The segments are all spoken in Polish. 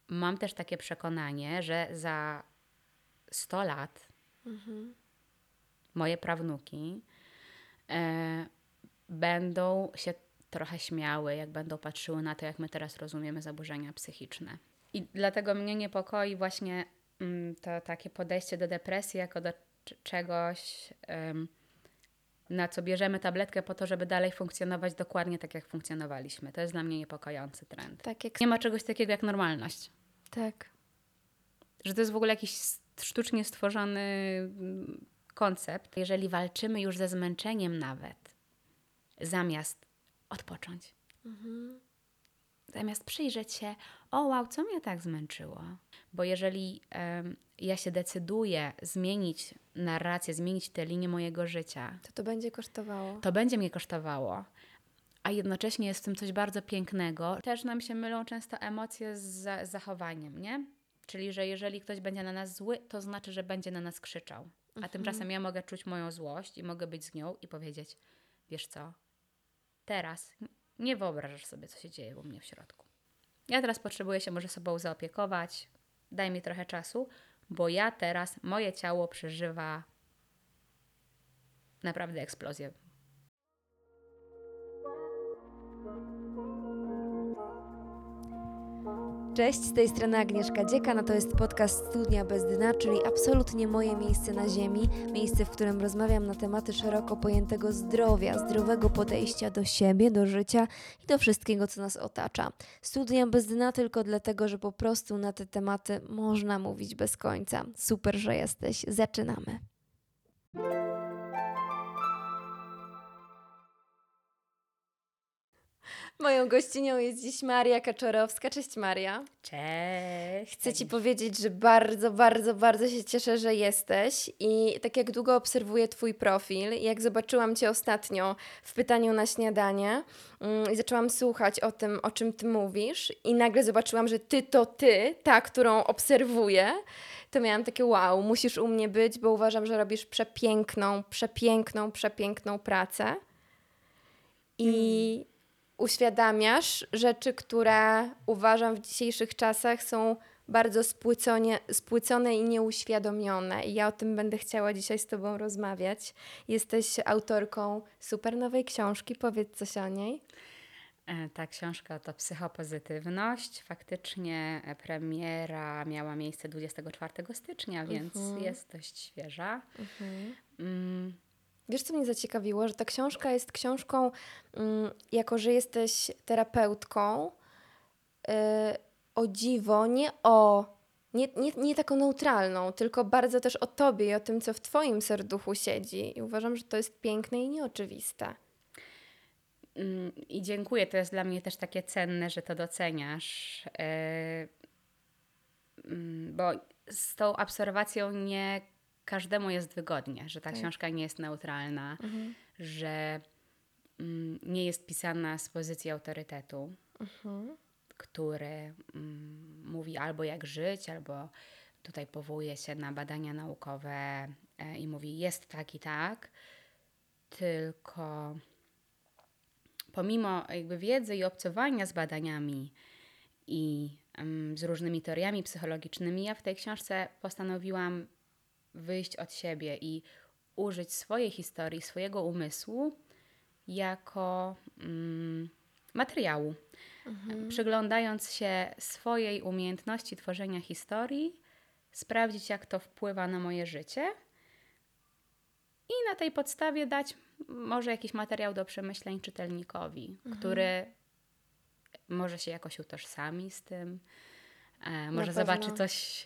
mam też takie przekonanie, że za 100 lat moje prawnuki będą się trochę śmiały, jak będą patrzyły na to, jak my teraz rozumiemy zaburzenia psychiczne. I dlatego mnie niepokoi właśnie to takie podejście do depresji jako do czegoś, na co bierzemy tabletkę po to, żeby dalej funkcjonować dokładnie tak, jak funkcjonowaliśmy. To jest dla mnie niepokojący trend. Tak jak... Nie ma czegoś takiego jak normalność. Tak. Że to jest w ogóle jakiś sztucznie stworzony koncept. Jeżeli walczymy już ze zmęczeniem nawet, zamiast odpocząć, zamiast przyjrzeć się, o wow, co mnie tak zmęczyło? Bo jeżeli ja się decyduję zmienić narrację, zmienić tę linię mojego życia, To będzie kosztowało. to będzie mnie kosztowało, a jednocześnie jest w tym coś bardzo pięknego. Też nam się mylą często emocje z zachowaniem, nie? Czyli, że jeżeli ktoś będzie na nas zły, to znaczy, że będzie na nas krzyczał. A tymczasem ja mogę czuć moją złość i mogę być z nią i powiedzieć, wiesz co, teraz nie wyobrażasz sobie, co się dzieje u mnie w środku. Ja teraz potrzebuję się może sobą zaopiekować, daj mi trochę czasu, bo ja teraz, moje ciało przeżywa naprawdę eksplozję. Cześć, z tej strony Agnieszka Dzieka, to jest podcast Studnia bez dna, czyli absolutnie moje miejsce na ziemi, miejsce, w którym rozmawiam na tematy szeroko pojętego zdrowia, zdrowego podejścia do siebie, do życia i do wszystkiego, co nas otacza. Studnia bez dna tylko dlatego, że po prostu na te tematy można mówić bez końca. Super, że jesteś. Zaczynamy. Moją gościnią jest dziś Maria Kaczorowska. Cześć Maria. Cześć! Chcę Ci powiedzieć, że bardzo się cieszę, że jesteś i tak jak długo obserwuję Twój profil, jak zobaczyłam Cię ostatnio w pytaniu na śniadanie i zaczęłam słuchać o tym, o czym Ty mówisz i nagle zobaczyłam, że Ty to Ty, ta, którą obserwuję, to miałam takie wow, musisz u mnie być, bo uważam, że robisz przepiękną pracę i uświadamiasz rzeczy, które uważam w dzisiejszych czasach są bardzo spłycone i nieuświadomione. I ja o tym będę chciała dzisiaj z Tobą rozmawiać. Jesteś autorką super nowej książki. Powiedz coś o niej. Ta książka to Psychopozytywność. Faktycznie premiera miała miejsce 24 stycznia, więc jest dość świeża. Wiesz, co mnie zaciekawiło? Że ta książka jest książką, jako że jesteś terapeutką, o dziwo, nie taką neutralną, tylko bardzo też o Tobie i o tym, co w Twoim serduchu siedzi. I uważam, że to jest piękne i nieoczywiste. I dziękuję, to jest dla mnie też takie cenne, że to doceniasz, bo z tą obserwacją nie każdemu jest wygodnie, że ta książka nie jest neutralna, że nie jest pisana z pozycji autorytetu, który mówi albo jak żyć, albo tutaj powołuje się na badania naukowe i mówi jest tak i tak, tylko pomimo jakby wiedzy i obcowania z badaniami i z różnymi teoriami psychologicznymi, ja w tej książce postanowiłam wyjść od siebie i użyć swojej historii, swojego umysłu jako materiału. Przyglądając się swojej umiejętności tworzenia historii, sprawdzić, jak to wpływa na moje życie i na tej podstawie dać może jakiś materiał do przemyśleń czytelnikowi, który może się jakoś utożsami z tym, może zobaczy coś,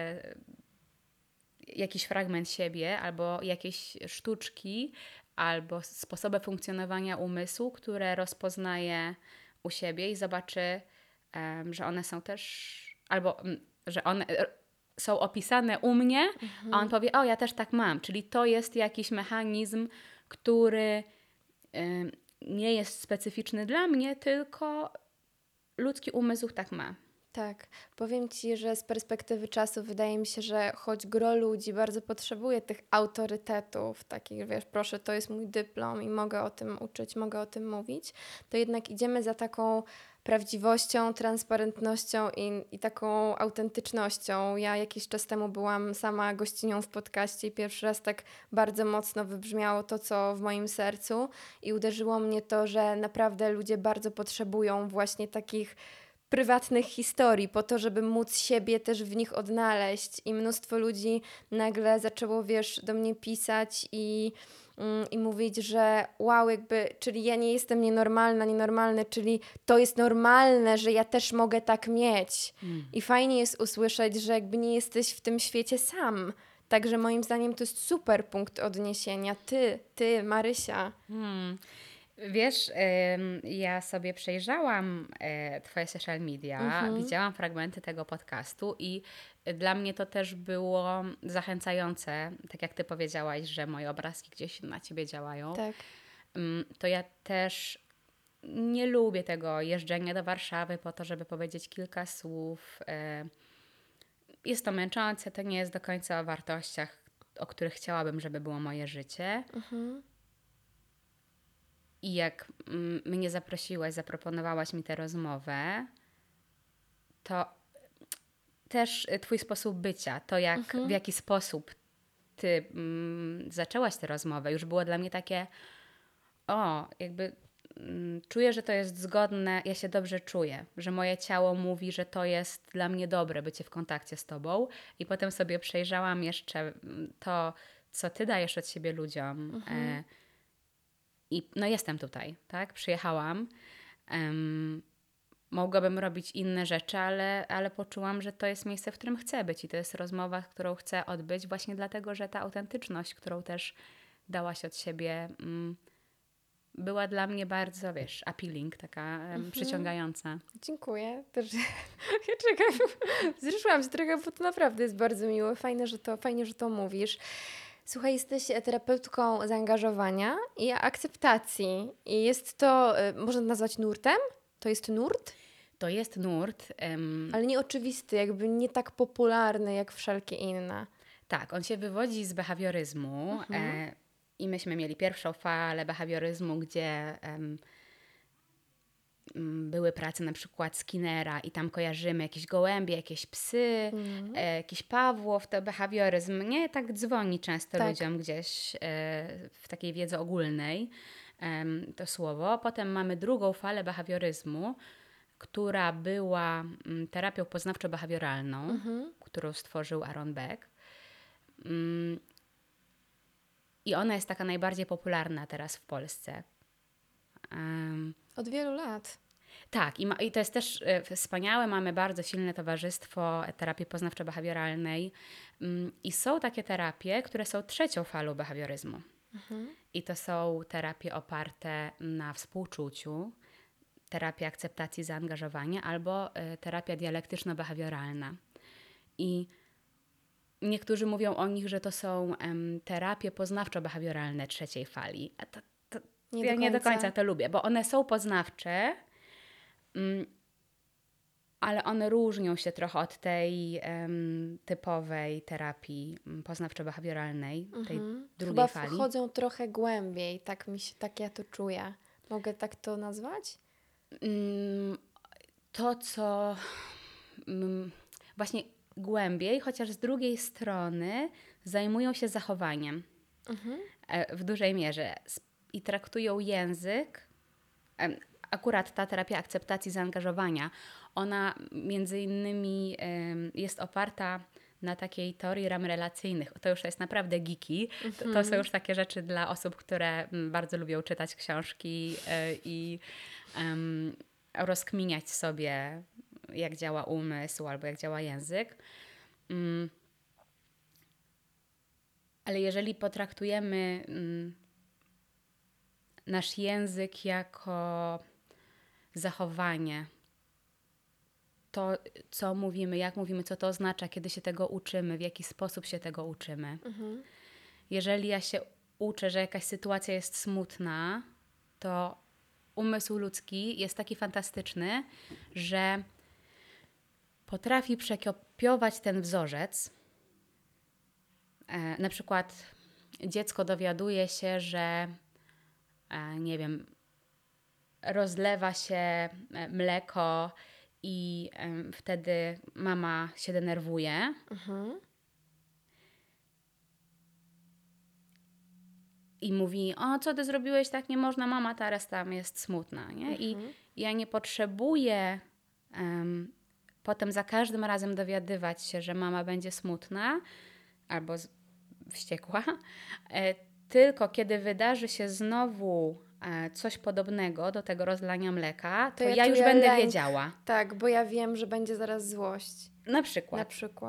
jakiś fragment siebie, albo jakieś sztuczki, albo sposoby funkcjonowania umysłu, które rozpoznaje u siebie i zobaczy, że one są też, albo że one są opisane u mnie, a on powie, o ja też tak mam. Czyli to jest jakiś mechanizm, który nie jest specyficzny dla mnie, tylko ludzki umysł tak ma. Tak, powiem Ci, że z perspektywy czasu wydaje mi się, że choć gro ludzi bardzo potrzebuje tych autorytetów, takich, wiesz, proszę, to jest mój dyplom i mogę o tym uczyć, mogę o tym mówić, to jednak idziemy za taką prawdziwością, transparentnością i taką autentycznością. Ja jakiś czas temu byłam sama gościnią w podcaście i pierwszy raz tak bardzo mocno wybrzmiało to, co w moim sercu i uderzyło mnie to, że naprawdę ludzie bardzo potrzebują właśnie takich prywatnych historii po to, żeby móc siebie też w nich odnaleźć i mnóstwo ludzi nagle zaczęło, do mnie pisać i mówić, że wow, czyli ja nie jestem nienormalny, czyli to jest normalne, że ja też mogę tak mieć. I fajnie jest usłyszeć, że nie jesteś w tym świecie sam. Także moim zdaniem to jest super punkt odniesienia. Ty, Marysia. Wiesz, ja sobie przejrzałam Twoje social media, widziałam fragmenty tego podcastu i dla mnie to też było zachęcające, tak jak Ty powiedziałaś, że moje obrazki gdzieś na Ciebie działają. Tak. To ja też nie lubię tego jeżdżenia do Warszawy po to, żeby powiedzieć kilka słów. Jest to męczące, to nie jest do końca o wartościach, o których chciałabym, żeby było moje życie. I jak mnie zaprosiłaś, zaproponowałaś mi tę rozmowę, to też Twój sposób bycia, to w jaki sposób Ty zaczęłaś tę rozmowę, już było dla mnie takie, czuję, że to jest zgodne, ja się dobrze czuję, że moje ciało mówi, że to jest dla mnie dobre bycie w kontakcie z Tobą i potem sobie przejrzałam jeszcze to, co Ty dajesz od siebie ludziom. I jestem tutaj, tak? Przyjechałam. Mogłabym robić inne rzeczy, ale poczułam, że to jest miejsce, w którym chcę być i to jest rozmowa, którą chcę odbyć właśnie dlatego, że ta autentyczność, którą też dałaś od siebie, była dla mnie bardzo, appealing, taka przyciągająca. Dziękuję. Też ja czekam. Wzruszyłam się trochę, bo to naprawdę jest bardzo miłe. Fajnie, że to mówisz. Słuchaj, jesteś terapeutką zaangażowania i akceptacji. I jest to, można nazwać nurtem? To jest nurt? To jest nurt. Ale nieoczywisty, nie tak popularny jak wszelkie inne. Tak, on się wywodzi z behawioryzmu. I myśmy mieli pierwszą falę behawioryzmu, gdzie były prace na przykład Skinnera i tam kojarzymy jakieś gołębie, jakieś psy, jakiś Pawłow, to behawioryzm nie tak dzwoni często ludziom gdzieś w takiej wiedzy ogólnej to słowo. Potem mamy drugą falę behawioryzmu, która była terapią poznawczo-behawioralną, którą stworzył Aaron Beck. I ona jest taka najbardziej popularna teraz w Polsce. Od wielu lat. Tak, i to jest też wspaniałe. Mamy bardzo silne towarzystwo terapii poznawczo-behawioralnej i są takie terapie, które są trzecią falą behawioryzmu. I to są terapie oparte na współczuciu, terapia akceptacji zaangażowania albo terapia dialektyczno-behawioralna. I niektórzy mówią o nich, że to są terapie poznawczo-behawioralne trzeciej fali. A ja nie do końca to lubię, bo one są poznawcze, ale one różnią się trochę od tej typowej terapii poznawczo-behawioralnej, tej drugiej fali. Chyba wchodzą trochę głębiej, tak ja to czuję. Mogę tak to nazwać? To, co właśnie głębiej, chociaż z drugiej strony zajmują się zachowaniem w dużej mierze i traktują język. Akurat ta terapia akceptacji zaangażowania, ona między innymi jest oparta na takiej teorii ram relacyjnych. To już jest naprawdę geeky. To są już takie rzeczy dla osób, które bardzo lubią czytać książki i rozkminiać sobie, jak działa umysł albo jak działa język. Ale jeżeli potraktujemy nasz język jako zachowanie, to co mówimy, jak mówimy, co to oznacza, kiedy się tego uczymy, w jaki sposób się tego uczymy. Jeżeli ja się uczę, że jakaś sytuacja jest smutna, to umysł ludzki jest taki fantastyczny, że potrafi przekopiować ten wzorzec. Na przykład dziecko dowiaduje się, że nie wiem, rozlewa się mleko i wtedy mama się denerwuje. I mówi, o co ty zrobiłeś, tak nie można, mama teraz tam jest smutna. Nie? I ja nie potrzebuję potem za każdym razem dowiadywać się, że mama będzie smutna albo wściekła, tylko kiedy wydarzy się znowu coś podobnego do tego rozlania mleka, to ja już będę wiedziała. Tak, bo ja wiem, że będzie zaraz złość. Na przykład.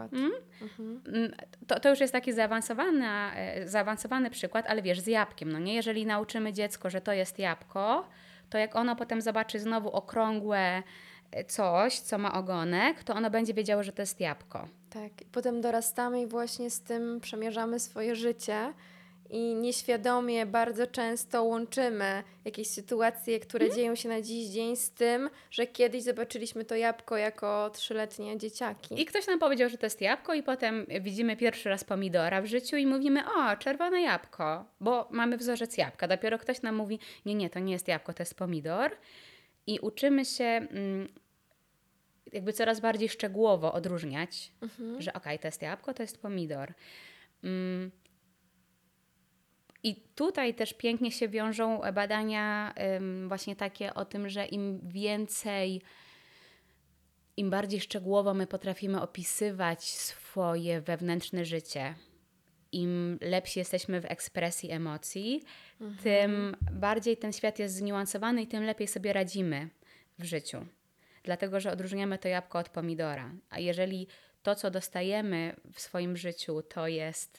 To już jest taki zaawansowany przykład, ale wiesz, z jabłkiem. No nie? Jeżeli nauczymy dziecko, że to jest jabłko, to jak ono potem zobaczy znowu okrągłe coś, co ma ogonek, to ono będzie wiedziało, że to jest jabłko. Tak, i potem dorastamy i właśnie z tym przemierzamy swoje życie i nieświadomie bardzo często łączymy jakieś sytuacje, które dzieją się na dziś dzień z tym, że kiedyś zobaczyliśmy to jabłko jako 3-letnie dzieciaki. I ktoś nam powiedział, że to jest jabłko i potem widzimy pierwszy raz pomidora w życiu i mówimy, o, czerwone jabłko, bo mamy wzorzec jabłka. Dopiero ktoś nam mówi, nie, to nie jest jabłko, to jest pomidor. I uczymy się jakby coraz bardziej szczegółowo odróżniać, że okej, to jest jabłko, to jest pomidor. I tutaj też pięknie się wiążą badania właśnie takie o tym, że im bardziej szczegółowo my potrafimy opisywać swoje wewnętrzne życie, im lepsi jesteśmy w ekspresji emocji, tym bardziej ten świat jest zniuansowany i tym lepiej sobie radzimy w życiu. Dlatego, że odróżniamy to jabłko od pomidora. A jeżeli to, co dostajemy w swoim życiu, to jest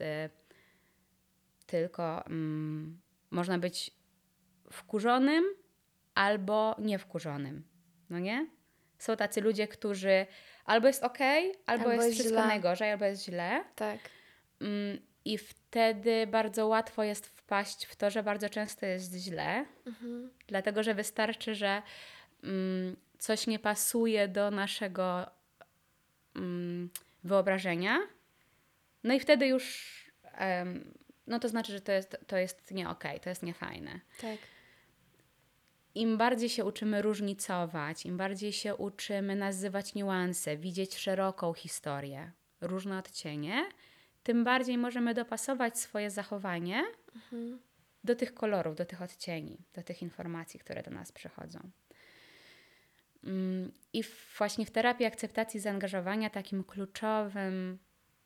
tylko można być wkurzonym albo niewkurzonym. No nie? Są tacy ludzie, którzy albo jest okej, albo jest wszystko źle. najgorzej, albo jest źle. Tak. I wtedy bardzo łatwo jest wpaść w to, że bardzo często jest źle. Dlatego, że wystarczy, że coś nie pasuje do naszego wyobrażenia. No i wtedy już no to znaczy, że to jest nie okej, to jest niefajne. Tak. Im bardziej się uczymy różnicować, im bardziej się uczymy nazywać niuanse, widzieć szeroką historię, różne odcienie, tym bardziej możemy dopasować swoje zachowanie do tych kolorów, do tych odcieni, do tych informacji, które do nas przychodzą. I właśnie w terapii akceptacji zaangażowania takim kluczowym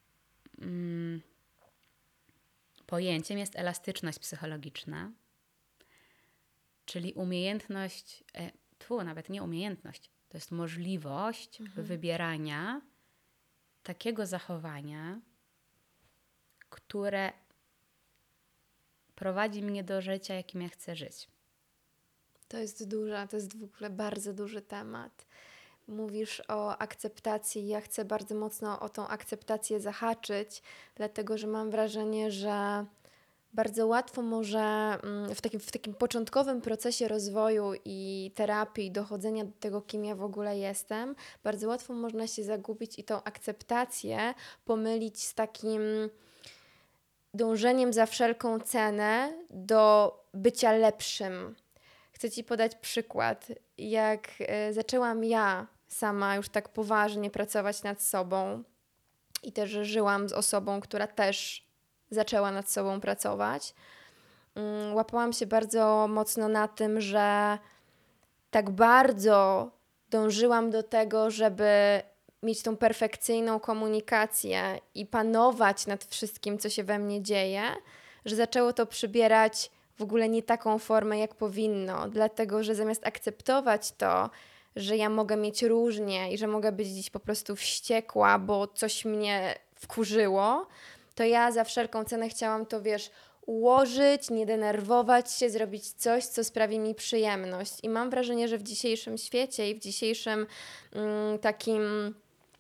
pojęciem jest elastyczność psychologiczna, czyli umiejętność, nawet nie umiejętność, to jest możliwość wybierania takiego zachowania, które prowadzi mnie do życia, jakim ja chcę żyć. To jest w ogóle bardzo duży temat. Mówisz o akceptacji. Ja chcę bardzo mocno o tą akceptację zahaczyć, dlatego że mam wrażenie, że bardzo łatwo może w takim początkowym procesie rozwoju i terapii, dochodzenia do tego, kim ja w ogóle jestem, bardzo łatwo można się zagubić i tą akceptację pomylić z takim dążeniem za wszelką cenę do bycia lepszym. Chcę Ci podać przykład. Jak zaczęłam ja sama już tak poważnie pracować nad sobą i też żyłam z osobą, która też zaczęła nad sobą pracować, łapałam się bardzo mocno na tym, że tak bardzo dążyłam do tego, żeby mieć tą perfekcyjną komunikację i panować nad wszystkim, co się we mnie dzieje, że zaczęło to przybierać w ogóle nie taką formę, jak powinno, dlatego że zamiast akceptować to, że ja mogę mieć różnie i że mogę być dziś po prostu wściekła, bo coś mnie wkurzyło, to ja za wszelką cenę chciałam to, ułożyć, nie denerwować się, zrobić coś, co sprawi mi przyjemność. I mam wrażenie, że w dzisiejszym świecie i w dzisiejszym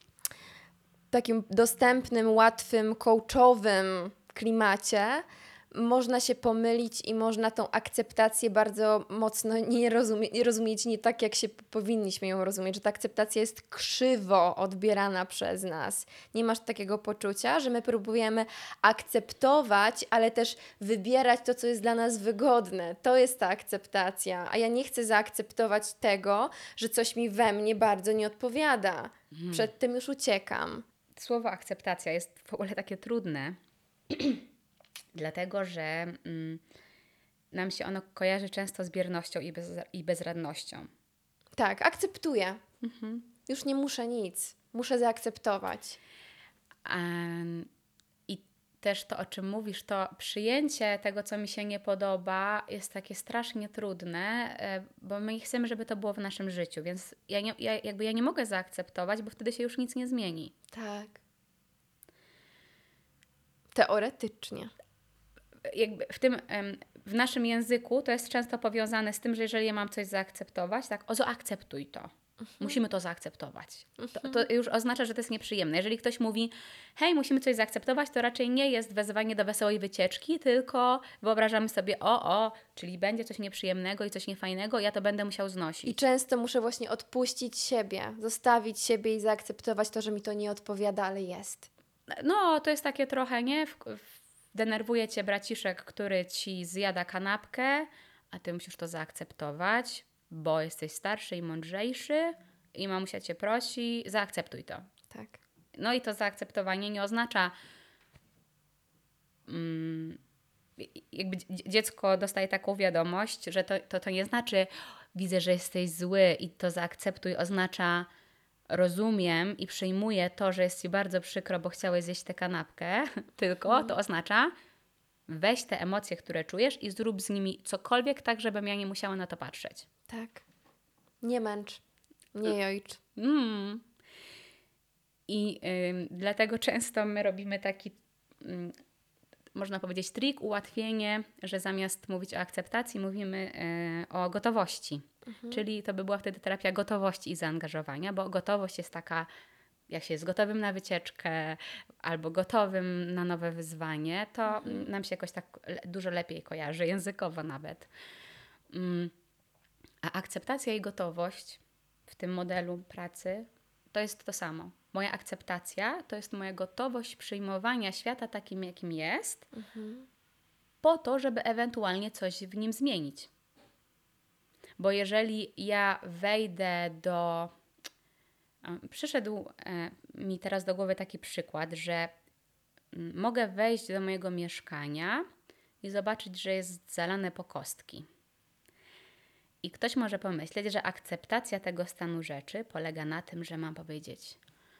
takim dostępnym, łatwym, coachowym klimacie można się pomylić i można tą akceptację bardzo mocno nie rozumieć nie tak, jak się powinniśmy ją rozumieć, że ta akceptacja jest krzywo odbierana przez nas. Nie masz takiego poczucia, że my próbujemy akceptować, ale też wybierać to, co jest dla nas wygodne. To jest ta akceptacja, a ja nie chcę zaakceptować tego, że coś mi we mnie bardzo nie odpowiada. Przed tym już uciekam. Słowo akceptacja jest w ogóle takie trudne, dlatego że nam się ono kojarzy często z biernością i bezradnością. Tak, akceptuję. Już nie muszę nic. Muszę zaakceptować. I też to, o czym mówisz, to przyjęcie tego, co mi się nie podoba, jest takie strasznie trudne, bo my chcemy, żeby to było w naszym życiu, więc ja nie mogę zaakceptować, bo wtedy się już nic nie zmieni. Tak. Teoretycznie. Jakby w naszym języku to jest często powiązane z tym, że jeżeli ja mam coś zaakceptować, tak, zaakceptuj to. Musimy to zaakceptować. To już oznacza, że to jest nieprzyjemne. Jeżeli ktoś mówi, hej, musimy coś zaakceptować, to raczej nie jest wezwanie do wesołej wycieczki, tylko wyobrażamy sobie, czyli będzie coś nieprzyjemnego i coś niefajnego, ja to będę musiał znosić. I często muszę właśnie odpuścić siebie, zostawić siebie i zaakceptować to, że mi to nie odpowiada, ale jest. No, to jest takie trochę, nie? Denerwuje cię braciszek, który ci zjada kanapkę, a ty musisz to zaakceptować, bo jesteś starszy i mądrzejszy i mamusia cię prosi, zaakceptuj to. Tak. No i to zaakceptowanie nie oznacza, jakby dziecko dostaje taką wiadomość, że to nie znaczy, widzę, że jesteś zły i to zaakceptuj, oznacza rozumiem i przyjmuję to, że jest ci bardzo przykro, bo chciałeś zjeść tę kanapkę, tylko to oznacza weź te emocje, które czujesz i zrób z nimi cokolwiek tak, żebym ja nie musiała na to patrzeć. Tak. Nie męcz. Nie jojcz. I dlatego często my robimy taki, można powiedzieć, trik, ułatwienie, że zamiast mówić o akceptacji, mówimy o gotowości. Czyli to by była wtedy terapia gotowości i zaangażowania, bo gotowość jest taka, jak się jest gotowym na wycieczkę albo gotowym na nowe wyzwanie, to nam się jakoś tak dużo lepiej kojarzy, językowo nawet. A akceptacja i gotowość w tym modelu pracy to jest to samo. Moja akceptacja to jest moja gotowość przyjmowania świata takim, jakim jest, po to, żeby ewentualnie coś w nim zmienić. Bo jeżeli ja wejdę do... Przyszedł mi teraz do głowy taki przykład, że mogę wejść do mojego mieszkania i zobaczyć, że jest zalane po kostki. I ktoś może pomyśleć, że akceptacja tego stanu rzeczy polega na tym, że mam powiedzieć: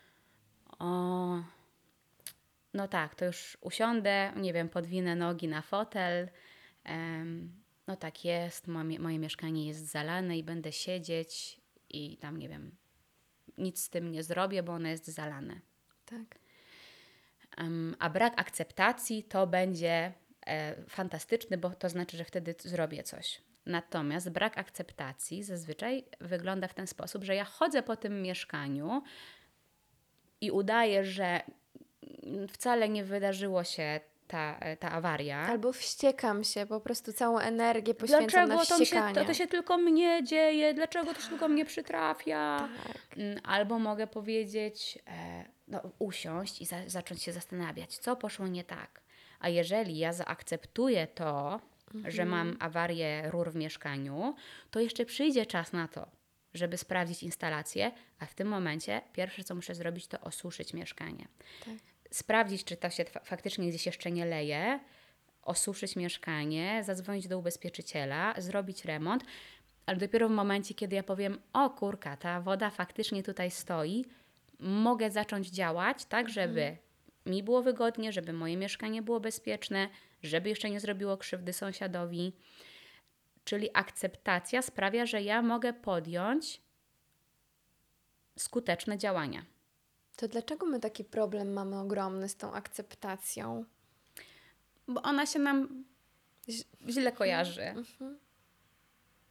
no tak, to już usiądę, nie wiem, podwinę nogi na fotel, no tak jest, moje mieszkanie jest zalane i będę siedzieć i tam, nie wiem, nic z tym nie zrobię, bo ono jest zalane. Tak. A brak akceptacji to będzie fantastyczny, bo to znaczy, że wtedy zrobię coś. Natomiast brak akceptacji zazwyczaj wygląda w ten sposób, że ja chodzę po tym mieszkaniu i udaję, że wcale nie wydarzyło się ta awaria. Albo wściekam się, po prostu całą energię poświęcam na wściekanie. Dlaczego to się tylko mnie dzieje? Dlaczego to się tylko mnie przytrafia? Tak. Albo mogę powiedzieć, usiąść i zacząć się zastanawiać, co poszło nie tak. A jeżeli ja zaakceptuję to, że mam awarię rur w mieszkaniu, to jeszcze przyjdzie czas na to, żeby sprawdzić instalację, a w tym momencie pierwsze, co muszę zrobić, to osuszyć mieszkanie. Tak. Sprawdzić, czy to się faktycznie gdzieś jeszcze nie leje, osuszyć mieszkanie, zadzwonić do ubezpieczyciela, zrobić remont, ale dopiero w momencie, kiedy ja powiem: o kurka, ta woda faktycznie tutaj stoi, mogę zacząć działać tak, żeby mi było wygodnie, żeby moje mieszkanie było bezpieczne, żeby jeszcze nie zrobiło krzywdy sąsiadowi. Czyli akceptacja sprawia, że ja mogę podjąć skuteczne działania. To dlaczego my taki problem mamy ogromny z tą akceptacją? Bo ona się nam źle kojarzy.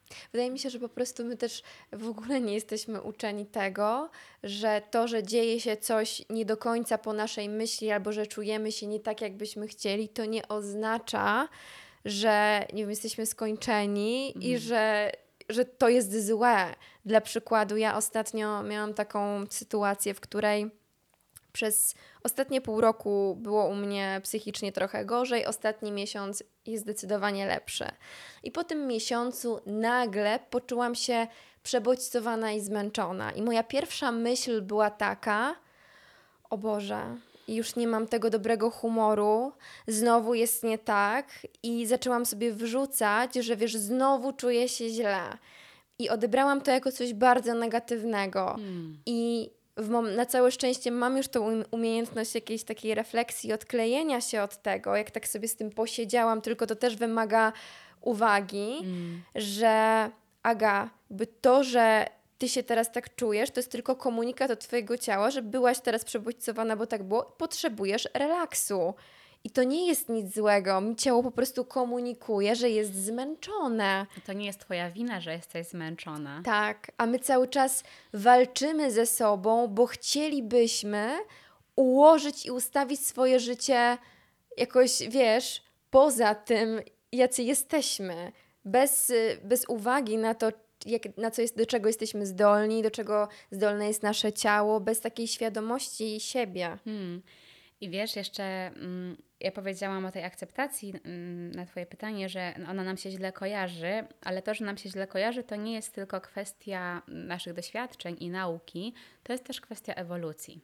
Wydaje mi się, że po prostu my też w ogóle nie jesteśmy uczeni tego, że to, że dzieje się coś nie do końca po naszej myśli albo że czujemy się nie tak, jakbyśmy chcieli, to nie oznacza, że nie wiem, jesteśmy skończeni i że to jest złe. Dla przykładu, ja ostatnio miałam taką sytuację, w której przez ostatnie pół roku było u mnie psychicznie trochę gorzej, ostatni miesiąc jest zdecydowanie lepszy. I po tym miesiącu nagle poczułam się przebodźcowana i zmęczona. I moja pierwsza myśl była taka: o Boże, już nie mam tego dobrego humoru, znowu jest nie tak. I zaczęłam sobie wrzucać, że wiesz, znowu czuję się źle. I odebrałam to jako coś bardzo negatywnego. I na całe szczęście mam już tą umiejętność jakiejś takiej refleksji, odklejenia się od tego, jak tak sobie z tym posiedziałam, tylko to też wymaga uwagi, że Aga, jakby to, że ty się teraz tak czujesz, to jest tylko komunikat od twojego ciała, że byłaś teraz przebodźcowana, bo tak było, potrzebujesz relaksu. I to nie jest nic złego. Mi ciało po prostu komunikuje, że jest zmęczone. To nie jest twoja wina, że jesteś zmęczona. Tak, a my cały czas walczymy ze sobą, bo chcielibyśmy ułożyć i ustawić swoje życie jakoś, wiesz, poza tym, jacy jesteśmy. Bez uwagi na to, do czego jesteśmy zdolni, do czego zdolne jest nasze ciało, bez takiej świadomości siebie. I wiesz, jeszcze ja powiedziałam o tej akceptacji na twoje pytanie, że ona nam się źle kojarzy, ale to, że nam się źle kojarzy, to nie jest tylko kwestia naszych doświadczeń i nauki, to jest też kwestia ewolucji.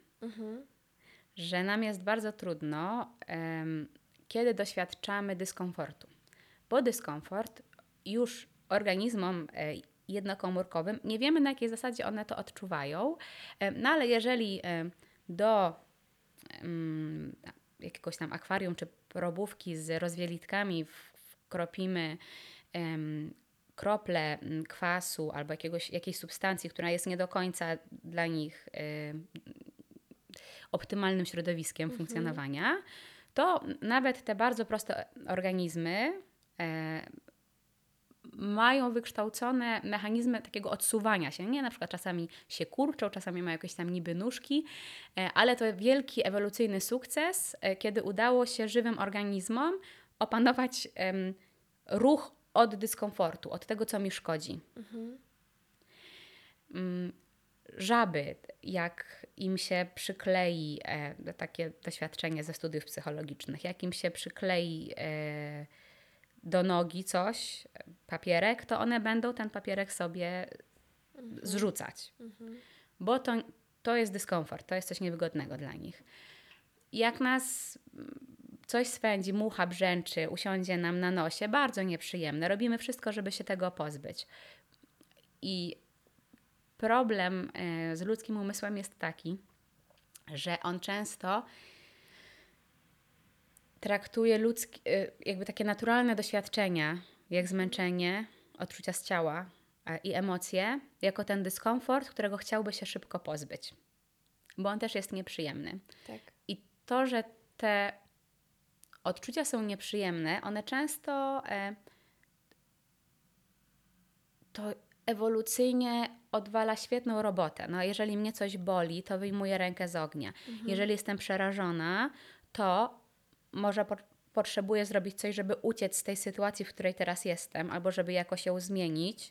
Że nam jest bardzo trudno, kiedy doświadczamy dyskomfortu. Bo dyskomfort już organizmom jednokomórkowym, nie wiemy, na jakiej zasadzie one to odczuwają, no ale jeżeli do jakiegoś tam akwarium czy probówki z rozwielitkami wkropimy krople kwasu albo jakiejś substancji, która jest nie do końca dla nich optymalnym środowiskiem funkcjonowania, to nawet te bardzo proste organizmy mają wykształcone mechanizmy takiego odsuwania się. Nie, na przykład czasami się kurczą, czasami mają jakieś tam niby nóżki, ale to wielki ewolucyjny sukces, kiedy udało się żywym organizmom opanować ruch od dyskomfortu, od tego, co mi szkodzi. Żaby, jak im się przyklei, takie doświadczenie ze studiów psychologicznych, jak im się przyklei do nogi coś, papierek, to one będą ten papierek sobie zrzucać. Bo to jest dyskomfort, to jest coś niewygodnego dla nich. Jak nas coś swędzi, mucha brzęczy, usiądzie nam na nosie, bardzo nieprzyjemne. Robimy wszystko, żeby się tego pozbyć. I problem z ludzkim umysłem jest taki, że on często traktuje jakby takie naturalne doświadczenia, jak zmęczenie, odczucia z ciała i emocje, jako ten dyskomfort, którego chciałby się szybko pozbyć. Bo on też jest nieprzyjemny. Tak. I to, że te odczucia są nieprzyjemne, one często to ewolucyjnie odwala świetną robotę. No, jeżeli mnie coś boli, to wyjmuję rękę z ognia. Jeżeli jestem przerażona, to może potrzebuję zrobić coś, żeby uciec z tej sytuacji, w której teraz jestem, albo żeby jakoś ją zmienić.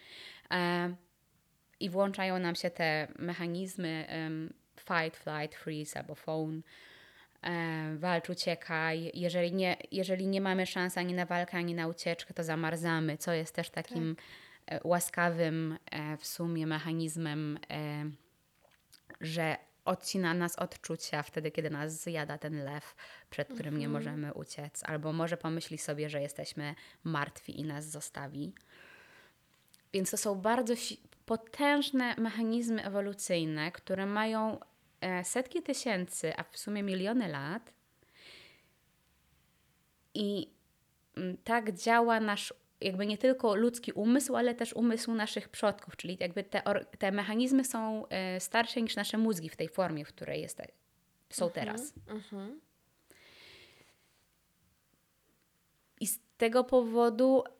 I włączają nam się te mechanizmy fight, flight, freeze albo fawn. Walcz, uciekaj. Jeżeli nie mamy szans ani na walkę, ani na ucieczkę, to zamarzamy, co jest też takim łaskawym w sumie mechanizmem, że odcina nas odczucia wtedy, kiedy nas zjada ten lew, przed którym nie możemy uciec. Albo może pomyśli sobie, że jesteśmy martwi i nas zostawi. Więc to są bardzo potężne mechanizmy ewolucyjne, które mają setki tysięcy, a w sumie miliony lat. I tak działa nasz jakby nie tylko ludzki umysł, ale też umysł naszych przodków, czyli jakby te mechanizmy są starsze niż nasze mózgi w tej formie, w której są teraz. I z tego powodu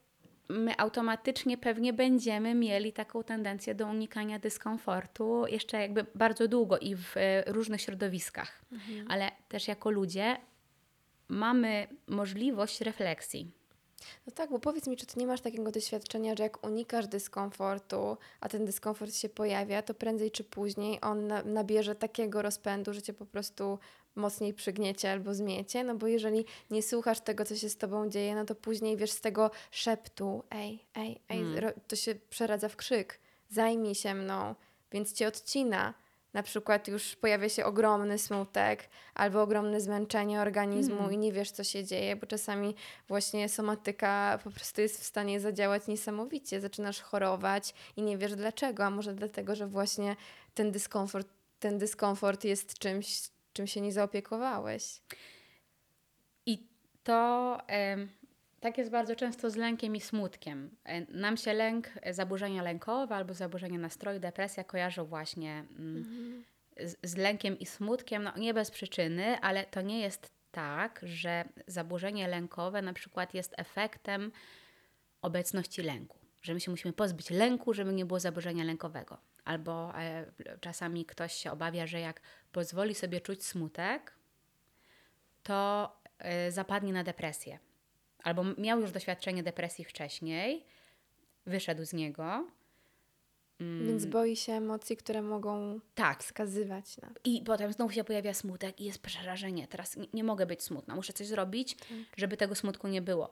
my automatycznie pewnie będziemy mieli taką tendencję do unikania dyskomfortu jeszcze jakby bardzo długo i w różnych środowiskach. Ale też jako ludzie mamy możliwość refleksji. No tak, bo powiedz mi, czy ty nie masz takiego doświadczenia, że jak unikasz dyskomfortu, a ten dyskomfort się pojawia, to prędzej czy później on nabierze takiego rozpędu, że cię po prostu mocniej przygniecie albo zmiecie? No bo jeżeli nie słuchasz tego, co się z tobą dzieje, no to później wiesz z tego szeptu, ej, to się przeradza w krzyk, zajmij się mną, więc cię odcina. Na przykład już pojawia się ogromny smutek albo ogromne zmęczenie organizmu i nie wiesz, co się dzieje, bo czasami właśnie somatyka po prostu jest w stanie zadziałać niesamowicie. Zaczynasz chorować i nie wiesz dlaczego, a może dlatego, że właśnie ten dyskomfort jest czymś, czym się nie zaopiekowałeś. I to tak jest bardzo często z lękiem i smutkiem. Nam się zaburzenia lękowe albo zaburzenia nastroju, depresja kojarzą właśnie z lękiem i smutkiem. No, nie bez przyczyny, ale to nie jest tak, że zaburzenie lękowe na przykład jest efektem obecności lęku. Że my się musimy pozbyć lęku, żeby nie było zaburzenia lękowego. Albo czasami ktoś się obawia, że jak pozwoli sobie czuć smutek, to zapadnie na depresję. Albo miał już doświadczenie depresji wcześniej, wyszedł z niego. Więc boi się emocji, które mogą wskazywać na to. I potem znowu się pojawia smutek i jest przerażenie. Teraz nie mogę być smutna, muszę coś zrobić, żeby tego smutku nie było.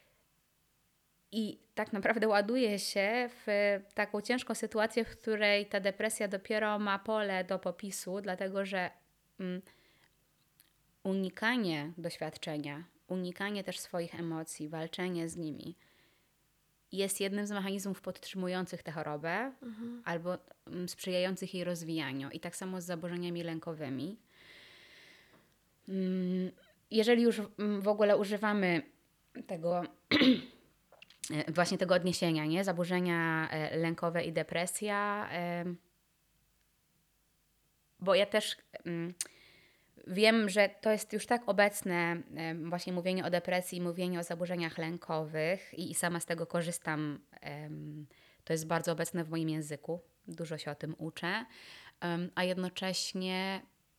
I tak naprawdę ładuje się w taką ciężką sytuację, w której ta depresja dopiero ma pole do popisu, dlatego że unikanie doświadczenia, unikanie też swoich emocji, walczenie z nimi jest jednym z mechanizmów podtrzymujących tę chorobę albo sprzyjających jej rozwijaniu. I tak samo z zaburzeniami lękowymi. Jeżeli już w ogóle używamy tego właśnie tego odniesienia, nie? Zaburzenia lękowe i depresja, bo ja też wiem, że to jest już tak obecne, właśnie mówienie o depresji, mówienie o zaburzeniach lękowych i sama z tego korzystam. To jest bardzo obecne w moim języku, dużo się o tym uczę, a jednocześnie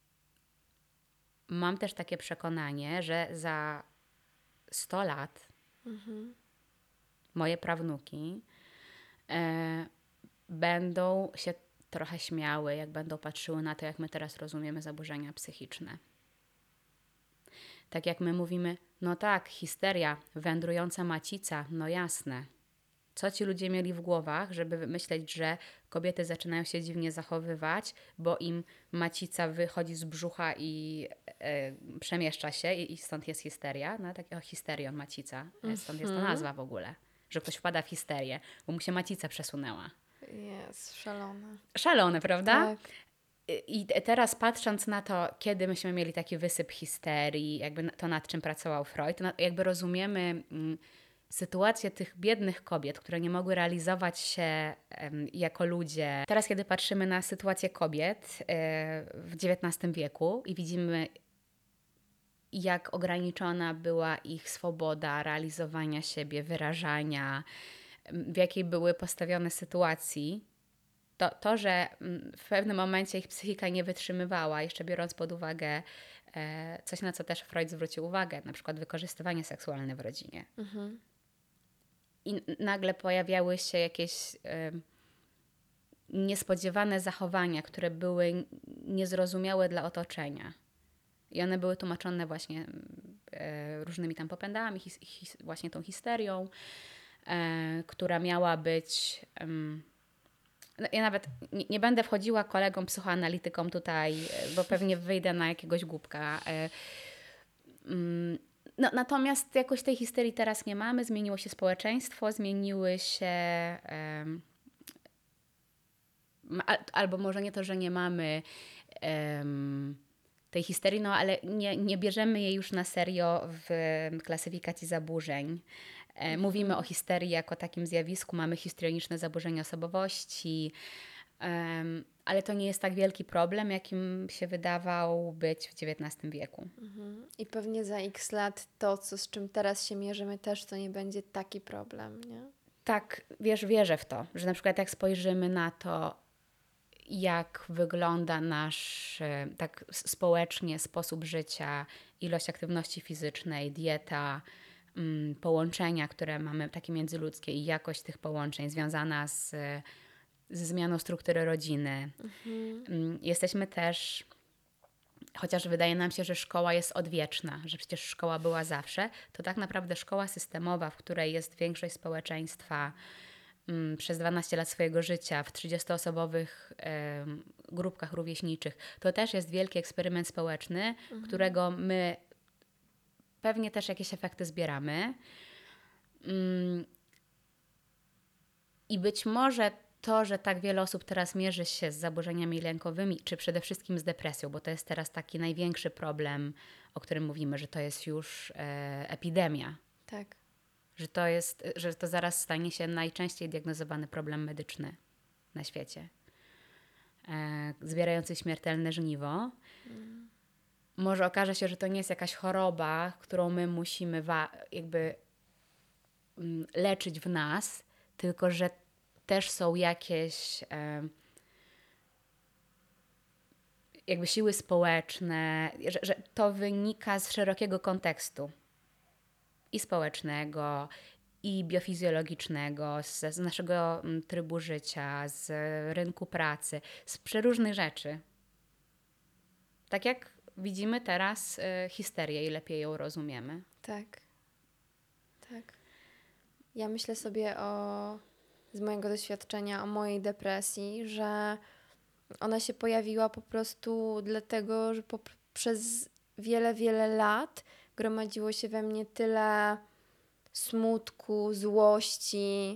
mam też takie przekonanie, że za 100 lat moje prawnuki będą się trochę śmiały, jak będą patrzyły na to, jak my teraz rozumiemy zaburzenia psychiczne. Tak jak my mówimy, no tak, histeria, wędrująca macica, no jasne. Co ci ludzie mieli w głowach, żeby myśleć, że kobiety zaczynają się dziwnie zachowywać, bo im macica wychodzi z brzucha i przemieszcza się i stąd jest histeria. No tak, histerion, macica. Stąd jest ta nazwa w ogóle. Że ktoś wpada w histerię, bo mu się macica przesunęła. Jest szalone. Szalone, prawda? Tak. I teraz patrząc na to, kiedy myśmy mieli taki wysyp histerii, jakby to nad czym pracował Freud, to jakby rozumiemy sytuację tych biednych kobiet, które nie mogły realizować się jako ludzie. Teraz, kiedy patrzymy na sytuację kobiet w XIX wieku i widzimy, jak ograniczona była ich swoboda realizowania siebie, wyrażania, w jakiej były postawione sytuacji, to, że w pewnym momencie ich psychika nie wytrzymywała, jeszcze biorąc pod uwagę coś, na co też Freud zwrócił uwagę, na przykład wykorzystywanie seksualne w rodzinie. I nagle pojawiały się jakieś niespodziewane zachowania, które były niezrozumiałe dla otoczenia. I one były tłumaczone właśnie różnymi tam popędami, właśnie tą histerią, która miała być... Ja nawet nie będę wchodziła kolegom psychoanalitykom tutaj, bo pewnie wyjdę na jakiegoś głupka. No, natomiast jakoś tej histerii teraz nie mamy. Zmieniło się społeczeństwo, zmieniły się... albo może nie to, że nie mamy tej histerii, no ale nie bierzemy jej już na serio w klasyfikacji zaburzeń. Mówimy o histerii jako takim zjawisku, mamy histrioniczne zaburzenia osobowości, ale to nie jest tak wielki problem, jakim się wydawał być w XIX wieku. I pewnie za x lat to, z czym teraz się mierzymy, też to nie będzie taki problem, nie? tak, wiesz, wierzę w to, że na przykład jak spojrzymy na to, jak wygląda nasz tak społecznie sposób życia, ilość aktywności fizycznej, dieta, połączenia, które mamy takie międzyludzkie i jakość tych połączeń związana ze zmianą struktury rodziny. Jesteśmy też, chociaż wydaje nam się, że szkoła jest odwieczna, że przecież szkoła była zawsze, to tak naprawdę szkoła systemowa, w której jest większość społeczeństwa przez 12 lat swojego życia w 30-osobowych grupkach rówieśniczych, to też jest wielki eksperyment społeczny, którego my pewnie też jakieś efekty zbieramy. I być może to, że tak wiele osób teraz mierzy się z zaburzeniami lękowymi, czy przede wszystkim z depresją, bo to jest teraz taki największy problem, o którym mówimy, że to jest już epidemia. Tak. Że to zaraz stanie się najczęściej diagnozowany problem medyczny na świecie. Zbierający śmiertelne żniwo. Może okaże się, że to nie jest jakaś choroba, którą my musimy leczyć w nas, tylko że też są jakieś jakby siły społeczne, że to wynika z szerokiego kontekstu i społecznego, i biofizjologicznego, z naszego trybu życia, z rynku pracy, z przeróżnych rzeczy. Tak jak widzimy teraz histerię i lepiej ją rozumiemy. Tak. Tak. Ja myślę sobie z mojego doświadczenia o mojej depresji, że ona się pojawiła po prostu dlatego, że przez wiele, wiele lat gromadziło się we mnie tyle smutku, złości,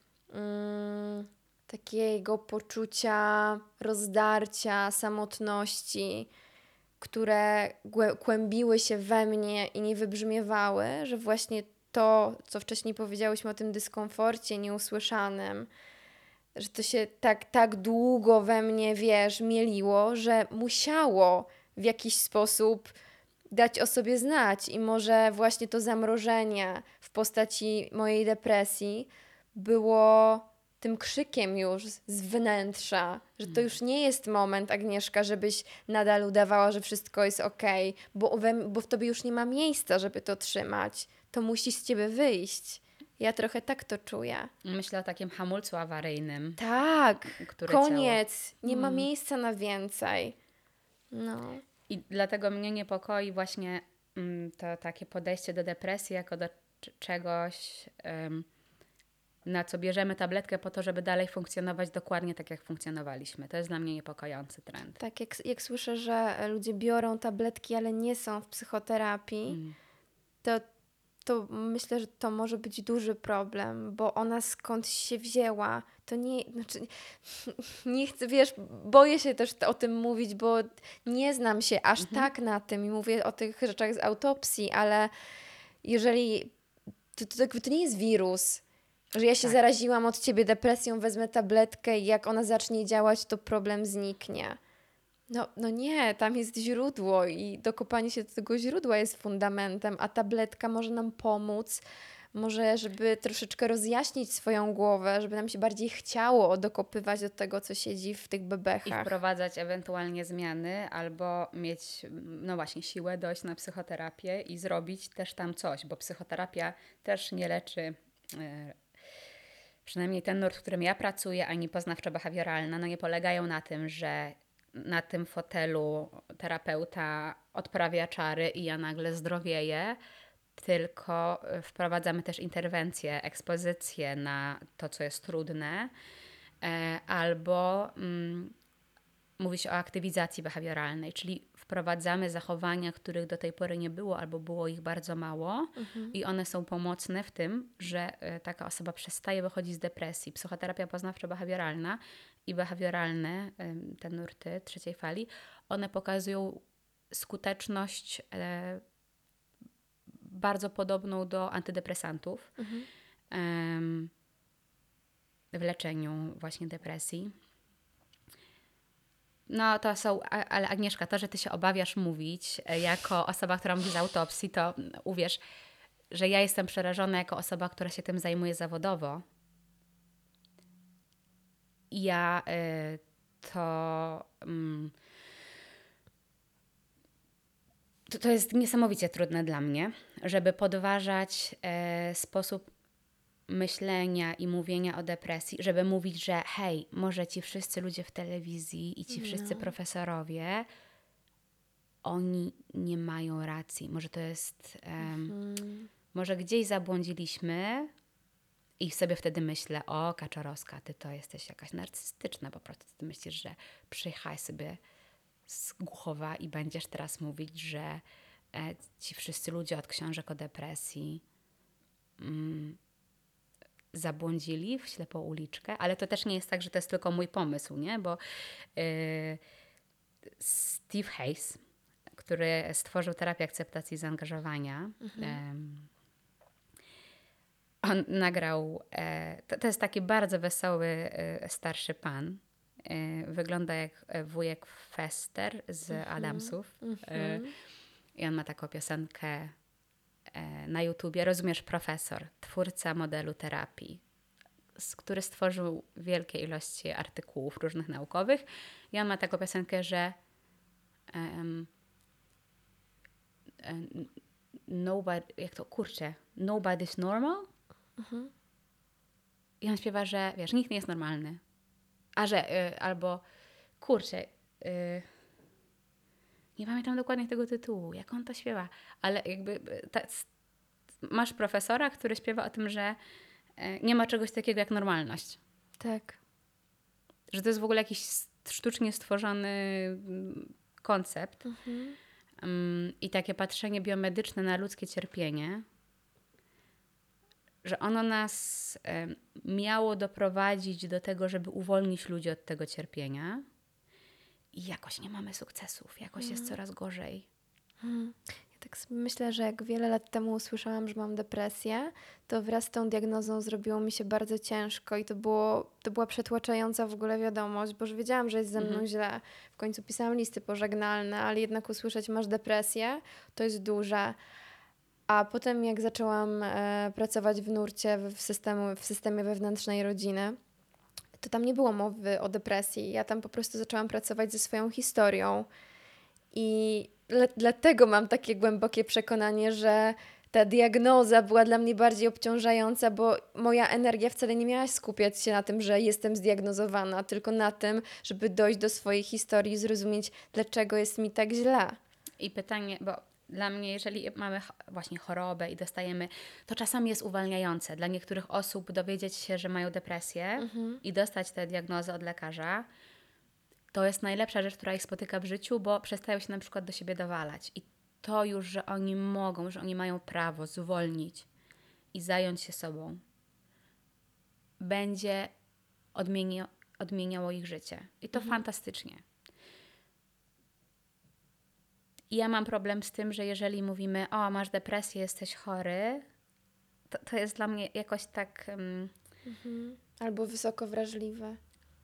takiego poczucia rozdarcia, samotności, które kłębiły się we mnie i nie wybrzmiewały, że właśnie to, co wcześniej powiedziałyśmy o tym dyskomforcie nieusłyszanym, że to się tak długo we mnie, mieliło, że musiało w jakiś sposób dać o sobie znać i może właśnie to zamrożenie w postaci mojej depresji było tym krzykiem już z wnętrza, że to już nie jest moment, Agnieszka, żebyś nadal udawała, że wszystko jest okej, bo w tobie już nie ma miejsca, żeby to trzymać. To musi z ciebie wyjść. Ja trochę tak to czuję. Myślę o takim hamulcu awaryjnym. Tak, które koniec. Nie ma miejsca na więcej. No. I dlatego mnie niepokoi właśnie to takie podejście do depresji jako do czegoś, na co bierzemy tabletkę po to, żeby dalej funkcjonować dokładnie tak, jak funkcjonowaliśmy. To jest dla mnie niepokojący trend. Tak, jak słyszę, że ludzie biorą tabletki, ale nie są w psychoterapii, to myślę, że to może być duży problem, bo ona skądś się wzięła. To nie chcę, boję się też o tym mówić, bo nie znam się aż tak na tym i mówię o tych rzeczach z autopsji, ale jeżeli to nie jest wirus, że ja się zaraziłam od ciebie depresją, wezmę tabletkę i jak ona zacznie działać, to problem zniknie. No nie, tam jest źródło i dokopanie się do tego źródła jest fundamentem, a tabletka może nam pomóc, może żeby troszeczkę rozjaśnić swoją głowę, żeby nam się bardziej chciało dokopywać do tego, co siedzi w tych bebechach. I wprowadzać ewentualnie zmiany albo mieć, no właśnie, siłę dojść na psychoterapię i zrobić też tam coś, bo psychoterapia też nie leczy, przynajmniej ten nurt, w którym ja pracuję, ani poznawczo-behawioralna, no nie polegają na tym, że na tym fotelu terapeuta odprawia czary i ja nagle zdrowieję, tylko wprowadzamy też interwencje, ekspozycje na to, co jest trudne, albo mówi się o aktywizacji behawioralnej, czyli wprowadzamy zachowania, których do tej pory nie było albo było ich bardzo mało i one są pomocne w tym, że taka osoba przestaje wychodzić z depresji. Psychoterapia poznawczo-behawioralna i behawioralne, te nurty trzeciej fali, one pokazują skuteczność bardzo podobną do antydepresantów w leczeniu właśnie depresji. No to są, ale Agnieszka, to, że ty się obawiasz mówić jako osoba, która mówi z autopsji, to uwierz, że ja jestem przerażona jako osoba, która się tym zajmuje zawodowo, ja to... To jest niesamowicie trudne dla mnie, żeby podważać sposób myślenia i mówienia o depresji, żeby mówić, że hej, może ci wszyscy ludzie w telewizji i ci wszyscy profesorowie, oni nie mają racji. Może to jest... Może gdzieś zabłądziliśmy i sobie wtedy myślę, o Kaczorowska, ty to jesteś jakaś narcystyczna po prostu. Ty myślisz, że przyjechaj sobie z Głuchowa i będziesz teraz mówić, że ci wszyscy ludzie od książek o depresji zabłądzili w ślepą uliczkę, ale to też nie jest tak, że to jest tylko mój pomysł, nie? Bo Steve Hayes, który stworzył terapię akceptacji zaangażowania, on nagrał, to jest taki bardzo wesoły, starszy pan. Wygląda jak wujek Fester z Adamsów. I on ma taką piosenkę na YouTubie. Rozumiesz, profesor, twórca modelu terapii, który stworzył wielkie ilości artykułów różnych naukowych. I on ma taką piosenkę, że nobody's normal. I on śpiewa, że wiesz, nikt nie jest normalny. A że, albo kurczę, nie pamiętam dokładnie tego tytułu, jak on to śpiewa, ale jakby masz profesora, który śpiewa o tym, że nie ma czegoś takiego jak normalność. Tak. Że to jest w ogóle jakiś sztucznie stworzony koncept. I takie patrzenie biomedyczne na ludzkie cierpienie, że ono nas miało doprowadzić do tego, żeby uwolnić ludzi od tego cierpienia i jakoś nie mamy sukcesów, jakoś jest coraz gorzej. Ja tak sobie myślę, że jak wiele lat temu usłyszałam, że mam depresję, to wraz z tą diagnozą zrobiło mi się bardzo ciężko i to była przytłaczająca w ogóle wiadomość, bo już wiedziałam, że jest ze mną źle. W końcu pisałam listy pożegnalne, ale jednak usłyszeć, masz depresję, to jest duże. A potem jak zaczęłam pracować w nurcie, w systemie wewnętrznej rodziny, to tam nie było mowy o depresji. Ja tam po prostu zaczęłam pracować ze swoją historią. I dlatego mam takie głębokie przekonanie, że ta diagnoza była dla mnie bardziej obciążająca, bo moja energia wcale nie miała skupiać się na tym, że jestem zdiagnozowana, tylko na tym, żeby dojść do swojej historii i zrozumieć, dlaczego jest mi tak źle. I pytanie, bo dla mnie, jeżeli mamy właśnie chorobę i dostajemy, to czasami jest uwalniające. Dla niektórych osób dowiedzieć się, że mają depresję i dostać tę diagnozę od lekarza, to jest najlepsza rzecz, która ich spotyka w życiu, bo przestają się na przykład do siebie dowalać. I to już, że oni mogą, że oni mają prawo zwolnić i zająć się sobą, będzie odmieniało ich życie. I to fantastycznie. I ja mam problem z tym, że jeżeli mówimy, o, masz depresję, jesteś chory, to jest dla mnie jakoś tak... Albo wysoko wrażliwe.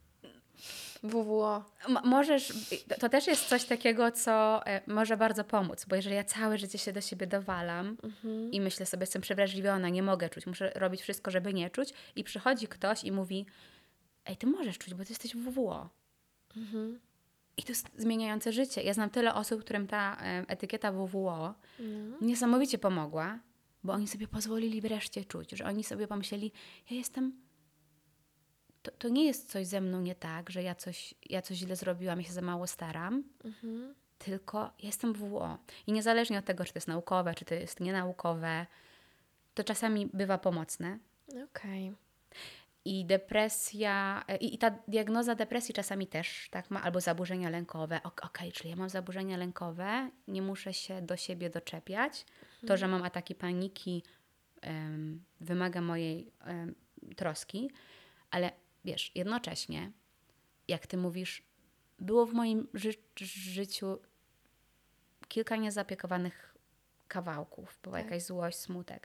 WWO. Możesz, to też jest coś takiego, co może bardzo pomóc, bo jeżeli ja całe życie się do siebie dowalam i myślę sobie, jestem przewrażliwiona, nie mogę czuć, muszę robić wszystko, żeby nie czuć i przychodzi ktoś i mówi, ej, ty możesz czuć, bo ty jesteś WWO. I to jest zmieniające życie. Ja znam tyle osób, którym ta etykieta WWO niesamowicie pomogła, bo oni sobie pozwolili wreszcie czuć, że oni sobie pomyśleli, ja jestem... To nie jest coś ze mną nie tak, że ja coś źle zrobiłam, ja się za mało staram, tylko ja jestem WWO. I niezależnie od tego, czy to jest naukowe, czy to jest nienaukowe, to czasami bywa pomocne. Okej. I depresja, i ta diagnoza depresji czasami też tak ma, albo zaburzenia lękowe. Okej, czyli ja mam zaburzenia lękowe, nie muszę się do siebie doczepiać. To, że mam ataki paniki, wymaga mojej troski, ale wiesz, jednocześnie, jak ty mówisz, było w moim życiu kilka niezapiekowanych kawałków. Była jakaś złość, smutek.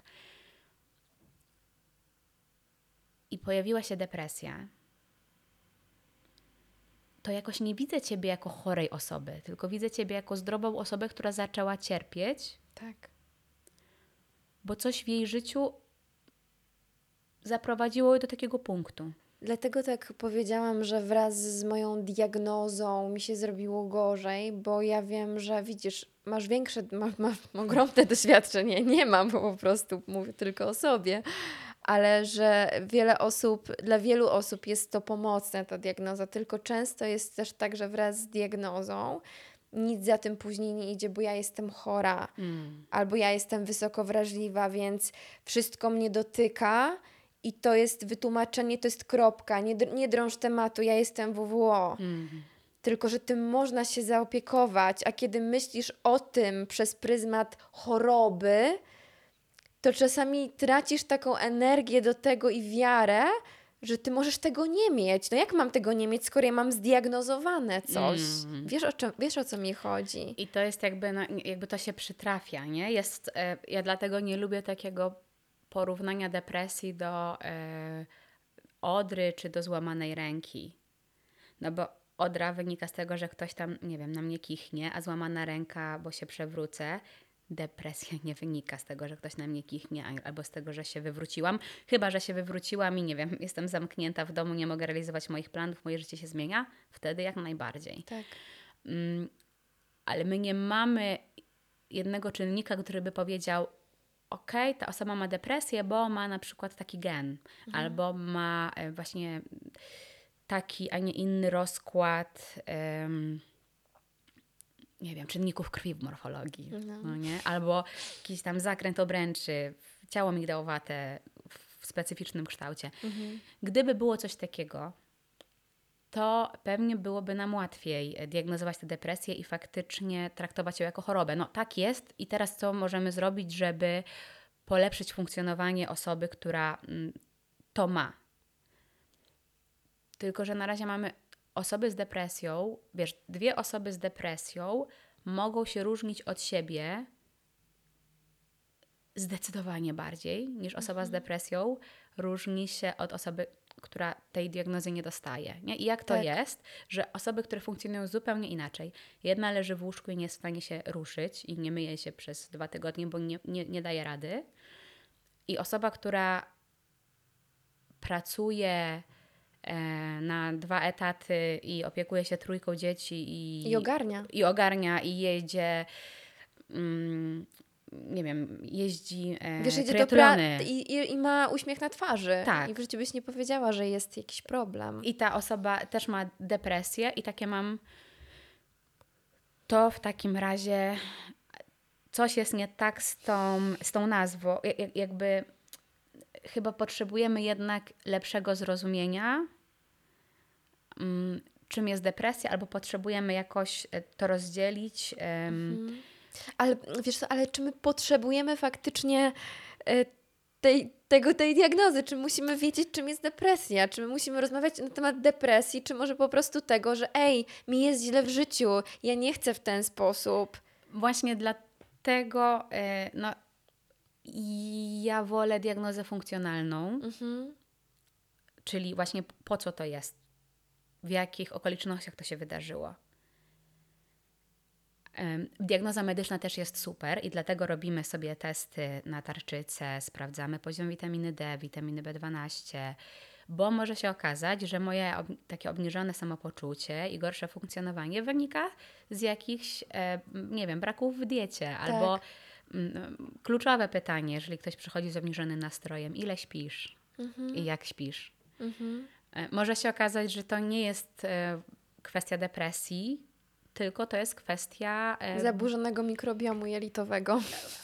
I pojawiła się depresja, to jakoś nie widzę ciebie jako chorej osoby, tylko widzę ciebie jako zdrową osobę, która zaczęła cierpieć. Tak. Bo coś w jej życiu zaprowadziło ją do takiego punktu. Dlatego tak powiedziałam, że wraz z moją diagnozą mi się zrobiło gorzej, bo ja wiem, że widzisz, masz większe, masz ogromne doświadczenie. Nie mam, bo po prostu mówię tylko o sobie, ale że dla wielu osób jest to pomocne, ta diagnoza, tylko często jest też tak, że wraz z diagnozą nic za tym później nie idzie, bo ja jestem chora albo ja jestem wysoko wrażliwa, więc wszystko mnie dotyka i to jest wytłumaczenie, to jest kropka, nie drąż tematu, ja jestem WWO. Tylko że tym można się zaopiekować, a kiedy myślisz o tym przez pryzmat choroby, to czasami tracisz taką energię do tego i wiarę, że ty możesz tego nie mieć. No jak mam tego nie mieć, skoro ja mam zdiagnozowane coś? Wiesz o co mi chodzi? I to jest jakby, no, jakby to się przytrafia, nie? Ja dlatego nie lubię takiego porównania depresji do odry czy do złamanej ręki. No bo odra wynika z tego, że ktoś tam, nie wiem, na mnie kichnie, a złamana ręka, bo się przewrócę. Depresja nie wynika z tego, że ktoś na mnie kichnie, albo z tego, że się wywróciłam. Chyba że się wywróciłam i nie wiem, jestem zamknięta w domu, nie mogę realizować moich planów, moje życie się zmienia. Wtedy jak najbardziej. Tak. Ale my nie mamy jednego czynnika, który by powiedział, okej, ta osoba ma depresję, bo ma na przykład taki gen, albo ma właśnie taki, a nie inny rozkład nie wiem, czynników krwi w morfologii, no nie? Albo jakiś tam zakręt obręczy, ciało migdałowate w specyficznym kształcie. Gdyby było coś takiego, to pewnie byłoby nam łatwiej diagnozować tę depresję i faktycznie traktować ją jako chorobę. No tak jest i teraz co możemy zrobić, żeby polepszyć funkcjonowanie osoby, która to ma. Tylko że na razie mamy osoby z depresją, wiesz, 2 osoby z depresją mogą się różnić od siebie zdecydowanie bardziej niż osoba z depresją różni się od osoby, która tej diagnozy nie dostaje. Nie? I jak to jest, że osoby, które funkcjonują zupełnie inaczej, jedna leży w łóżku i nie jest w stanie się ruszyć i nie myje się przez 2 tygodnie, bo nie daje rady. I osoba, która pracuje na 2 etaty i opiekuje się 3 dzieci i ogarnia i jedzie nie wiem, jeździ wiesz, jedzie triatlony. I ma uśmiech na twarzy. Tak. I w życiu byś nie powiedziała, że jest jakiś problem. I ta osoba też ma depresję i takie mam, to w takim razie coś jest nie tak z tą nazwą. Jakby chyba potrzebujemy jednak lepszego zrozumienia, czym jest depresja, albo potrzebujemy jakoś to rozdzielić. Ale wiesz co, ale czy my potrzebujemy faktycznie tej diagnozy? Czy musimy wiedzieć, czym jest depresja? Czy my musimy rozmawiać na temat depresji? Czy może po prostu tego, że mi jest źle w życiu, ja nie chcę w ten sposób? Właśnie dlatego ja wolę diagnozę funkcjonalną, czyli właśnie po co to jest, w jakich okolicznościach to się wydarzyło. Diagnoza medyczna też jest super i dlatego robimy sobie testy na tarczycę, sprawdzamy poziom witaminy D, witaminy B12, bo może się okazać, że moje takie obniżone samopoczucie i gorsze funkcjonowanie wynika z jakichś, nie wiem, braków w diecie, albo kluczowe pytanie, jeżeli ktoś przychodzi z obniżonym nastrojem, ile śpisz i jak śpisz. Może się okazać, że to nie jest kwestia depresji, tylko to jest kwestia zaburzonego mikrobiomu jelitowego.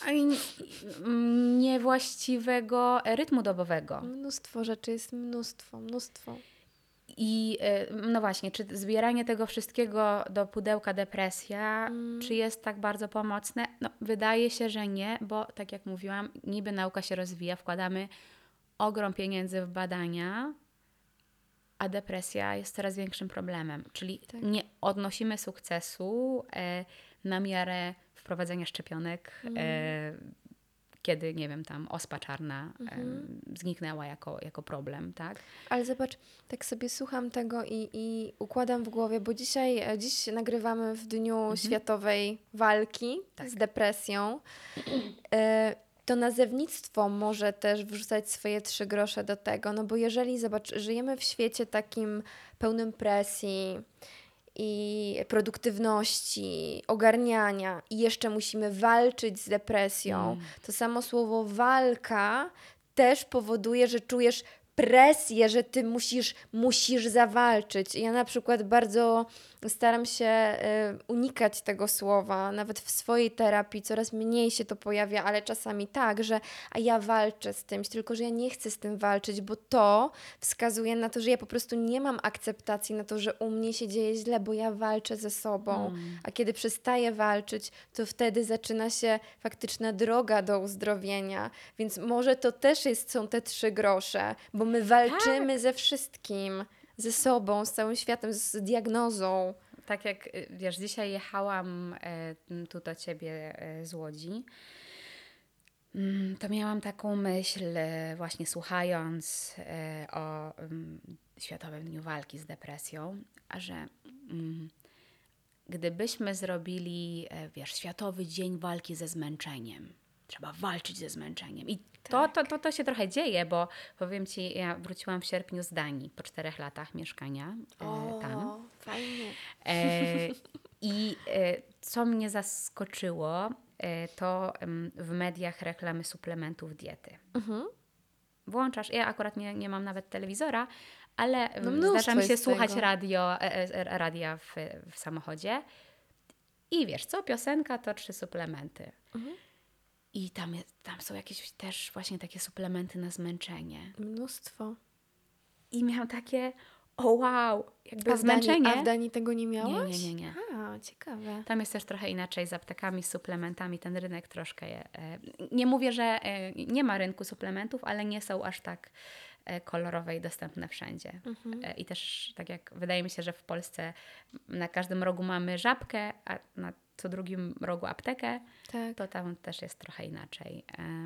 Niewłaściwego rytmu dobowego. Mnóstwo rzeczy jest, mnóstwo. I no właśnie, czy zbieranie tego wszystkiego do pudełka depresja, czy jest tak bardzo pomocne? No, wydaje się, że nie, bo tak jak mówiłam, niby nauka się rozwija, wkładamy ogrom pieniędzy w badania, a depresja jest coraz większym problemem. Czyli nie odnosimy sukcesu na miarę wprowadzenia szczepionek, kiedy, nie wiem, tam ospa czarna zniknęła jako problem, tak? Ale zobacz, tak sobie słucham tego i układam w głowie, bo dziś nagrywamy w Dniu Światowej Walki z depresją. to nazewnictwo może też wrzucać swoje 3 grosze do tego, no bo jeżeli, zobacz, żyjemy w świecie takim pełnym presji i produktywności, ogarniania i jeszcze musimy walczyć z depresją, to samo słowo walka też powoduje, że czujesz presję, że ty musisz zawalczyć. Ja na przykład bardzo staram się unikać tego słowa, nawet w swojej terapii coraz mniej się to pojawia, ale czasami tak, że a ja walczę z tym, tylko że ja nie chcę z tym walczyć, bo to wskazuje na to, że ja po prostu nie mam akceptacji na to, że u mnie się dzieje źle, bo ja walczę ze sobą. A kiedy przestaję walczyć, to wtedy zaczyna się faktyczna droga do uzdrowienia. Więc może to też są te 3 grosze, bo my walczymy ze wszystkim, ze sobą, z całym światem, z diagnozą. Tak jak, wiesz, dzisiaj jechałam tu do Ciebie z Łodzi, to miałam taką myśl, właśnie słuchając o Światowym Dniu Walki z Depresją, a że gdybyśmy zrobili, wiesz, Światowy Dzień Walki ze Zmęczeniem, trzeba walczyć ze zmęczeniem. I to się trochę dzieje, bo powiem Ci, ja wróciłam w sierpniu z Danii po 4 latach mieszkania tam. Fajnie. Co mnie zaskoczyło, to w mediach reklamy suplementów diety. Włączasz, ja akurat nie mam nawet telewizora, ale zdarza mi się słuchać radia w samochodzie i wiesz co, piosenka to 3 suplementy. I tam są jakieś też właśnie takie suplementy na zmęczenie. Mnóstwo. I miałam takie, o wow, jakby zmęczenie. A w Danii tego nie miałaś? Nie. A, ciekawe. Tam jest też trochę inaczej z aptekami, z suplementami. Ten rynek troszkę nie mówię, że nie ma rynku suplementów, ale nie są aż tak kolorowe i dostępne wszędzie. I też tak jak wydaje mi się, że w Polsce na każdym rogu mamy Żabkę, a na co drugim rogu aptekę, to tam też jest trochę inaczej.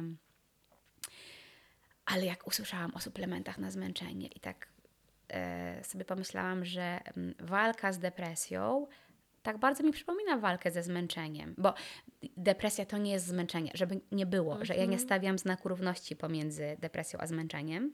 Ale jak usłyszałam o suplementach na zmęczenie i tak sobie pomyślałam, że walka z depresją tak bardzo mi przypomina walkę ze zmęczeniem, bo depresja to nie jest zmęczenie, żeby nie było, że ja nie stawiam znaku równości pomiędzy depresją a zmęczeniem.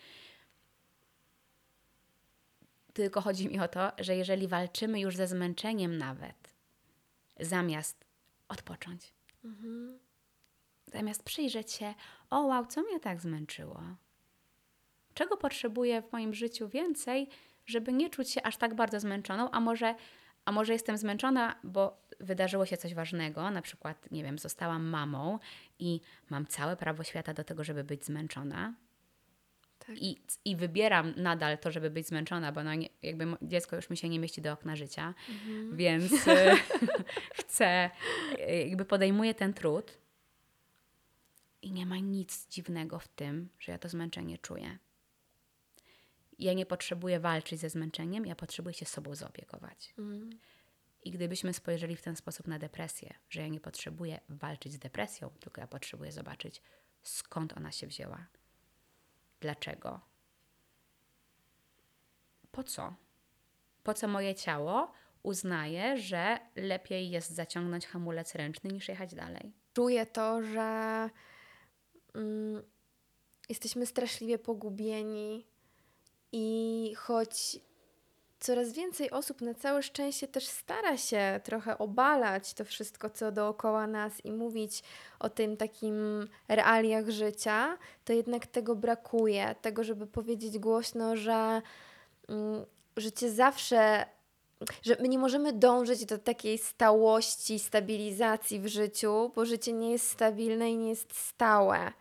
Tylko chodzi mi o to, że jeżeli walczymy już ze zmęczeniem nawet, zamiast odpocząć, zamiast przyjrzeć się, o wow, co mnie tak zmęczyło? Czego potrzebuję w moim życiu więcej, żeby nie czuć się aż tak bardzo zmęczoną, a może jestem zmęczona, bo wydarzyło się coś ważnego, na przykład, nie wiem, zostałam mamą i mam całe prawo świata do tego, żeby być zmęczona. Tak. I wybieram nadal to, żeby być zmęczona, bo jakby dziecko już mi się nie mieści do okna życia, więc chcę, jakby podejmuję ten trud i nie ma nic dziwnego w tym, że ja to zmęczenie czuję. Ja nie potrzebuję walczyć ze zmęczeniem, ja potrzebuję się sobą zaopiekować. I gdybyśmy spojrzeli w ten sposób na depresję, że ja nie potrzebuję walczyć z depresją, tylko ja potrzebuję zobaczyć, skąd ona się wzięła. Dlaczego? Po co? Po co moje ciało uznaje, że lepiej jest zaciągnąć hamulec ręczny niż jechać dalej? Czuję to, że jesteśmy straszliwie pogubieni i choć coraz więcej osób na całe szczęście też stara się trochę obalać to wszystko, co dookoła nas i mówić o tym takim realiach życia, to jednak tego brakuje. Tego, żeby powiedzieć głośno, że życie zawsze, że my nie możemy dążyć do takiej stałości, stabilizacji w życiu, bo życie nie jest stabilne i nie jest stałe.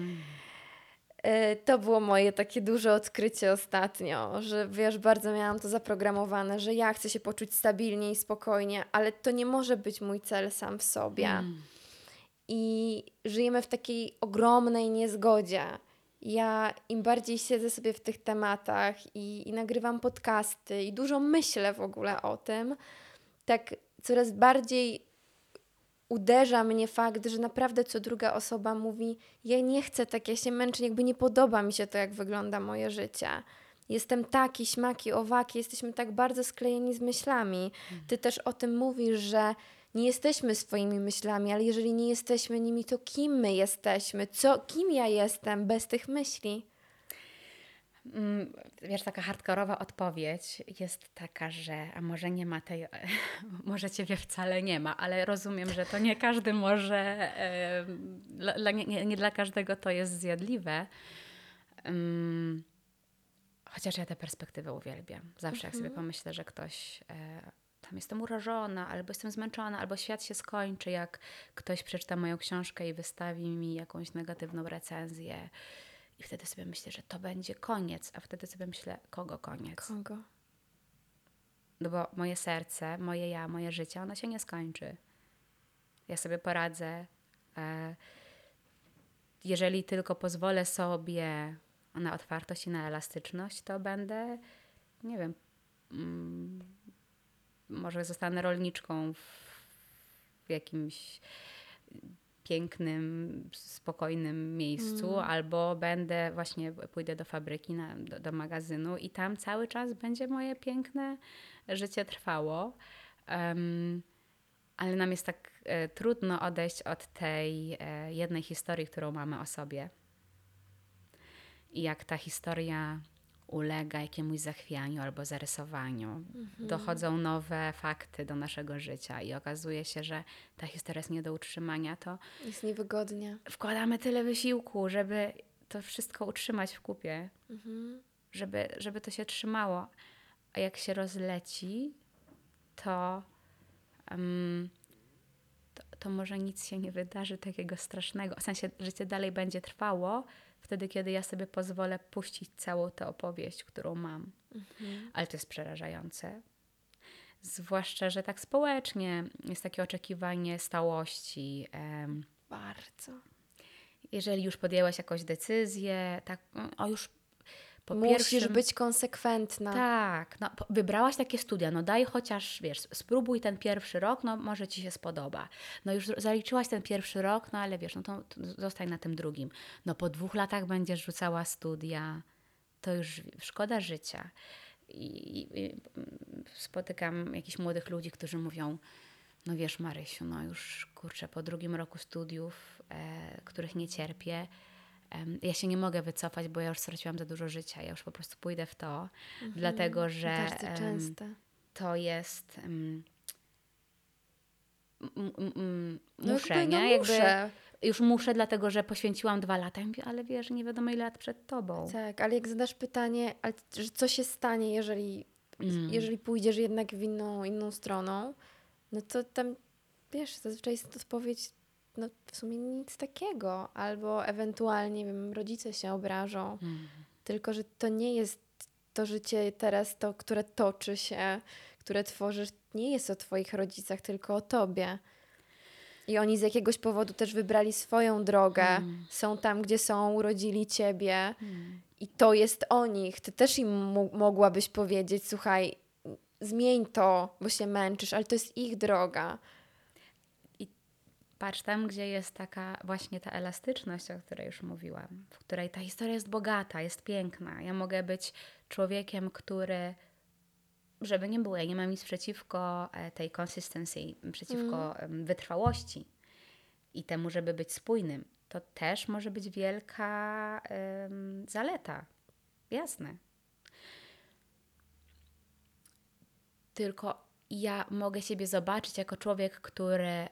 To było moje takie duże odkrycie ostatnio, że wiesz, bardzo miałam to zaprogramowane, że ja chcę się poczuć stabilnie i spokojnie, ale to nie może być mój cel sam w sobie. I żyjemy w takiej ogromnej niezgodzie. Ja im bardziej siedzę sobie w tych tematach i nagrywam podcasty i dużo myślę w ogóle o tym, tak coraz bardziej uderza mnie fakt, że naprawdę co druga osoba mówi, ja nie chcę tak, ja się męczę, jakby nie podoba mi się to, jak wygląda moje życie. Jestem taki, śmaki, owaki, jesteśmy tak bardzo sklejeni z myślami. Ty też o tym mówisz, że nie jesteśmy swoimi myślami, ale jeżeli nie jesteśmy nimi, to kim my jesteśmy? Kim ja jestem bez tych myśli? Wiesz, taka hardkorowa odpowiedź jest taka, że a może nie ma tej, może Ciebie wcale nie ma, ale rozumiem, że to nie każdy może, nie dla każdego to jest zjadliwe. Chociaż ja tę perspektywę uwielbiam. Zawsze jak sobie pomyślę, że ktoś, tam jestem urażona, albo jestem zmęczona, albo świat się skończy, jak ktoś przeczyta moją książkę i wystawi mi jakąś negatywną recenzję. I wtedy sobie myślę, że to będzie koniec, a wtedy sobie myślę, kogo koniec? Kogo? No bo moje serce, moje ja, moje życie, ono się nie skończy. Ja sobie poradzę. Jeżeli tylko pozwolę sobie na otwartość i na elastyczność, to będę, nie wiem, może zostanę rolniczką w jakimś pięknym, spokojnym miejscu, albo pójdę do fabryki, do magazynu i tam cały czas będzie moje piękne życie trwało. Ale nam jest tak trudno odejść od tej jednej historii, którą mamy o sobie. I jak ta historia ulega jakiemuś zachwianiu albo zarysowaniu, dochodzą nowe fakty do naszego życia i okazuje się, że ta historia jest nie do utrzymania, to jest niewygodnie. Wkładamy tyle wysiłku, żeby to wszystko utrzymać w kupie, żeby to się trzymało. A jak się rozleci, to może nic się nie wydarzy takiego strasznego. W sensie życie dalej będzie trwało, wtedy, kiedy ja sobie pozwolę puścić całą tę opowieść, którą mam. Ale to jest przerażające. Zwłaszcza, że tak społecznie jest takie oczekiwanie stałości. Bardzo. Jeżeli już podjęłaś jakąś decyzję, tak, już po Musisz być konsekwentna. Tak, no, wybrałaś takie studia, no daj chociaż, wiesz, spróbuj ten pierwszy rok, no może Ci się spodoba. No już zaliczyłaś ten pierwszy rok, no ale wiesz, no to zostań na tym drugim. No po 2 latach będziesz rzucała studia, to już szkoda życia. I spotykam jakichś młodych ludzi, którzy mówią, no wiesz Marysiu, no już kurczę, po 2 roku studiów, których nie cierpię, ja się nie mogę wycofać, bo ja już straciłam za dużo życia. Ja już po prostu pójdę w to, dlatego że Bardzo często. to jest muszę, nie? Muszę. Już muszę, dlatego że poświęciłam 2 lata. Ja mówię, ale wiesz, nie wiadomo ile lat przed tobą. Tak, ale jak zadasz pytanie, że co się stanie, jeżeli pójdziesz jednak w inną stroną, no to tam, wiesz, zazwyczaj jest odpowiedź, no w sumie nic takiego. Albo ewentualnie, wiem, rodzice się obrażą. Tylko, że to nie jest to życie teraz, to, które toczy się, które tworzysz, nie jest o twoich rodzicach, tylko o tobie. I oni z jakiegoś powodu też wybrali swoją drogę. Są tam, gdzie są, urodzili ciebie. I to jest o nich. Ty też im mogłabyś powiedzieć, słuchaj, zmień to, bo się męczysz, ale to jest ich droga. I patrz, tam gdzie jest taka właśnie ta elastyczność, o której już mówiłam, w której ta historia jest bogata, jest piękna. Ja mogę być człowiekiem, który, żeby nie było, ja nie mam nic przeciwko tej consistency, przeciwko wytrwałości i temu, żeby być spójnym. To też może być wielka zaleta. Jasne. Tylko ja mogę siebie zobaczyć jako człowiek, który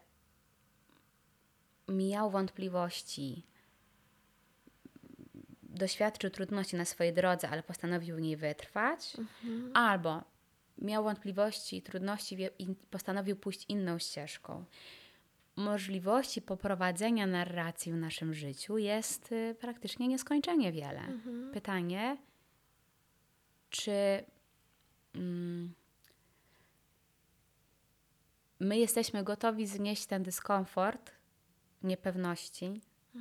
miał wątpliwości, doświadczył trudności na swojej drodze, ale postanowił w niej wytrwać, albo miał wątpliwości i trudności i postanowił pójść inną ścieżką. Możliwości poprowadzenia narracji w naszym życiu jest praktycznie nieskończenie wiele. Pytanie, czy my jesteśmy gotowi znieść ten dyskomfort niepewności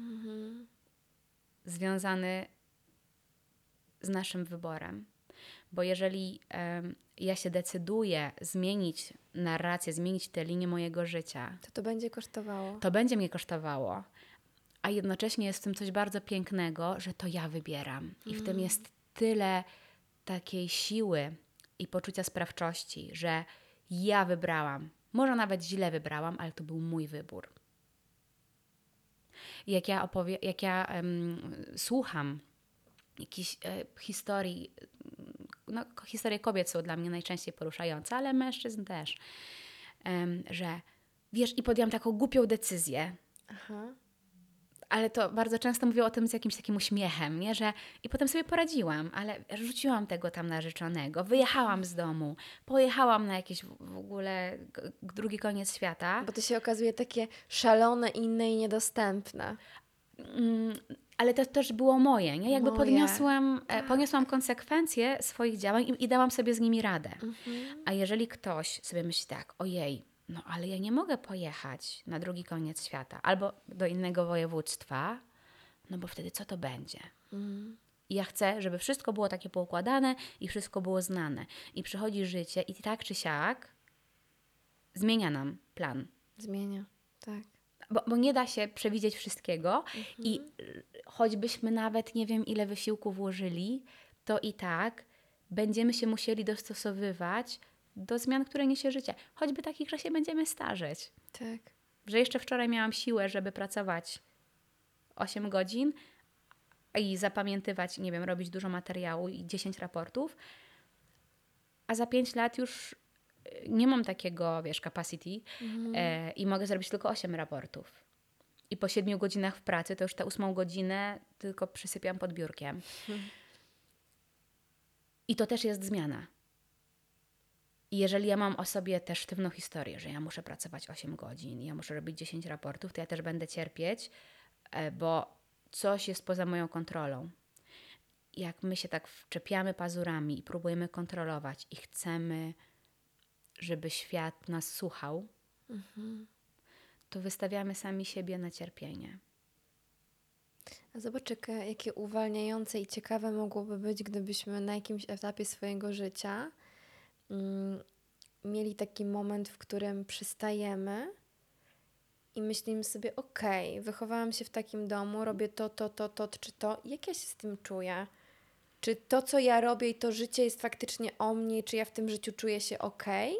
związany z naszym wyborem. Bo jeżeli ja się decyduję zmienić narrację, zmienić tę linię mojego życia, to będzie kosztowało. To będzie mnie kosztowało. A jednocześnie jest w tym coś bardzo pięknego, że to ja wybieram. I w tym jest tyle takiej siły i poczucia sprawczości, że ja wybrałam Może nawet źle wybrałam, ale to był mój wybór. I jak ja słucham jakichś historii, no, historie kobiet są dla mnie najczęściej poruszające, ale mężczyzn też, że wiesz, i podjęłam taką głupią decyzję, Aha. ale to bardzo często mówią o tym z jakimś takim uśmiechem, nie? Że i potem sobie poradziłam, ale rzuciłam tego tam narzeczonego, wyjechałam z domu, pojechałam na jakiś w ogóle drugi koniec świata. Bo to się okazuje takie szalone, inne i niedostępne. Ale to też było moje, nie? Jakby Moje. poniosłam konsekwencje swoich działań i dałam sobie z nimi radę. A jeżeli ktoś sobie myśli tak, ojej, no ale ja nie mogę pojechać na drugi koniec świata albo do innego województwa, no bo wtedy co to będzie? I ja chcę, żeby wszystko było takie poukładane i wszystko było znane. I przychodzi życie i tak czy siak zmienia nam plan. Zmienia, tak. Bo nie da się przewidzieć wszystkiego i choćbyśmy nawet nie wiem ile wysiłku włożyli, to i tak będziemy się musieli dostosowywać do zmian, które niesie życie. Choćby takich, że się będziemy starzeć. Tak. Że jeszcze wczoraj miałam siłę, żeby pracować 8 godzin i zapamiętywać, nie wiem, robić dużo materiału i 10 raportów, a za 5 lat już nie mam takiego, wiesz, capacity i mogę zrobić tylko 8 raportów. I po 7 godzinach w pracy to już tę 8 godzinę tylko przysypiam pod biurkiem. I to też jest zmiana. I jeżeli ja mam o sobie też sztywną historię, że ja muszę pracować 8 godzin, ja muszę robić 10 raportów, to ja też będę cierpieć, bo coś jest poza moją kontrolą. Jak my się tak wczepiamy pazurami i próbujemy kontrolować i chcemy, żeby świat nas słuchał, to wystawiamy sami siebie na cierpienie. A zobacz, jakie uwalniające i ciekawe mogłoby być, gdybyśmy na jakimś etapie swojego życia mieli taki moment, w którym przystajemy i myślimy sobie, okej, wychowałam się w takim domu, robię to, czy to. Jak ja się z tym czuję? Czy to, co ja robię i to życie jest faktycznie o mnie, czy ja w tym życiu czuję się okej?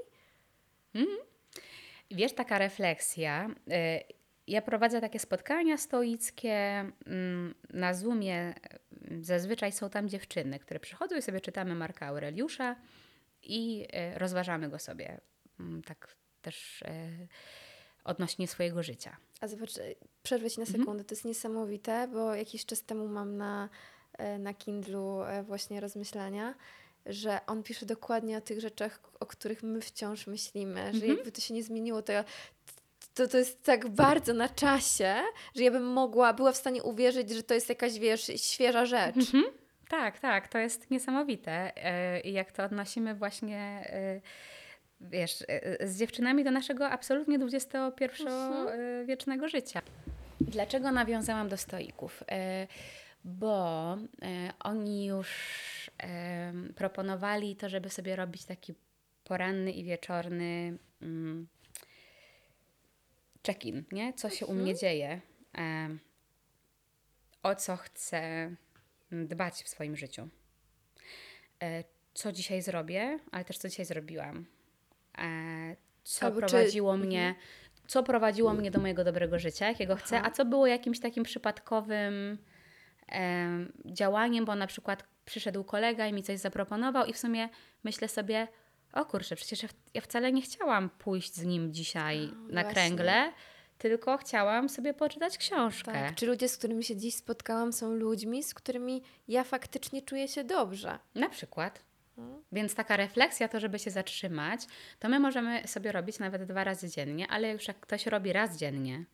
Wiesz, taka refleksja. Ja prowadzę takie spotkania stoickie na Zoomie. Zazwyczaj są tam dziewczyny, które przychodzą i sobie czytamy Marka Aureliusza i rozważamy go sobie tak też odnośnie swojego życia. A zobacz, przerwę Ci na sekundę, to jest niesamowite, bo jakiś czas temu mam na Kindlu właśnie rozmyślania, że on pisze dokładnie o tych rzeczach, o których my wciąż myślimy, że jakby to się nie zmieniło, to jest tak bardzo na czasie, że ja bym była w stanie uwierzyć, że to jest jakaś, wiesz, świeża rzecz. Tak, to jest niesamowite. I jak to odnosimy właśnie, wiesz, z dziewczynami do naszego absolutnie XXI-wiecznego życia. Dlaczego nawiązałam do stoików? Bo oni już proponowali to, żeby sobie robić taki poranny i wieczorny check-in, nie? Co się u mnie dzieje, o co chcę dbać w swoim życiu. Co dzisiaj zrobię, ale też co dzisiaj zrobiłam. Co prowadziło mnie do mojego dobrego życia, jakiego chcę, a co było jakimś takim przypadkowym działaniem, bo na przykład przyszedł kolega i mi coś zaproponował i w sumie myślę sobie, o kurczę, przecież ja wcale nie chciałam pójść z nim dzisiaj na kręgle, tylko chciałam sobie poczytać książkę. Tak. Czy ludzie, z którymi się dziś spotkałam, są ludźmi, z którymi ja faktycznie czuję się dobrze? Na przykład. Więc taka refleksja, to żeby się zatrzymać, to my możemy sobie robić nawet 2 razy dziennie, ale już jak ktoś robi raz dziennie,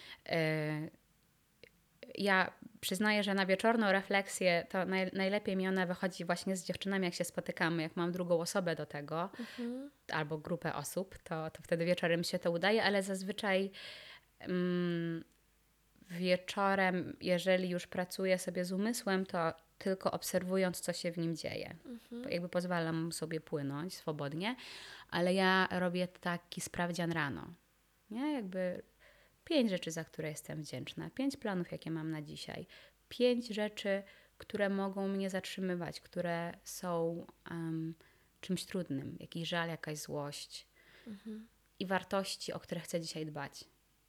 ja przyznaję, że na wieczorną refleksję to najlepiej mi ona wychodzi właśnie z dziewczynami, jak się spotykamy, jak mam drugą osobę do tego, albo grupę osób, to wtedy wieczorem się to udaje, ale zazwyczaj wieczorem, jeżeli już pracuję sobie z umysłem, to tylko obserwując, co się w nim dzieje. Jakby pozwalam sobie płynąć swobodnie, ale ja robię taki sprawdzian rano. Nie? Jakby 5 rzeczy, za które jestem wdzięczna, 5 planów, jakie mam na dzisiaj, 5 rzeczy, które mogą mnie zatrzymywać, które są czymś trudnym, jakiś żal, jakaś złość. i wartości, o które chcę dzisiaj dbać.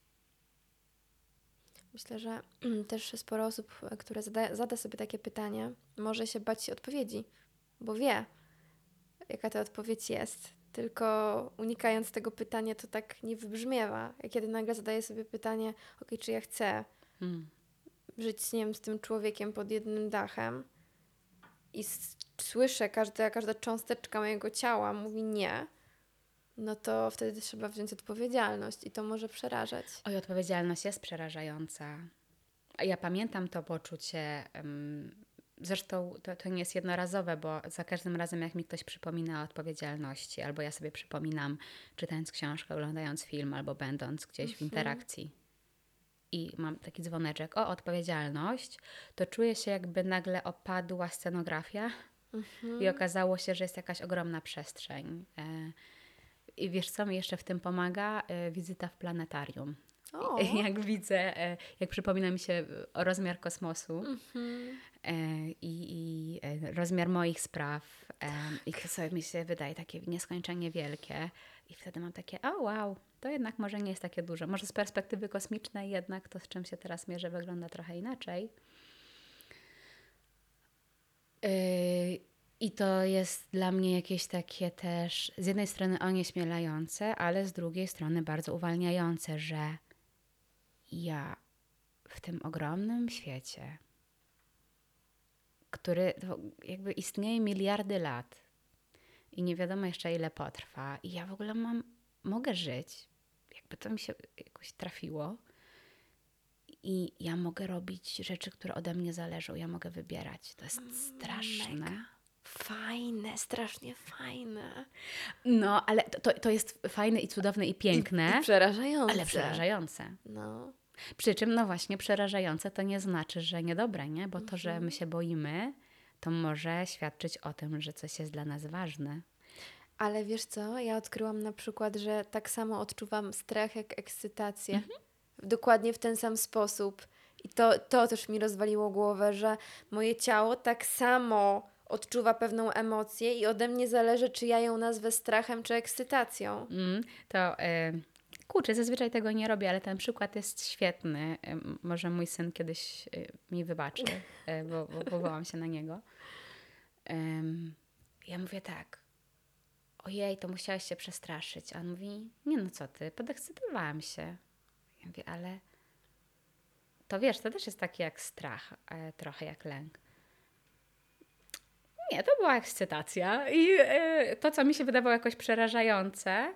Myślę, że też sporo osób, które zada sobie takie pytanie, może się bać odpowiedzi, bo wie, jaka ta odpowiedź jest. Tylko unikając tego pytania, to tak nie wybrzmiewa. Jak kiedy nagle zadaję sobie pytanie, czy ja chcę żyć z tym człowiekiem pod jednym dachem i słyszę, każda cząsteczka mojego ciała mówi nie, no to wtedy trzeba wziąć odpowiedzialność i to może przerażać. Oj, odpowiedzialność jest przerażająca. Ja pamiętam to poczucie, zresztą to nie jest jednorazowe, bo za każdym razem jak mi ktoś przypomina o odpowiedzialności, albo ja sobie przypominam, czytając książkę, oglądając film, albo będąc gdzieś w interakcji i mam taki dzwoneczek o odpowiedzialność, to czuję się, jakby nagle opadła scenografia i okazało się, że jest jakaś ogromna przestrzeń. I wiesz, co mi jeszcze w tym pomaga? Wizyta w planetarium. Jak widzę, jak przypomina mi się rozmiar kosmosu i rozmiar moich spraw i to sobie mi się wydaje takie nieskończenie wielkie i wtedy mam takie, wow, to jednak może nie jest takie duże. Może z perspektywy kosmicznej jednak to, z czym się teraz mierzę, wygląda trochę inaczej. I to jest dla mnie jakieś takie też z jednej strony onieśmielające, ale z drugiej strony bardzo uwalniające, że ja w tym ogromnym świecie, który jakby istnieje miliardy lat i nie wiadomo jeszcze ile potrwa i ja w ogóle mogę żyć, jakby to mi się jakoś trafiło i ja mogę robić rzeczy, które ode mnie zależą, ja mogę wybierać. To jest straszne. Mega. Fajne, strasznie fajne. No, ale to jest fajne i cudowne i piękne. I przerażające. Ale przerażające. No. Przy czym, no właśnie, przerażające to nie znaczy, że niedobre, nie? Bo to, że my się boimy, to może świadczyć o tym, że coś jest dla nas ważne. Ale wiesz co? Ja odkryłam na przykład, że tak samo odczuwam strach jak ekscytację. Dokładnie w ten sam sposób. I to też mi rozwaliło głowę, że moje ciało tak samo odczuwa pewną emocję i ode mnie zależy, czy ja ją nazwę strachem czy ekscytacją. Kurczę, zazwyczaj tego nie robię, ale ten przykład jest świetny. Może mój syn kiedyś mi wybaczy, bo wołałam się na niego. Ja mówię tak, ojej, to musiałeś się przestraszyć. A on mówi, nie no co ty, podekscytowałam się. Ja mówię, ale to wiesz, to też jest taki jak strach, trochę jak lęk. Nie, to była ekscytacja i to, co mi się wydawało jakoś przerażające,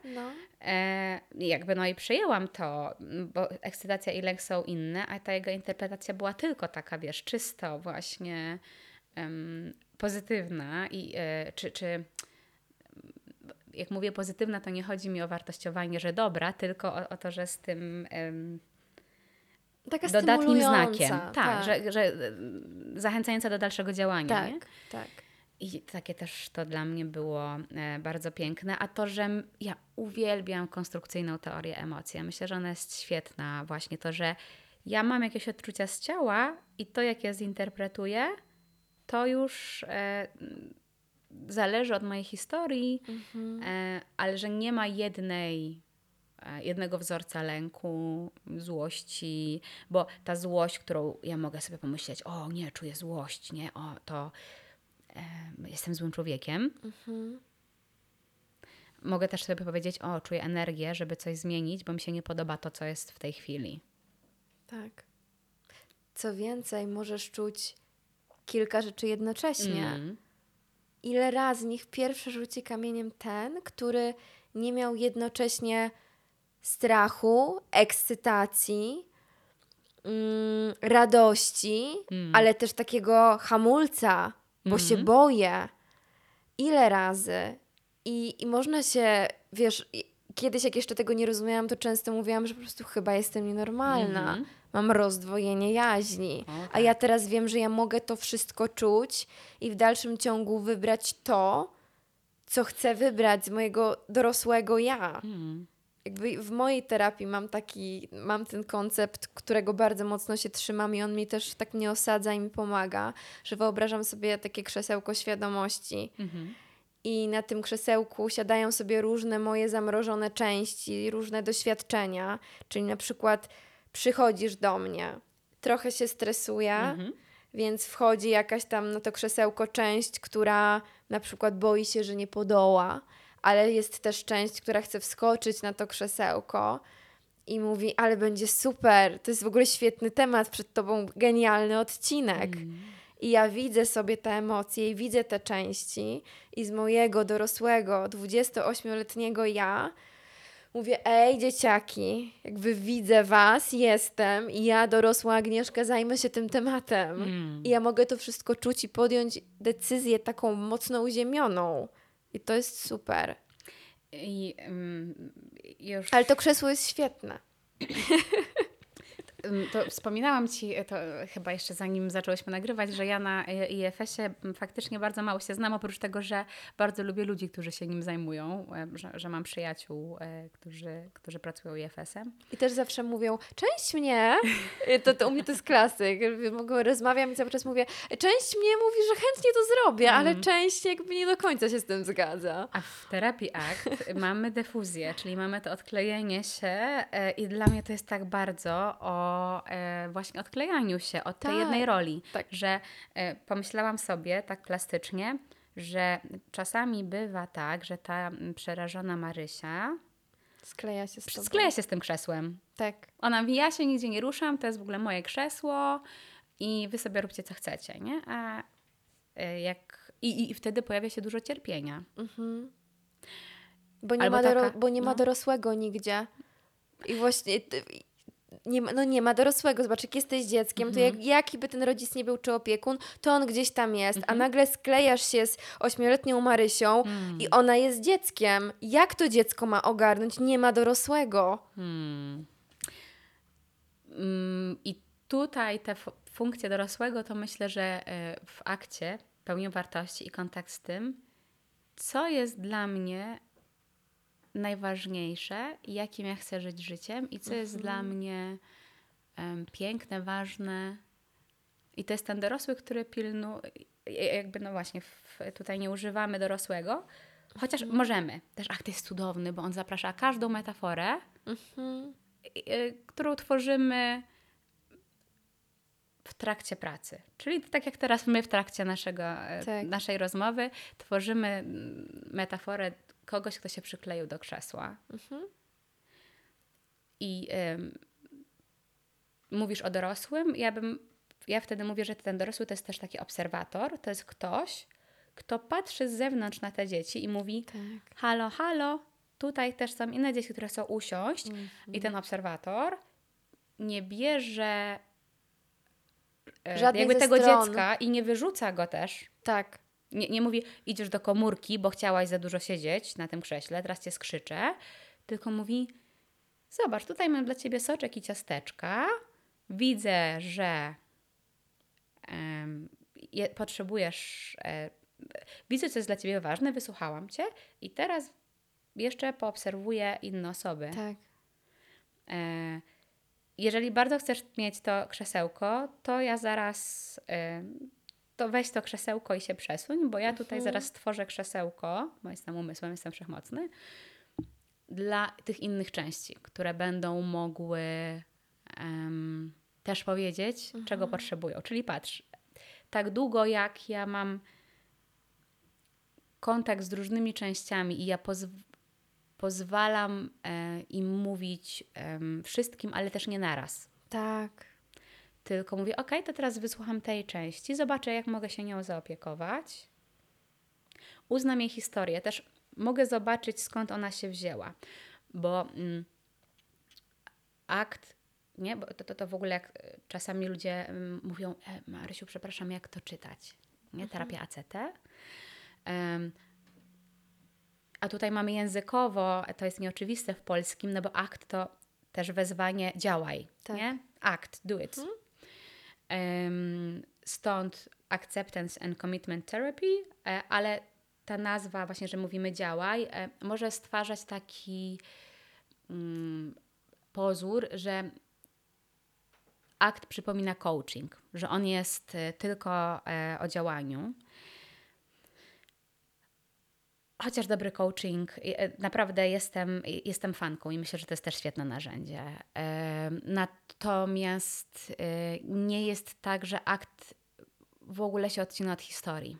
i przejęłam to, bo ekscytacja i lęk są inne, a ta jego interpretacja była tylko taka, wiesz, czysto właśnie pozytywna i czy jak mówię pozytywna, to nie chodzi mi o wartościowanie, że dobra, tylko o to, że z tym taka dodatnim znakiem. Tak. Że zachęcająca do dalszego działania. Tak, nie? tak. I takie też to dla mnie było bardzo piękne. A to, że ja uwielbiam konstrukcyjną teorię emocji. Ja myślę, że ona jest świetna. Właśnie to, że ja mam jakieś odczucia z ciała i to, jak je zinterpretuję, to już zależy od mojej historii, ale że nie ma jednego wzorca lęku, złości, bo ta złość, którą ja mogę sobie pomyśleć, o nie, czuję złość, nie, to jestem złym człowiekiem. Mogę też sobie powiedzieć, czuję energię, żeby coś zmienić, bo mi się nie podoba to, co jest w tej chwili. Tak. Co więcej, możesz czuć kilka rzeczy jednocześnie. Ile razy niech pierwszy rzuci kamieniem ten, który nie miał jednocześnie strachu, ekscytacji, radości, ale też takiego hamulca, bo się boję. Ile razy? I można się, wiesz, kiedyś jak jeszcze tego nie rozumiałam, to często mówiłam, że po prostu chyba jestem nienormalna. Mam rozdwojenie jaźni. Tak. A ja teraz wiem, że ja mogę to wszystko czuć i w dalszym ciągu wybrać to, co chcę wybrać z mojego dorosłego ja. Jakby w mojej terapii mam ten koncept, którego bardzo mocno się trzymam i on mi też tak mnie osadza i mi pomaga, że wyobrażam sobie takie krzesełko świadomości. i na tym krzesełku siadają sobie różne moje zamrożone części, różne doświadczenia, czyli na przykład przychodzisz do mnie, trochę się stresuję, więc wchodzi jakaś tam na to krzesełko część, która na przykład boi się, że nie podoła, ale jest też część, która chce wskoczyć na to krzesełko i mówi, ale będzie super, to jest w ogóle świetny temat, przed tobą genialny odcinek. I ja widzę sobie te emocje i widzę te części i z mojego dorosłego, 28-letniego ja mówię, ej dzieciaki, jakby widzę was, jestem i ja, dorosła Agnieszka, zajmę się tym tematem. I ja mogę to wszystko czuć i podjąć decyzję taką mocno uziemioną. I to jest super. I już... Ale to krzesło jest świetne. To wspominałam Ci, to chyba jeszcze zanim zaczęłyśmy nagrywać, że ja na IFS-ie faktycznie bardzo mało się znam, oprócz tego, że bardzo lubię ludzi, którzy się nim zajmują, że mam przyjaciół, którzy pracują IFS-em. I też zawsze mówią, część mnie, to u mnie to jest klasyk, mogę rozmawiam i cały czas mówię, część mnie mówi, że chętnie to zrobię, ale część jakby nie do końca się z tym zgadza. A w terapii ACT mamy defuzję, czyli mamy to odklejenie się i dla mnie to jest tak bardzo o właśnie odklejaniu się od tej jednej roli, że pomyślałam sobie tak plastycznie, że czasami bywa tak, że ta przerażona Marysia skleja się z tobą. Skleja się z tym krzesłem. Tak. Ona mówi, ja się nigdzie nie ruszam, to jest w ogóle moje krzesło i wy sobie róbcie co chcecie, nie? A I wtedy pojawia się dużo cierpienia. Bo nie ma dorosłego nigdzie. I właśnie nie ma dorosłego. Zobacz, jak jesteś dzieckiem, to jaki by ten rodzic nie był czy opiekun, to on gdzieś tam jest, a nagle sklejasz się z 8-letnią Marysią i ona jest dzieckiem. Jak to dziecko ma ogarnąć? Nie ma dorosłego. I tutaj te funkcje dorosłego, to myślę, że w akcie pełnią wartości i kontakt z tym, co jest dla mnie najważniejsze, jakim ja chcę żyć życiem i co jest dla mnie piękne, ważne. I to jest ten dorosły, który pilnuje, jakby no właśnie, tutaj nie używamy dorosłego, chociaż możemy. Też akt jest cudowny, bo on zaprasza każdą metaforę, którą tworzymy w trakcie pracy. Czyli tak jak teraz my w trakcie naszej rozmowy tworzymy metaforę kogoś, kto się przykleił do krzesła. I mówisz o dorosłym. Ja wtedy mówię, że ten dorosły to jest też taki obserwator. To jest ktoś, kto patrzy z zewnątrz na te dzieci i mówi halo, halo, tutaj też są inne dzieci, które chcą usiąść. I ten obserwator nie bierze jakby tego dziecka i nie wyrzuca go też. Tak. Nie mówi, idziesz do komórki, bo chciałaś za dużo siedzieć na tym krześle, teraz cię skrzyczę. Tylko mówi, zobacz, tutaj mam dla ciebie soczek i ciasteczka. Widzę, że potrzebujesz... widzę, co jest dla ciebie ważne, wysłuchałam cię i teraz jeszcze poobserwuję inne osoby. Tak. Jeżeli bardzo chcesz mieć to krzesełko, to ja zaraz... to weź to krzesełko i się przesuń, bo ja tutaj zaraz stworzę krzesełko, bo jestem umysłem, jestem wszechmocny, dla tych innych części, które będą mogły też powiedzieć, czego potrzebują. Czyli patrz, tak długo jak ja mam kontakt z różnymi częściami i ja pozwalam im mówić wszystkim, ale też nie naraz. Tak. Tylko mówię, okej, to teraz wysłucham tej części, zobaczę, jak mogę się nią zaopiekować. Uznam jej historię, też mogę zobaczyć, skąd ona się wzięła. Bo akt, nie? Bo to w ogóle jak czasami ludzie mówią, Marysiu, przepraszam, jak to czytać? Nie? Terapia ACT. A tutaj mamy językowo, to jest nieoczywiste w polskim, no bo akt to też wezwanie działaj. Nie? Act, do it. Stąd acceptance and commitment therapy, ale ta nazwa właśnie, że mówimy działaj, może stwarzać taki pozór, że akt przypomina coaching, że on jest tylko o działaniu. chociaż dobry coaching, naprawdę jestem fanką i myślę, że to jest też świetne narzędzie. Natomiast nie jest tak, że akt w ogóle się odcina od historii.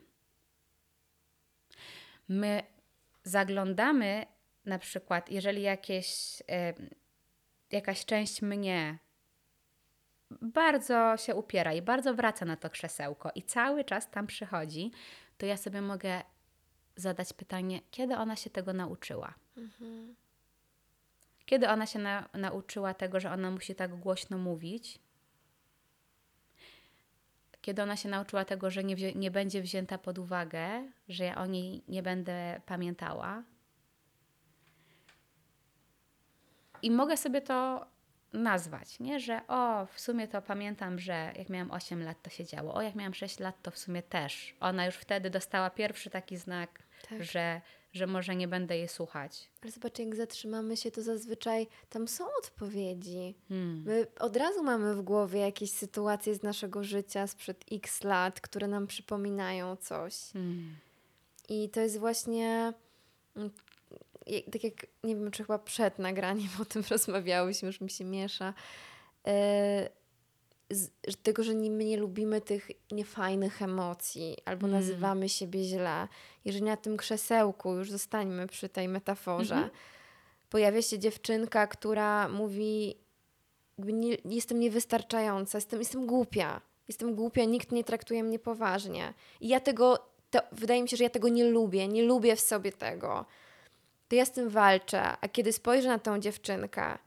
My zaglądamy na przykład, jeżeli jakaś część mnie bardzo się upiera i bardzo wraca na to krzesełko i cały czas tam przychodzi, to ja sobie mogę zadać pytanie, kiedy ona się tego nauczyła? Kiedy ona się nauczyła tego, że ona musi tak głośno mówić? Kiedy ona się nauczyła tego, że nie będzie wzięta pod uwagę, że ja o niej nie będę pamiętała? I mogę sobie to nazwać, nie? Że w sumie to pamiętam, że jak miałam 8 lat to się działo. Jak miałam 6 lat to w sumie też. Ona już wtedy dostała pierwszy taki znak, Tak. że może nie będę jej słuchać. Ale zobacz, jak zatrzymamy się, to zazwyczaj tam są odpowiedzi. My od razu mamy w głowie jakieś sytuacje z naszego życia sprzed x lat, które nam przypominają coś. I to jest właśnie... Tak jak, nie wiem, czy chyba przed nagraniem o tym rozmawiałyśmy, już mi się miesza, tego, że my nie lubimy tych niefajnych emocji albo nazywamy siebie źle. Jeżeli na tym krzesełku, już zostańmy przy tej metaforze, pojawia się dziewczynka, która mówi, jestem niewystarczająca, jestem głupia, nikt nie traktuje mnie poważnie. I wydaje mi się, że ja tego nie lubię w sobie tego. To ja z tym walczę, a kiedy spojrzę na tą dziewczynkę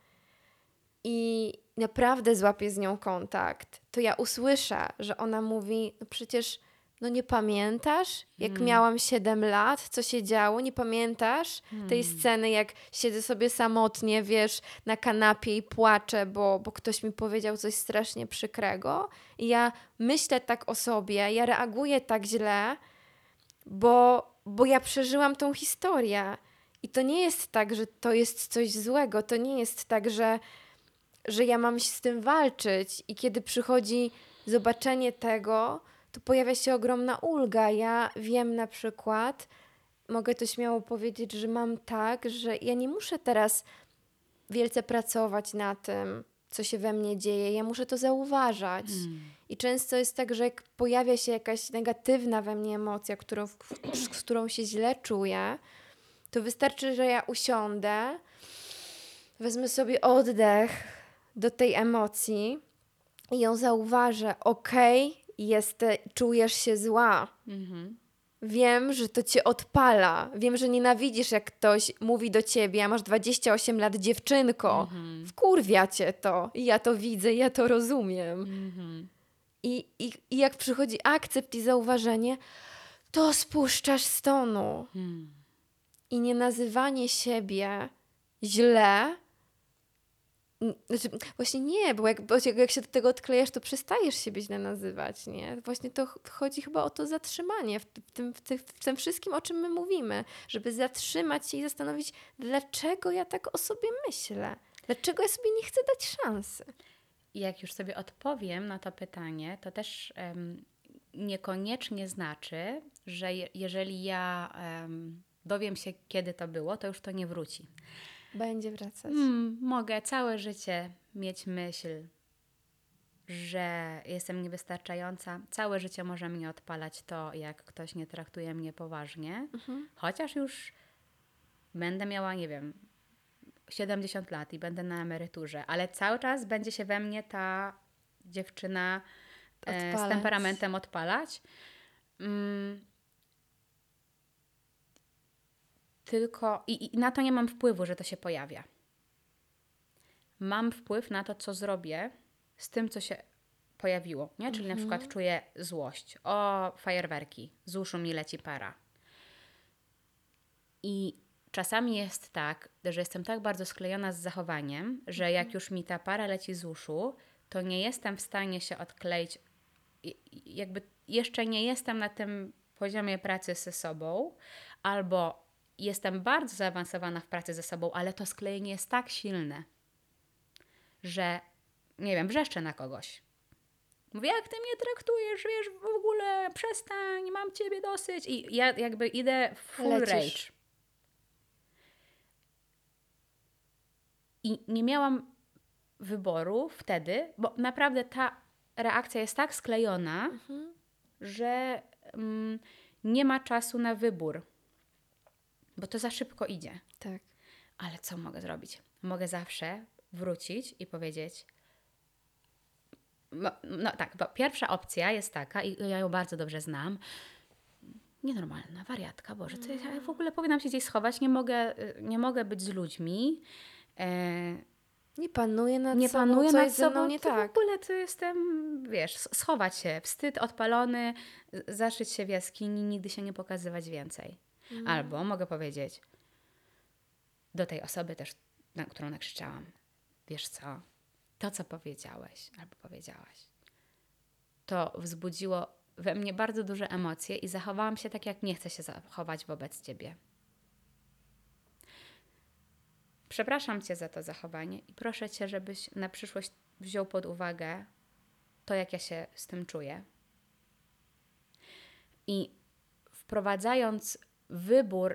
i naprawdę złapię z nią kontakt, to ja usłyszę, że ona mówi, no przecież nie pamiętasz, jak miałam 7 lat, co się działo, nie pamiętasz tej sceny, jak siedzę sobie samotnie, wiesz, na kanapie i płaczę, bo ktoś mi powiedział coś strasznie przykrego i ja myślę tak o sobie, ja reaguję tak źle, bo ja przeżyłam tą historię. I to nie jest tak, że to jest coś złego, to nie jest tak, że ja mam z tym walczyć i kiedy przychodzi zobaczenie tego, to pojawia się ogromna ulga. Ja wiem na przykład, mogę to śmiało powiedzieć, że mam tak, że ja nie muszę teraz wielce pracować na tym, co się we mnie dzieje. Ja muszę to zauważać. I często jest tak, że jak pojawia się jakaś negatywna we mnie emocja, z którą się źle czuję, to wystarczy, że ja usiądę, wezmę sobie oddech do tej emocji i ją zauważę. Czujesz się zła. Wiem, że to cię odpala. Wiem, że nienawidzisz, jak ktoś mówi do ciebie, a masz 28 lat, dziewczynko. Wkurwia cię to. I ja to widzę, ja to rozumiem. I jak przychodzi akcept i zauważenie, to spuszczasz z tonu. I nie nazywanie siebie źle, znaczy właśnie nie, bo jak się do tego odklejasz, to przestajesz siebie źle nazywać, nie? Właśnie to chodzi chyba o to zatrzymanie w tym wszystkim, o czym my mówimy, żeby zatrzymać się i zastanowić, dlaczego ja tak o sobie myślę, dlaczego ja sobie nie chcę dać szansy. I jak już sobie odpowiem na to pytanie, to też niekoniecznie znaczy, że jeżeli ja dowiem się, kiedy to było, to już to nie wróci. Będzie wracać. Mogę całe życie mieć myśl, że jestem niewystarczająca. Całe życie może mnie odpalać to, jak ktoś nie traktuje mnie poważnie. Chociaż już będę miała, nie wiem, 70 lat i będę na emeryturze, ale cały czas będzie się we mnie ta dziewczyna z temperamentem odpalać. Tylko i na to nie mam wpływu, że to się pojawia. Mam wpływ na to, co zrobię z tym, co się pojawiło. Nie? Czyli na przykład czuję złość. Fajerwerki. Z uszu mi leci para. I czasami jest tak, że jestem tak bardzo sklejona z zachowaniem, że jak już mi ta para leci z uszu, to nie jestem w stanie się odkleić. Jakby jeszcze nie jestem na tym poziomie pracy ze sobą, albo jestem bardzo zaawansowana w pracy ze sobą, ale to sklejenie jest tak silne, że, nie wiem, wrzeszczę na kogoś. Mówię, jak ty mnie traktujesz, wiesz, w ogóle przestań, mam ciebie dosyć. I ja jakby idę full rage. I nie miałam wyboru wtedy, bo naprawdę ta reakcja jest tak sklejona, że nie ma czasu na wybór, bo to za szybko idzie. Tak. Ale co mogę zrobić? Mogę zawsze wrócić i powiedzieć... No tak, bo pierwsza opcja jest taka, i ja ją bardzo dobrze znam. Nienormalna, wariatka, Boże, co ja w ogóle powinnam się gdzieś schować, nie mogę być z ludźmi. Nie panuję nad Nie sobą, panuję co nad jest ze mną sobą, nie to tak. w ogóle to jestem, wiesz, schować się, wstyd odpalony, zaszyć się w jaskini, nigdy się nie pokazywać więcej. Albo mogę powiedzieć do tej osoby też, na którą nakrzyczałam, wiesz co, to co powiedziałeś albo powiedziałaś, to wzbudziło we mnie bardzo duże emocje i zachowałam się tak, jak nie chcę się zachować wobec ciebie. Przepraszam cię za to zachowanie i proszę cię, żebyś na przyszłość wziął pod uwagę to, jak ja się z tym czuję. I wprowadzając wybór,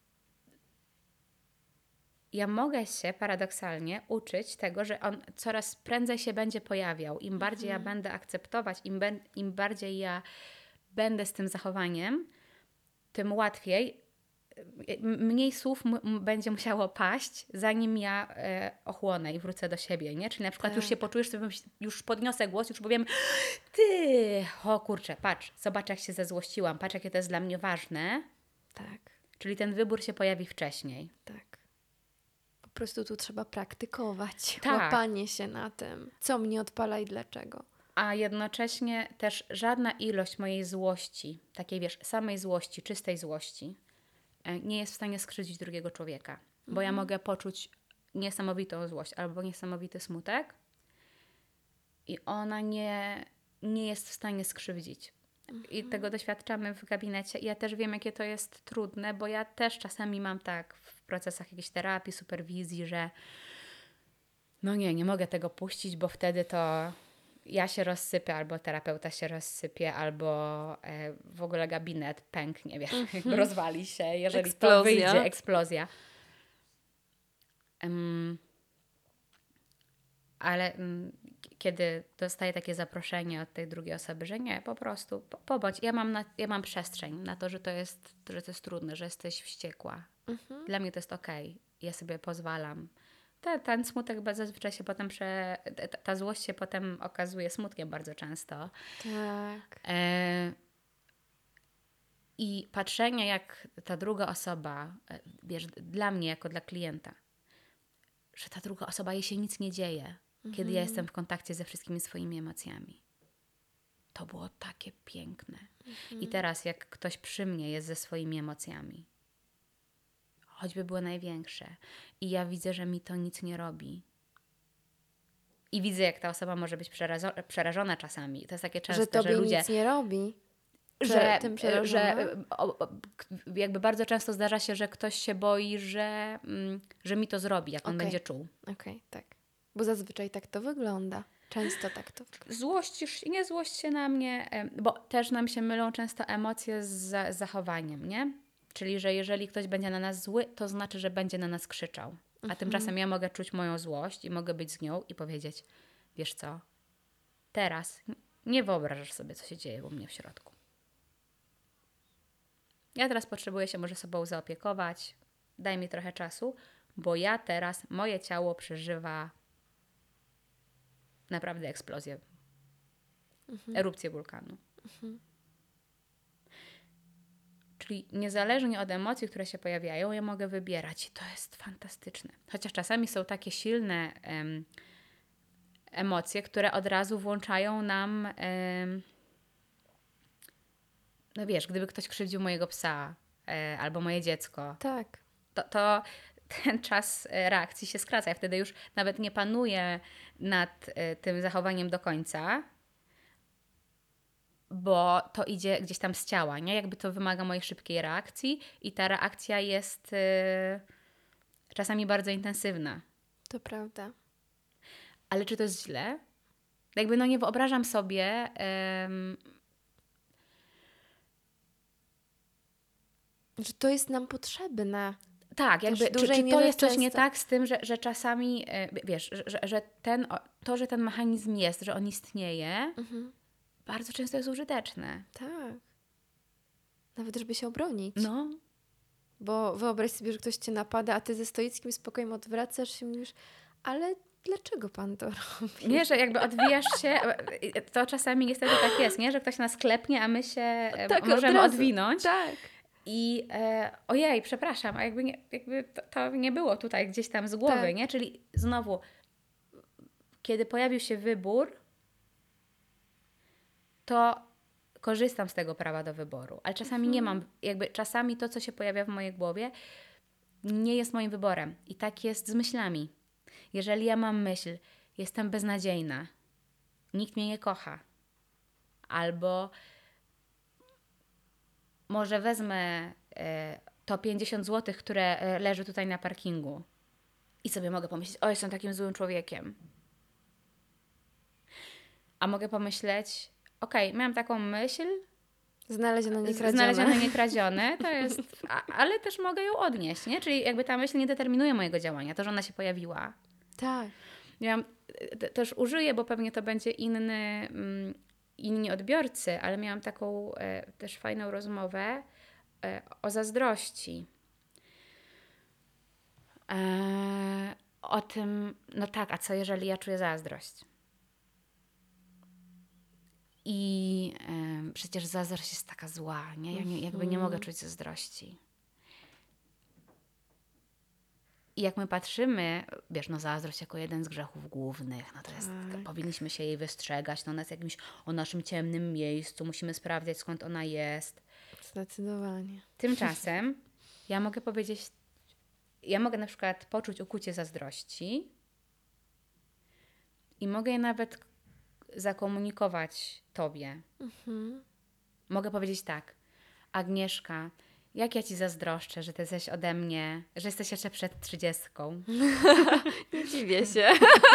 ja mogę się paradoksalnie uczyć tego, że on coraz prędzej się będzie pojawiał. Im bardziej ja będę akceptować, im bardziej ja będę z tym zachowaniem, tym łatwiej, mniej słów będzie musiało paść, zanim ja ochłonę i wrócę do siebie, nie? Czyli na przykład już się poczujesz, to już podniosę głos, już powiem, ty, o kurczę, patrz, zobacz jak się zezłościłam, patrz jakie to jest dla mnie ważne. Tak, Czyli ten wybór się pojawi wcześniej. tak. Po prostu tu trzeba praktykować, Tak. łapanie się na tym, co mnie odpala i dlaczego. A jednocześnie też żadna ilość mojej złości, takiej wiesz, samej złości, czystej złości, nie jest w stanie skrzywdzić drugiego człowieka. Bo ja mogę poczuć niesamowitą złość albo niesamowity smutek i ona nie jest w stanie skrzywdzić. I tego doświadczamy w gabinecie. I ja też wiem, jakie to jest trudne, bo ja też czasami mam tak w procesach jakiejś terapii, superwizji, że no nie mogę tego puścić, bo wtedy to ja się rozsypię, albo terapeuta się rozsypie, albo w ogóle gabinet pęknie, wiesz, jakby rozwali się, jeżeli Eksplozja. to wyjdzie, eksplozja. Ale kiedy dostaję takie zaproszenie od tej drugiej osoby, że nie, po prostu pobądź. Ja mam przestrzeń na to, że to jest trudne, że jesteś wściekła. Dla mnie to jest okej. Ja sobie pozwalam. Ten smutek zazwyczaj się potem, ta złość się potem okazuje smutkiem bardzo często. Tak. I patrzenie, jak ta druga osoba, wiesz, dla mnie jako dla klienta, że ta druga osoba, jej się nic nie dzieje, kiedy ja jestem w kontakcie ze wszystkimi swoimi emocjami. To było takie piękne. I teraz, jak ktoś przy mnie jest ze swoimi emocjami, choćby były największe, i ja widzę, że mi to nic nie robi. I widzę, jak ta osoba może być przerażona czasami. To jest takie częste, Że tobie ludzie... nic nie robi. że jakby bardzo często zdarza się, że ktoś się boi, że mi to zrobi, jak on będzie czuł. Okej, tak. Bo zazwyczaj tak to wygląda. Często tak to wygląda. Nie złość się na mnie, bo też nam się mylą często emocje z zachowaniem, nie? Czyli, że jeżeli ktoś będzie na nas zły, to znaczy, że będzie na nas krzyczał. A tymczasem ja mogę czuć moją złość i mogę być z nią i powiedzieć, wiesz co, teraz nie wyobrażasz sobie, co się dzieje u mnie w środku. Ja teraz potrzebuję się może sobą zaopiekować, daj mi trochę czasu, bo ja teraz, moje ciało przeżywa naprawdę eksplozję, erupcję wulkanu. Czyli niezależnie od emocji, które się pojawiają, ja mogę wybierać i to jest fantastyczne. Chociaż czasami są takie silne emocje, które od razu włączają nam... no wiesz, gdyby ktoś krzywdził mojego psa albo moje dziecko, Tak. to ten czas reakcji się skraca. Ja wtedy już nawet nie panuję nad tym zachowaniem do końca, bo to idzie gdzieś tam z ciała, nie? Jakby to wymaga mojej szybkiej reakcji i ta reakcja jest czasami bardzo intensywna. To prawda. Ale czy to jest źle? Jakby nie wyobrażam sobie... Że to jest nam potrzebne. Tak, jakby, w dużej czy to mierze jest coś nie często. tak z tym, że czasami, wiesz, że to, że ten mechanizm jest, że on istnieje, bardzo często jest użyteczne. Tak. Nawet żeby się obronić. No, Bo wyobraź sobie, że ktoś cię napada, a ty ze stoickim spokojem odwracasz się i mówisz, ale dlaczego pan to robi? nie, że jakby odwijasz się, to czasami niestety tak jest, nie, że ktoś nas klepnie, a my się Tak, możemy od razu. odwinąć. Tak. I ojej, przepraszam, a jakby to nie było tutaj gdzieś tam z głowy, Tak. nie? Czyli znowu, kiedy pojawił się wybór, to korzystam z tego prawa do wyboru, ale czasami nie mam, jakby czasami to, co się pojawia w mojej głowie, nie jest moim wyborem. I tak jest z myślami. Jeżeli ja mam myśl, jestem beznadziejna, nikt mnie nie kocha, albo może wezmę to 50 zł, które leży tutaj na parkingu i sobie mogę pomyśleć, o, jestem takim złym człowiekiem. A mogę pomyśleć, okej, miałam taką myśl, Znalezione, nie kradzione. znalezione, nie kradzione, to jest, ale też mogę ją odnieść, nie? Czyli jakby ta myśl nie determinuje mojego działania, to, że ona się pojawiła. Tak. Miałam, też użyję, bo pewnie to będzie inni odbiorcy, ale miałam taką też fajną rozmowę o zazdrości. O tym, no tak, a co jeżeli ja czuję zazdrość? I przecież zazdrość jest taka zła, nie? Ja jakby nie mogę czuć zazdrości. I jak my patrzymy, wiesz, no zazdrość jako jeden z grzechów głównych, no to jest, powinniśmy się jej wystrzegać, no ona jest jakimś o naszym ciemnym miejscu, musimy sprawdzać, skąd ona jest. Zdecydowanie. Tymczasem ja mogę powiedzieć, ja mogę na przykład poczuć ukucie zazdrości i mogę je nawet zakomunikować tobie. Mogę powiedzieć tak, Agnieszka, jak ja ci zazdroszczę, że ty jesteś ode mnie, że jesteś jeszcze przed 30. Nie dziwię się.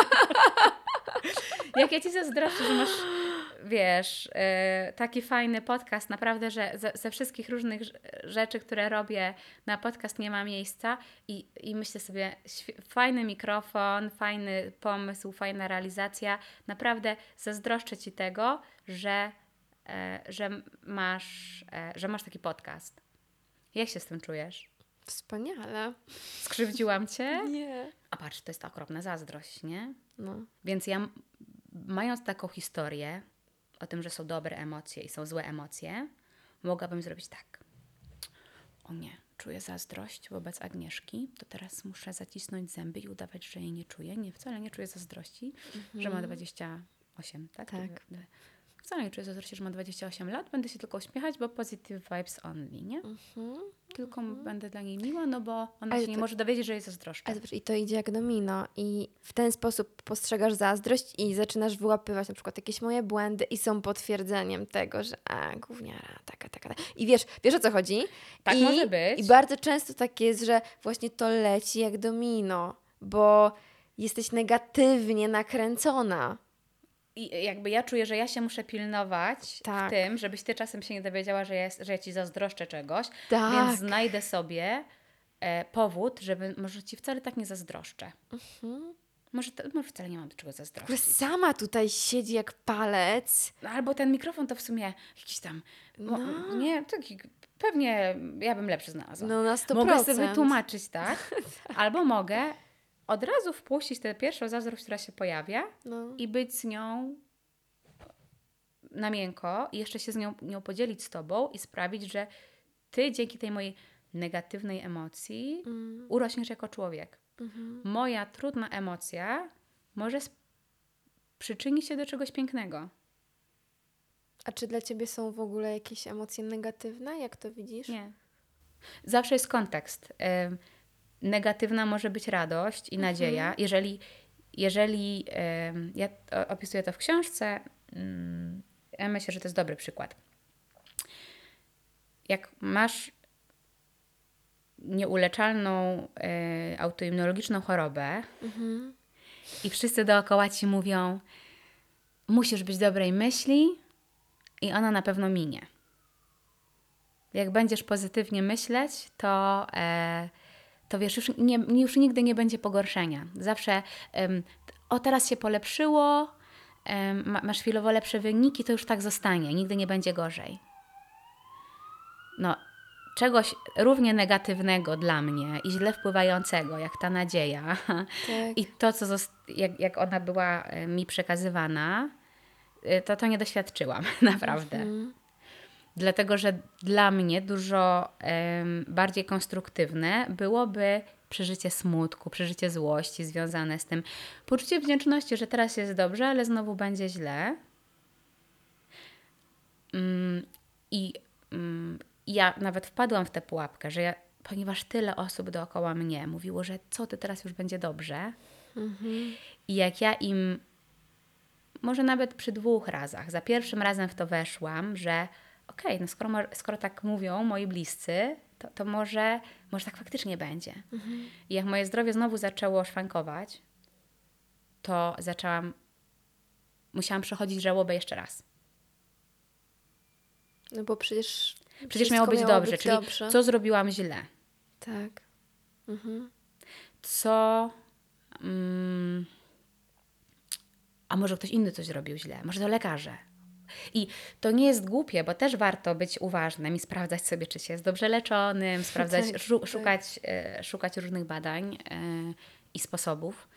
Jak ja ci zazdroszczę, że masz, wiesz, taki fajny podcast, naprawdę, że ze wszystkich różnych rzeczy, które robię na podcast nie ma miejsca i myślę sobie, fajny mikrofon, fajny pomysł, fajna realizacja, naprawdę zazdroszczę ci tego, że masz taki podcast. Jak się z tym czujesz? Wspaniale. Skrzywdziłam cię? Nie. A patrz, to jest okropna zazdrość, nie? No. Więc ja, mając taką historię o tym, że są dobre emocje i są złe emocje, mogłabym zrobić tak. O nie, czuję zazdrość wobec Agnieszki, to teraz muszę zacisnąć zęby i udawać, że jej nie czuję. Nie, wcale nie czuję zazdrości, że ma 28, tak? Tak. Wcale nie czuję zazdrości, że ma 28 lat. Będę się tylko uśmiechać, bo positive vibes only, nie? Tylko będę dla niej miła, no bo ona się nie może dowiedzieć, że jej zazdroszczę. Ale zobacz, i to idzie jak domino i w ten sposób postrzegasz zazdrość i zaczynasz wyłapywać na przykład jakieś moje błędy i są potwierdzeniem tego, że gówniara, taka. I wiesz o co chodzi? Tak może być. I bardzo często tak jest, że właśnie to leci jak domino, bo jesteś negatywnie nakręcona. I jakby ja czuję, że ja się muszę pilnować Tak. w tym, żebyś ty czasem się nie dowiedziała, że ja ci zazdroszczę czegoś, Tak. więc znajdę sobie powód, żeby może ci wcale tak nie zazdroszczę. Może wcale nie mam do czego zazdrościć. Sama tutaj siedzi jak palec. No, albo ten mikrofon to w sumie jakiś tam, nie, taki, pewnie ja bym lepszy znalazła. No na 100%. Mogę sobie wytłumaczyć, tak? Albo mogę od razu wpuścić tę pierwszą zazdrość, która się pojawia i być z nią na miękko i jeszcze się z nią podzielić z tobą i sprawić, że ty dzięki tej mojej negatywnej emocji urośniesz jako człowiek. Moja trudna emocja może przyczynić się do czegoś pięknego. A czy dla ciebie są w ogóle jakieś emocje negatywne? Jak to widzisz? Nie. Zawsze jest kontekst. Negatywna może być radość i nadzieja. Jeżeli ja opisuję to w książce, ja myślę, że to jest dobry przykład. Jak masz nieuleczalną autoimmunologiczną chorobę i wszyscy dookoła ci mówią, musisz być dobrej myśli i ona na pewno minie. Jak będziesz pozytywnie myśleć, to wiesz, już nigdy nie będzie pogorszenia. Zawsze teraz się polepszyło, masz chwilowo lepsze wyniki, to już tak zostanie, nigdy nie będzie gorzej. No, czegoś równie negatywnego dla mnie i źle wpływającego, jak ta nadzieja Tak. i to, jak ona była mi przekazywana, to nie doświadczyłam, naprawdę. Dlatego, że dla mnie dużo bardziej konstruktywne byłoby przeżycie smutku, przeżycie złości związane z tym. Poczucie wdzięczności, że teraz jest dobrze, ale znowu będzie źle. Ja nawet wpadłam w tę pułapkę, że ponieważ tyle osób dookoła mnie mówiło, że co ty teraz już będzie dobrze. I jak ja im, może nawet przy 2 razach, za pierwszym razem w to weszłam, że okej, no skoro tak mówią moi bliscy, to może tak faktycznie będzie. I jak moje zdrowie znowu zaczęło szwankować, to musiałam przechodzić żałobę jeszcze raz. No bo przecież miało być dobrze, czyli dobrze. co zrobiłam źle. Tak. Co... a może ktoś inny coś zrobił źle, może to lekarze. I to nie jest głupie, bo też warto być uważnym i sprawdzać sobie, czy się jest dobrze leczonym, sprawdzać, szukać różnych badań i sposobów.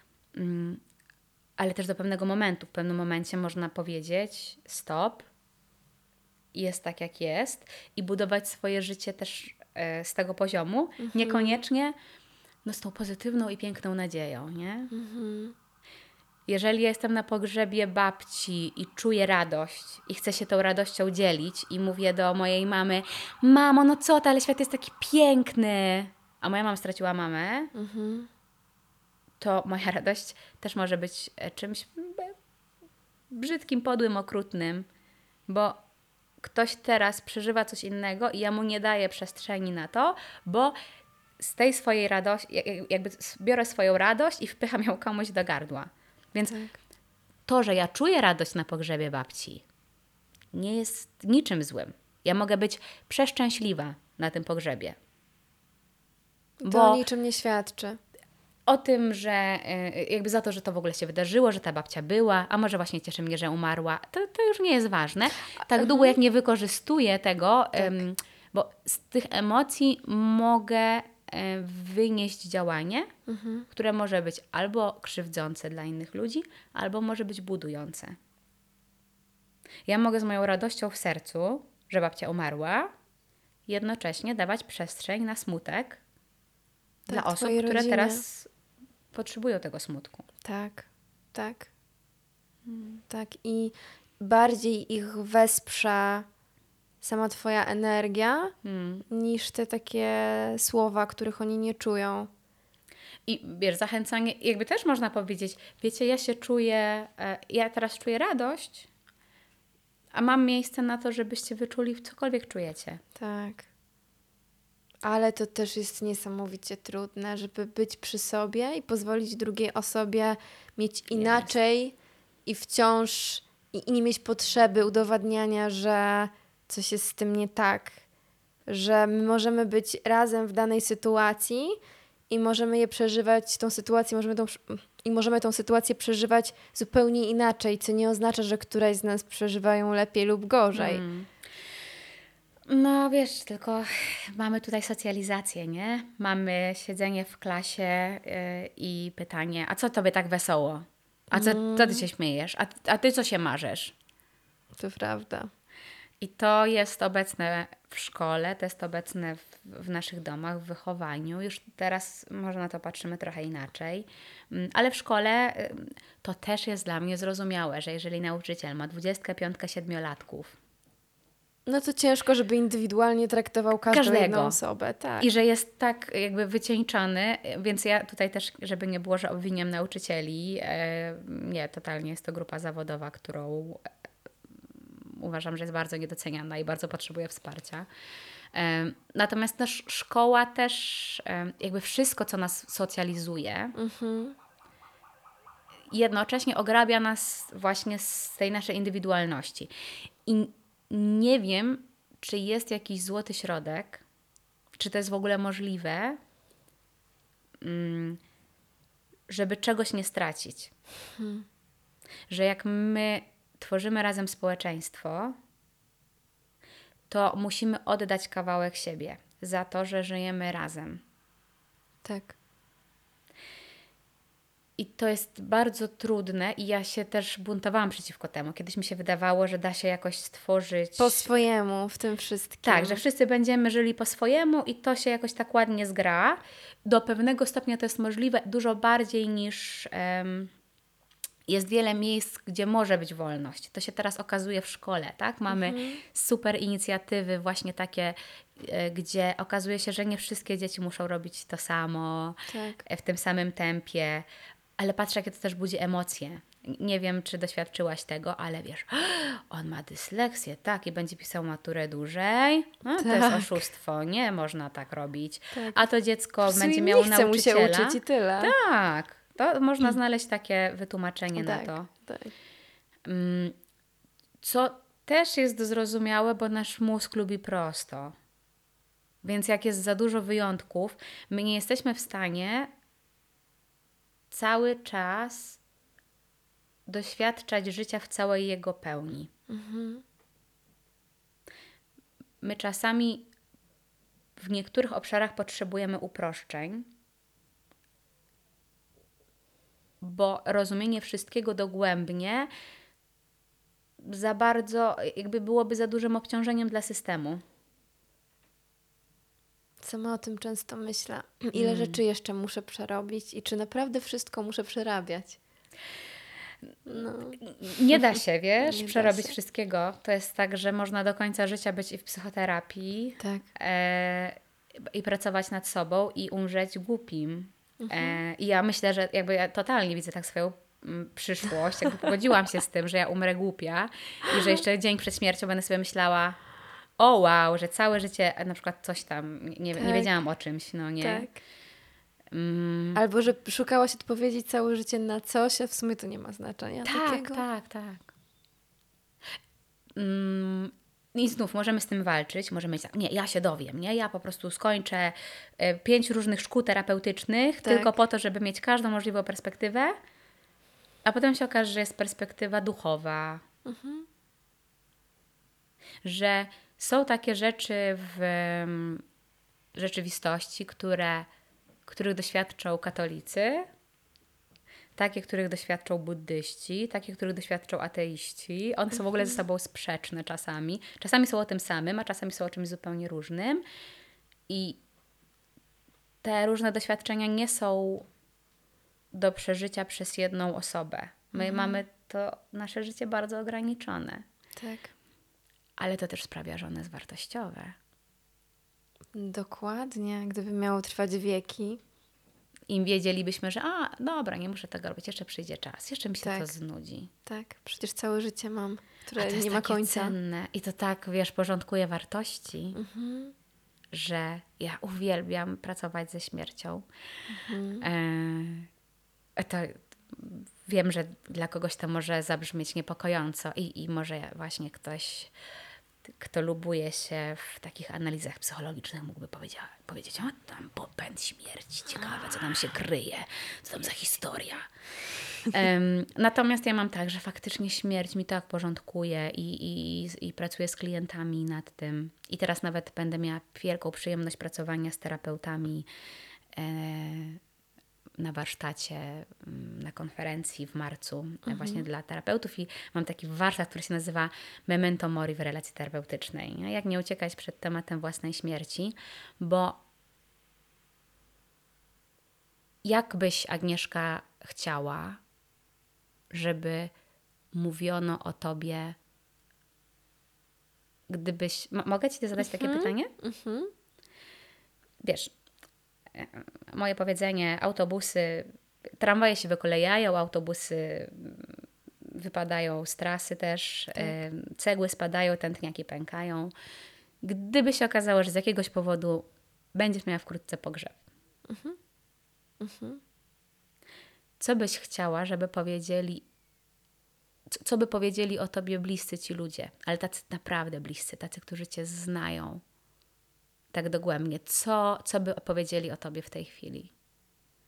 Ale też do pewnego momentu. W pewnym momencie można powiedzieć stop, jest tak jak jest i budować swoje życie też z tego poziomu. Niekoniecznie z tą pozytywną i piękną nadzieją, nie? Jeżeli jestem na pogrzebie babci i czuję radość i chcę się tą radością dzielić i mówię do mojej mamy: mamo, no co ty, ale świat jest taki piękny. A moja mama straciła mamę, to moja radość też może być czymś brzydkim, podłym, okrutnym, bo ktoś teraz przeżywa coś innego i ja mu nie daję przestrzeni na to, bo z tej swojej radości, jakby biorę swoją radość i wpycham ją komuś do gardła. Więc to, że ja czuję radość na pogrzebie babci, nie jest niczym złym. Ja mogę być przeszczęśliwa na tym pogrzebie. To o niczym nie świadczy. O tym, że jakby za to, że to w ogóle się wydarzyło, że ta babcia była, a może właśnie cieszy mnie, że umarła, to już nie jest ważne. Tak długo jak nie wykorzystuję tego, bo z tych emocji mogę wynieść działanie, które może być albo krzywdzące dla innych ludzi, albo może być budujące. Ja mogę z moją radością w sercu, że babcia umarła, jednocześnie dawać przestrzeń na smutek dla osób, które teraz potrzebują tego smutku. Tak. Tak. I bardziej ich wesprze sama twoja energia, niż te takie słowa, których oni nie czują. I wiesz, zachęcanie, jakby też można powiedzieć, wiecie, ja teraz czuję radość, a mam miejsce na to, żebyście wyczuli cokolwiek czujecie. Tak. Ale to też jest niesamowicie trudne, żeby być przy sobie i pozwolić drugiej osobie mieć inaczej i wciąż i nie mieć potrzeby udowadniania, że coś jest z tym nie tak. Że my możemy być razem w danej sytuacji i możemy je przeżywać, tą sytuację, możemy tą sytuację przeżywać zupełnie inaczej, co nie oznacza, że któraś z nas przeżywa ją lepiej lub gorzej. No wiesz, tylko mamy tutaj socjalizację, nie? Mamy siedzenie w klasie i pytanie, a co tobie tak wesoło? A co ty się śmiejesz? A ty co się marzesz? To prawda. I to jest obecne w szkole, to jest obecne w naszych domach, w wychowaniu. Już teraz może na to patrzymy trochę inaczej. Ale w szkole to też jest dla mnie zrozumiałe, że jeżeli nauczyciel ma 25 siedmiolatków, no to ciężko, żeby indywidualnie traktował każdą jedną osobę. Tak. I że jest tak jakby wycieńczony, więc ja tutaj też, żeby nie było, że obwiniam nauczycieli, nie, totalnie jest to grupa zawodowa, którą uważam, że jest bardzo niedoceniana i bardzo potrzebuje wsparcia. Natomiast też szkoła też, jakby wszystko, co nas socjalizuje, jednocześnie ograbia nas właśnie z tej naszej indywidualności. I nie wiem, czy jest jakiś złoty środek, czy to jest w ogóle możliwe, żeby czegoś nie stracić. Że jak my tworzymy razem społeczeństwo, to musimy oddać kawałek siebie za to, że żyjemy razem. Tak. I to jest bardzo trudne i ja się też buntowałam przeciwko temu. Kiedyś mi się wydawało, że da się jakoś stworzyć... Po swojemu w tym wszystkim. Tak, że wszyscy będziemy żyli po swojemu i to się jakoś tak ładnie zgra. Do pewnego stopnia to jest możliwe dużo bardziej niż... jest wiele miejsc, gdzie może być wolność. To się teraz okazuje w szkole, tak? Mamy super inicjatywy właśnie takie, gdzie okazuje się, że nie wszystkie dzieci muszą robić to samo, Tak. w tym samym tempie, ale patrz, jakie to też budzi emocje. Nie wiem, czy doświadczyłaś tego, ale wiesz, on ma dysleksję, tak, i będzie pisał maturę dłużej. No, to jest Tak. oszustwo, nie można tak robić. Tak. A to dziecko W sumie będzie miało nie chce mu się nauczyciela. uczyć i tyle. Tak, to można znaleźć takie wytłumaczenie na Tak, to. tak. Co też jest zrozumiałe, bo nasz mózg lubi prosto. Więc jak jest za dużo wyjątków, my nie jesteśmy w stanie cały czas doświadczać życia w całej jego pełni. My czasami w niektórych obszarach potrzebujemy uproszczeń, bo rozumienie wszystkiego dogłębnie za bardzo, jakby byłoby za dużym obciążeniem dla systemu. Sama o tym często myślę. Ile rzeczy jeszcze muszę przerobić i czy naprawdę wszystko muszę przerabiać? No. Nie da się, wiesz, Nie da przerobić się. wszystkiego. To jest tak, że można do końca życia być i w psychoterapii Tak. i pracować nad sobą i umrzeć głupim. I ja myślę, że jakby ja totalnie widzę tak swoją przyszłość, jakby pogodziłam się z tym, że ja umrę głupia i że jeszcze dzień przed śmiercią będę sobie myślała, o wow, że całe życie na przykład coś tam, nie Tak. wiedziałam o czymś, no nie? Tak. Albo, że szukałaś odpowiedzi całe życie na coś, a w sumie to nie ma znaczenia takiego. Tak. I znów możemy z tym walczyć, możemy mieć, nie, ja się dowiem, nie? Ja po prostu skończę 5 różnych szkół terapeutycznych Tak. tylko po to, żeby mieć każdą możliwą perspektywę, a potem się okaże, że jest perspektywa duchowa. Że są takie rzeczy w rzeczywistości, których doświadczą katolicy, takie, których doświadczą buddyści, takie, których doświadczą ateiści. One są w ogóle ze sobą sprzeczne czasami. Czasami są o tym samym, a czasami są o czymś zupełnie różnym. I te różne doświadczenia nie są do przeżycia przez jedną osobę. My mamy to nasze życie bardzo ograniczone. Tak. Ale to też sprawia, że ono jest wartościowe. Dokładnie. Gdyby miało trwać wieki. Im wiedzielibyśmy, że dobra, nie muszę tego robić, jeszcze przyjdzie czas, jeszcze mi się Tak. to znudzi. Tak. Przecież całe życie mam, A które to jest nie ma takie końca. cenne. I to tak, wiesz, porządkuje wartości, że ja uwielbiam pracować ze śmiercią. To wiem, że dla kogoś to może zabrzmieć niepokojąco i może właśnie ktoś, kto lubuje się w takich analizach psychologicznych, mógłby powiedzieć, tam popęd śmierci, ciekawe, co tam się kryje, co tam za historia. Natomiast ja mam tak, że faktycznie śmierć mi tak porządkuje i pracuję z klientami nad tym. I teraz nawet będę miała wielką przyjemność pracowania z terapeutami na warsztacie, na konferencji w marcu właśnie dla terapeutów i mam taki warsztat, który się nazywa Memento Mori w relacji terapeutycznej. Nie? Jak nie uciekać przed tematem własnej śmierci, bo jak byś, Agnieszka, chciała, żeby mówiono o tobie, gdybyś... Mogę ci zadać takie pytanie? Wiesz, moje powiedzenie, tramwaje się wykolejają, autobusy wypadają z trasy też, cegły spadają, tętniaki pękają. Gdyby się okazało, że z jakiegoś powodu będziesz miała wkrótce pogrzeb, co byś chciała, żeby powiedzieli, co by powiedzieli o tobie bliscy ci ludzie, ale tacy naprawdę bliscy, tacy, którzy cię znają tak dogłębnie. Co by powiedzieli o tobie w tej chwili?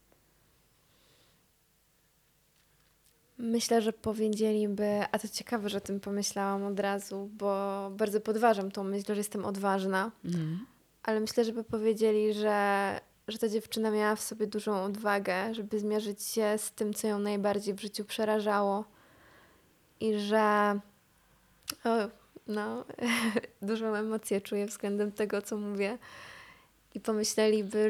Myślę, że powiedzieliby, a to ciekawe, że o tym pomyślałam od razu, bo bardzo podważam tą myśl, że jestem odważna, ale myślę, żeby powiedzieli, że ta dziewczyna miała w sobie dużą odwagę, żeby zmierzyć się z tym, co ją najbardziej w życiu przerażało i że dużą emocję czuję względem tego, co mówię i pomyśleliby,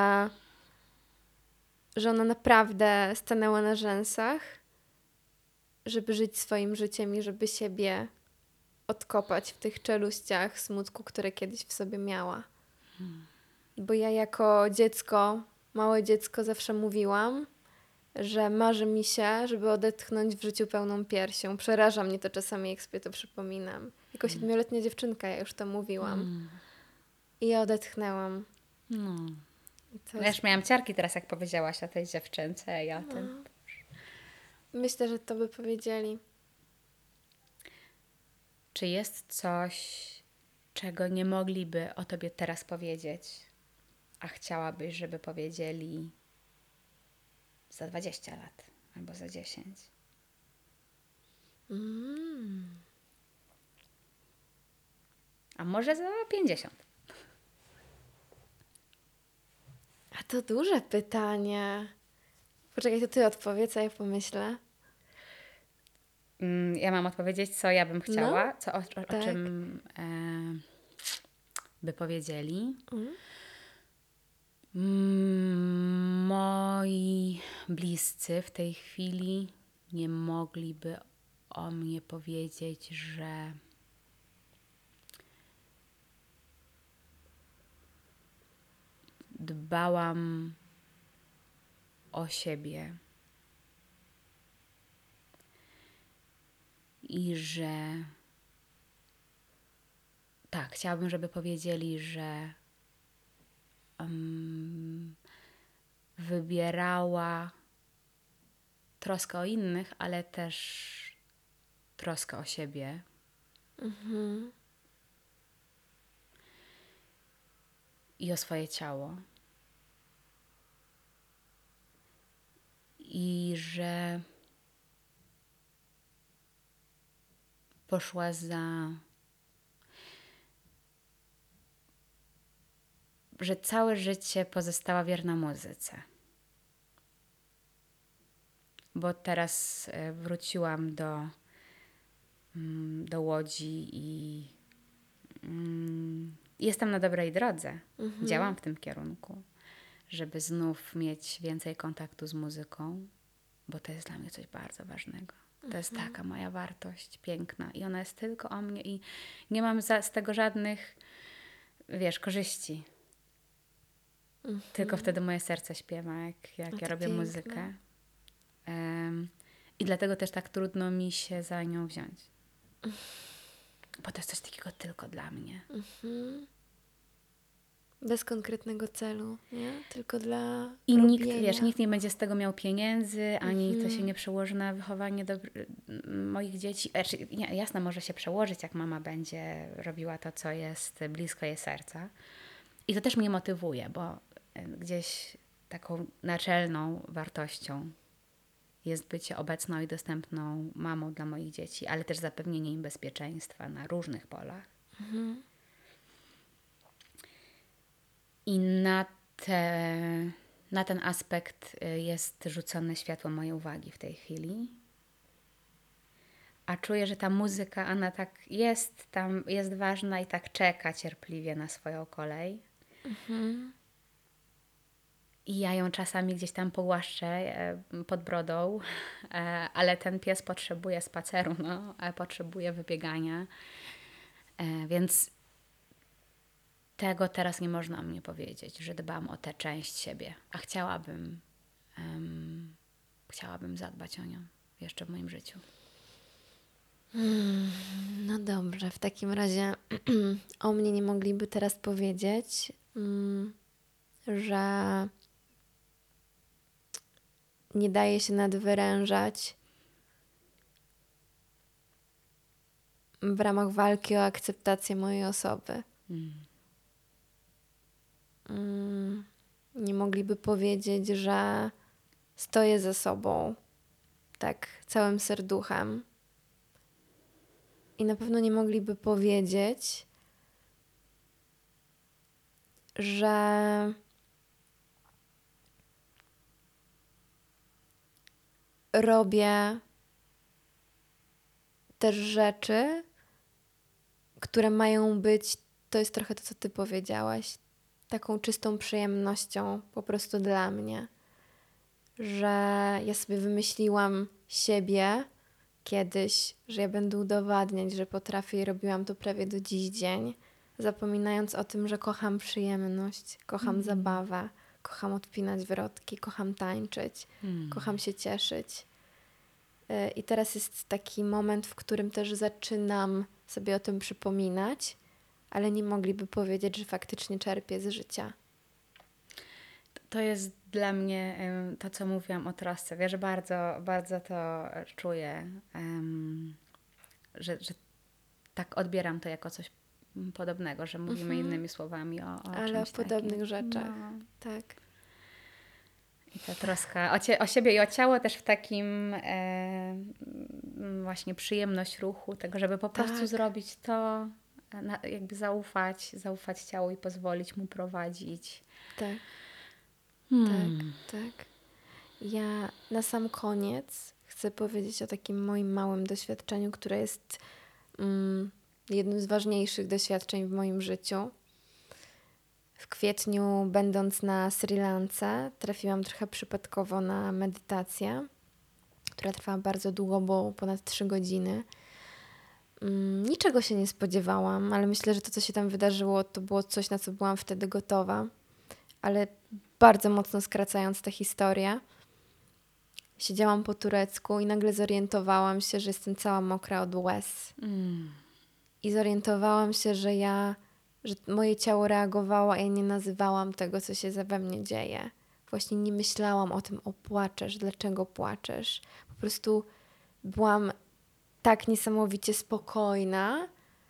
że ona naprawdę stanęła na rzęsach, żeby żyć swoim życiem i żeby siebie odkopać w tych czeluściach smutku, które kiedyś w sobie miała. Bo ja jako dziecko, małe dziecko zawsze mówiłam, że marzy mi się, żeby odetchnąć w życiu pełną piersią. Przeraża mnie to czasami, jak sobie to przypominam. Jako 7-letnia dziewczynka ja już to mówiłam. I ja odetchnęłam. No. I to Ja jest... już miałam ciarki teraz, jak powiedziałaś o tej dziewczynce i o tym. Myślę, że to by powiedzieli. Czy jest coś, czego nie mogliby o tobie teraz powiedzieć, a chciałabyś, żeby powiedzieli za 20 lat albo za 10? A może za 50? A to duże pytanie. Poczekaj, to ty odpowiedz, a ja pomyślę. Ja mam odpowiedzieć, co ja bym chciała, No, o tak. czym by powiedzieli. Moi bliscy w tej chwili nie mogliby o mnie powiedzieć, że dbałam o siebie i że tak, chciałabym, żeby powiedzieli, że wybierała troskę o innych, ale też troskę o siebie. I o swoje ciało. I że poszła że całe życie pozostała wierna muzyce. Bo teraz wróciłam do Łodzi i jestem na dobrej drodze. Działam w tym kierunku, żeby znów mieć więcej kontaktu z muzyką, bo to jest dla mnie coś bardzo ważnego. To jest taka moja wartość piękna i ona jest tylko o mnie i nie mam z tego żadnych, korzyści. Tylko wtedy moje serce śpiewa, jak ja robię piękne. muzykę. I dlatego też tak trudno mi się za nią wziąć. Bo to jest coś takiego tylko dla mnie. Bez konkretnego celu, nie? Tylko dla I robienia. nikt nie będzie z tego miał pieniędzy, ani to się nie przełoży na wychowanie moich dzieci. Jasne, może się przełożyć, jak mama będzie robiła to, co jest blisko jej serca. I to też mnie motywuje, bo gdzieś taką naczelną wartością jest bycie obecną i dostępną mamą dla moich dzieci, ale też zapewnienie im bezpieczeństwa na różnych polach. I na ten aspekt jest rzucone światło mojej uwagi w tej chwili. A czuję, że ta muzyka, ona tak jest ważna i tak czeka cierpliwie na swoją kolej. I ja ją czasami gdzieś tam pogłaszczę pod brodą, ale ten pies potrzebuje spaceru, potrzebuje wybiegania. Więc tego teraz nie można o mnie powiedzieć, że dbam o tę część siebie, a chciałabym zadbać o nią jeszcze w moim życiu. No dobrze, w takim razie o mnie nie mogliby teraz powiedzieć, że nie daje się nadwyrężać w ramach walki o akceptację mojej osoby. Nie mogliby powiedzieć, że stoję ze sobą tak całym serduchem. I na pewno nie mogliby powiedzieć, że robię też rzeczy, które mają być, to jest trochę to, co ty powiedziałaś, taką czystą przyjemnością po prostu dla mnie. Że ja sobie wymyśliłam siebie kiedyś, że ja będę udowadniać, że potrafię i robiłam to prawie do dziś dzień, zapominając o tym, że kocham przyjemność, kocham zabawę, kocham odpinać wrotki, kocham tańczyć, kocham się cieszyć. I teraz jest taki moment, w którym też zaczynam sobie o tym przypominać, ale nie mogliby powiedzieć, że faktycznie czerpię z życia. To jest dla mnie to, co mówiłam o trosce. Wiesz, bardzo, bardzo to czuję, że tak odbieram to jako coś podobnego, że mówimy innymi słowami o Ale o czymś podobnych takim. rzeczach. No. Tak. I ta troska o siebie i o ciało też w takim właśnie przyjemność ruchu, tego, żeby po prostu zrobić to, jakby zaufać ciału i pozwolić mu prowadzić. Tak. Tak. Ja na sam koniec chcę powiedzieć o takim moim małym doświadczeniu, które jest jednym z ważniejszych doświadczeń w moim życiu. W kwietniu, będąc na Sri Lance, trafiłam trochę przypadkowo na medytację, która trwała bardzo długo, bo ponad 3 godziny. Niczego się nie spodziewałam, ale myślę, że to, co się tam wydarzyło, to było coś, na co byłam wtedy gotowa. Ale bardzo mocno skracając tę historię, siedziałam po turecku i nagle zorientowałam się, że jestem cała mokra od łez. I zorientowałam się, że moje ciało reagowało, a ja nie nazywałam tego, co się we mnie dzieje. Właśnie nie myślałam o tym, płaczesz, dlaczego płaczesz. Po prostu byłam tak niesamowicie spokojna,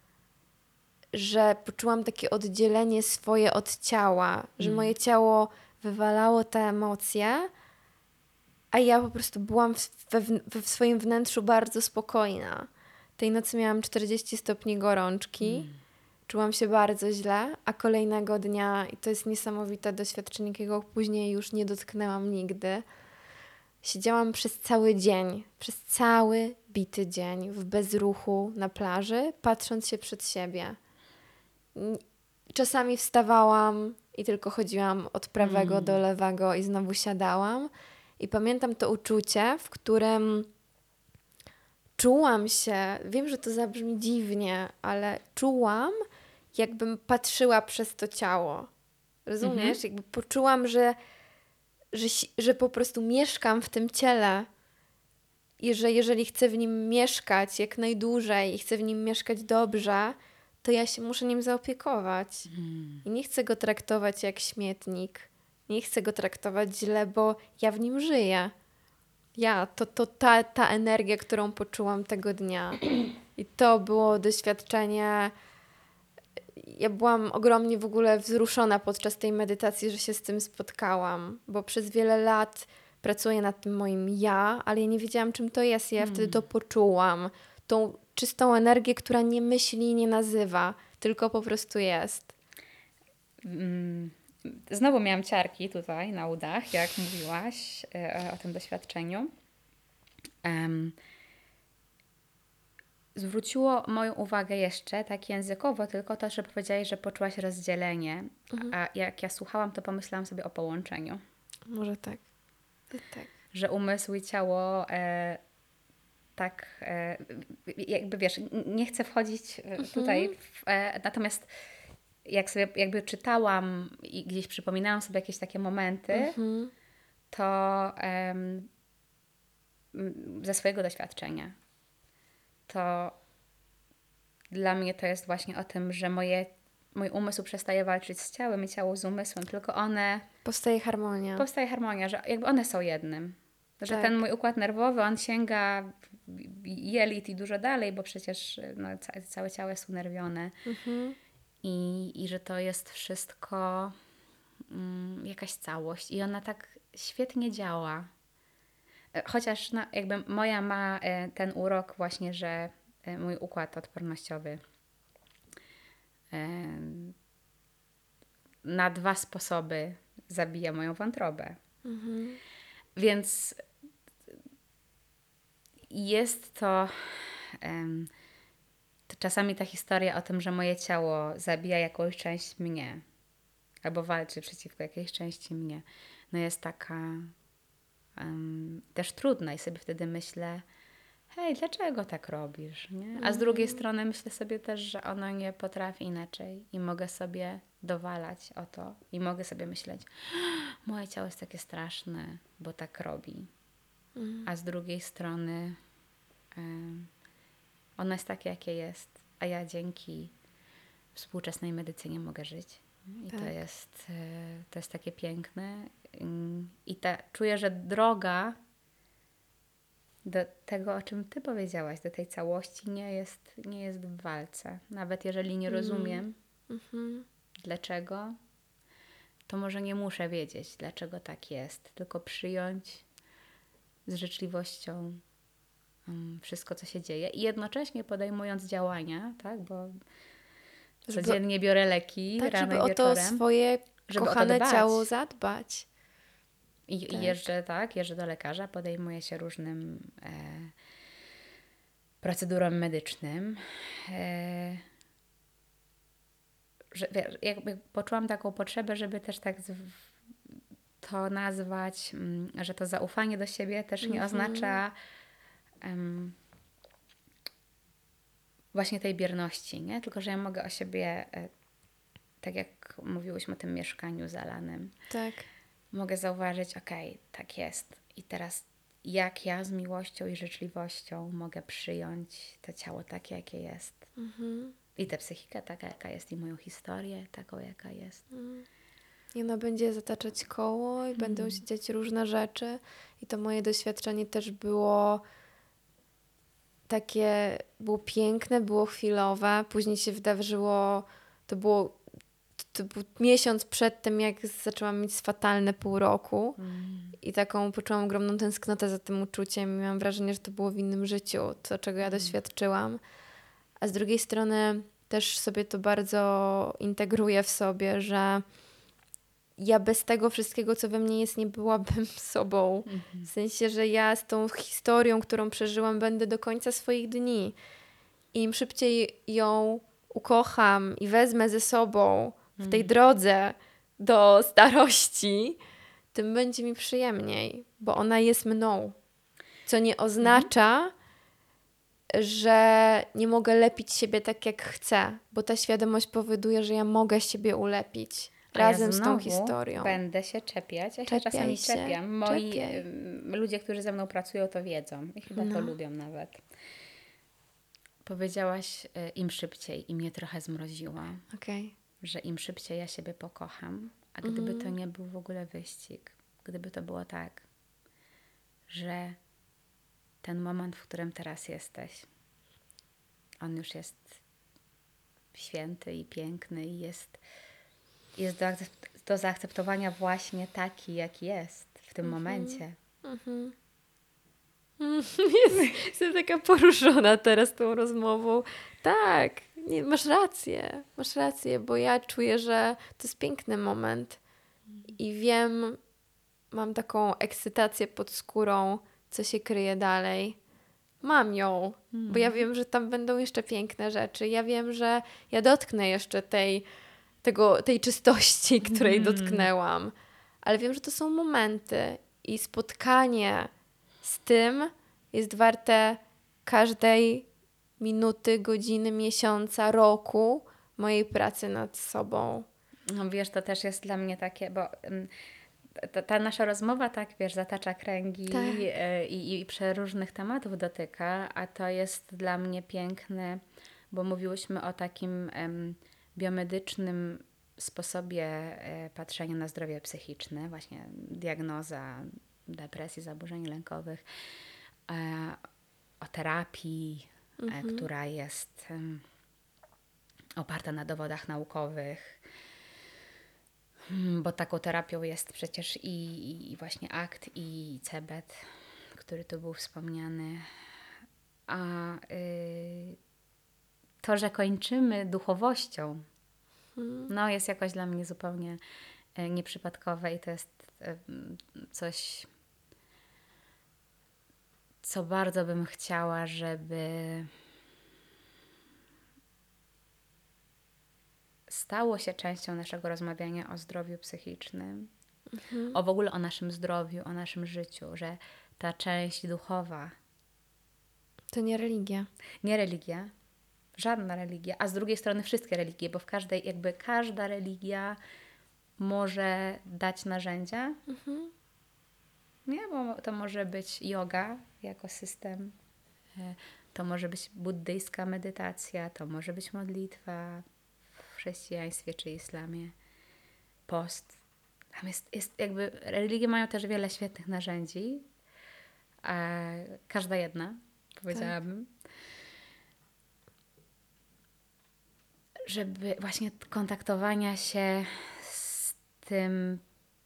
że poczułam takie oddzielenie swoje od ciała, że moje ciało wywalało te emocje, a ja po prostu byłam w swoim wnętrzu bardzo spokojna. Tej nocy miałam 40 stopni gorączki, czułam się bardzo źle, a kolejnego dnia, i to jest niesamowite doświadczenie, jakiego później już nie dotknęłam nigdy, siedziałam przez cały dzień, przez cały bity dzień w bezruchu na plaży, patrząc się przed siebie. Czasami wstawałam i tylko chodziłam od prawego do lewego i znowu siadałam. I pamiętam to uczucie, w którym czułam się, wiem, że to zabrzmi dziwnie, ale czułam, jakbym patrzyła przez to ciało. Rozumiesz? Jakby poczułam, że po prostu mieszkam w tym ciele i że jeżeli chcę w nim mieszkać jak najdłużej i chcę w nim mieszkać dobrze, to ja się muszę nim zaopiekować. I nie chcę go traktować jak śmietnik. Nie chcę go traktować źle, bo ja w nim żyję. Ta energia, którą poczułam tego dnia. I to było doświadczenie. Ja byłam ogromnie w ogóle wzruszona podczas tej medytacji, że się z tym spotkałam, bo przez wiele lat pracuję nad tym moim ja, ale ja nie wiedziałam, czym to jest. Ja wtedy to poczułam. Tą czystą energię, która nie myśli i nie nazywa, tylko po prostu jest. Znowu miałam ciarki tutaj na udach, jak mówiłaś o tym doświadczeniu. Zwróciło moją uwagę jeszcze tak językowo tylko to, że powiedziałaś, że poczułaś rozdzielenie. A jak ja słuchałam, to pomyślałam sobie o połączeniu. Może tak. Tak. Że umysł i ciało jakby wiesz, nie chcę wchodzić tutaj natomiast jak sobie jakby czytałam i gdzieś przypominałam sobie jakieś takie momenty, to ze swojego doświadczenia to dla mnie to jest właśnie o tym, że mój umysł przestaje walczyć z ciałem i ciało z umysłem, tylko Powstaje harmonia. że jakby one są jednym. Że ten mój układ nerwowy, on sięga jelit i dużo dalej, bo przecież całe ciało jest unerwione. I że to jest wszystko jakaś całość. I ona tak świetnie działa. Chociaż no, jakby moja ma ten urok właśnie, że mój układ odpornościowy na 2 sposoby zabija moją wątrobę. Więc jest to czasami ta historia o tym, że moje ciało zabija jakąś część mnie albo walczy przeciwko jakiejś części mnie, no jest taka też trudna i sobie wtedy myślę, hej, dlaczego tak robisz? Nie? A z drugiej strony myślę sobie też, że ono nie potrafi inaczej i mogę sobie dowalać o to i mogę sobie myśleć, moje ciało jest takie straszne, bo tak robi. A z drugiej strony ono jest takie, jakie jest, a ja dzięki współczesnej medycynie mogę żyć. I Tak. to jest takie piękne. I czuję, że droga do tego, o czym ty powiedziałaś, do tej całości nie jest w walce. Nawet jeżeli nie rozumiem, dlaczego, to może nie muszę wiedzieć, dlaczego tak jest, tylko przyjąć z życzliwością wszystko, co się dzieje i jednocześnie podejmując działania, tak, bo codziennie biorę leki tak, rano żeby i o to wieczorem. swoje żeby o to kochane dbać. ciało zadbać. I Tak. jeżdżę do lekarza, podejmuję się różnym procedurom medycznym. Że, wiesz, jakby poczułam taką potrzebę, żeby też tak to nazwać, że to zaufanie do siebie też nie oznacza właśnie tej bierności, nie? Tylko że ja mogę o siebie, tak jak mówiłyśmy o tym mieszkaniu zalanym, Tak. mogę zauważyć, okej, tak jest. I teraz jak ja z miłością i życzliwością mogę przyjąć to ciało takie, jakie jest. I tę psychikę taka, jaka jest, i moją historię taką, jaka jest. I ona będzie zataczać koło i będą się dziać różne rzeczy. I to moje doświadczenie też było takie, było piękne, było chwilowe. Później się wydarzyło, to był miesiąc przed tym, jak zaczęłam mieć fatalne pół roku. I taką poczułam ogromną tęsknotę za tym uczuciem. I miałam wrażenie, że to było w innym życiu, to czego ja doświadczyłam. A z drugiej strony też sobie to bardzo integruję w sobie, że ja bez tego wszystkiego, co we mnie jest, nie byłabym sobą. W sensie, że ja z tą historią, którą przeżyłam, będę do końca swoich dni. I im szybciej ją ukocham i wezmę ze sobą w tej drodze do starości, tym będzie mi przyjemniej, bo ona jest mną. Co nie oznacza, że nie mogę lepić siebie tak, jak chcę, bo ta świadomość powoduje, że ja mogę siebie ulepić razem ja z tą historią. Będę się czepiać. Ja się Czepiaj czasami się, czepiam. czepiaj. Ludzie, którzy ze mną pracują, to wiedzą i chyba to lubią nawet. Powiedziałaś im szybciej i mnie trochę zmroziła, Okej. że im szybciej ja siebie pokocham, a gdyby to nie był w ogóle wyścig, gdyby to było tak, że ten moment, w którym teraz jesteś, on już jest święty i piękny i jest do zaakceptowania właśnie taki, jaki jest w tym momencie. Jestem taka poruszona teraz tą rozmową. Tak, nie, masz rację, bo ja czuję, że to jest piękny moment i wiem, mam taką ekscytację pod skórą, co się kryje dalej. Mam ją, bo ja wiem, że tam będą jeszcze piękne rzeczy. Ja wiem, że ja dotknę jeszcze tej czystości, której dotknęłam. Ale wiem, że to są momenty i spotkanie z tym jest warte każdej minuty, godziny, miesiąca, roku mojej pracy nad sobą. No wiesz, to też jest dla mnie takie, bo ta nasza rozmowa, tak wiesz, zatacza kręgi Tak. i przeróżnych tematów dotyka, a to jest dla mnie piękne, bo mówiłyśmy o takim biomedycznym sposobie patrzenia na zdrowie psychiczne, właśnie diagnoza depresji, zaburzeń lękowych, o terapii, która jest oparta na dowodach naukowych, bo taką terapią jest przecież i właśnie ACT, i CBT, który tu był wspomniany. A to, że kończymy duchowością, no jest jakoś dla mnie zupełnie nieprzypadkowe i to jest coś, co bardzo bym chciała, żeby stało się częścią naszego rozmawiania o zdrowiu psychicznym, w ogóle o naszym zdrowiu, o naszym życiu, że ta część duchowa, To nie religia. nie religia, żadna religia, a z drugiej strony wszystkie religie, bo w każdej, jakby każda religia może dać narzędzia. Nie, bo to może być yoga jako system, to może być buddyjska medytacja, to może być modlitwa w chrześcijaństwie czy islamie, post. Tam jest jakby, religie mają też wiele świetnych narzędzi, a każda jedna, powiedziałabym. Żeby właśnie kontaktowania się z tym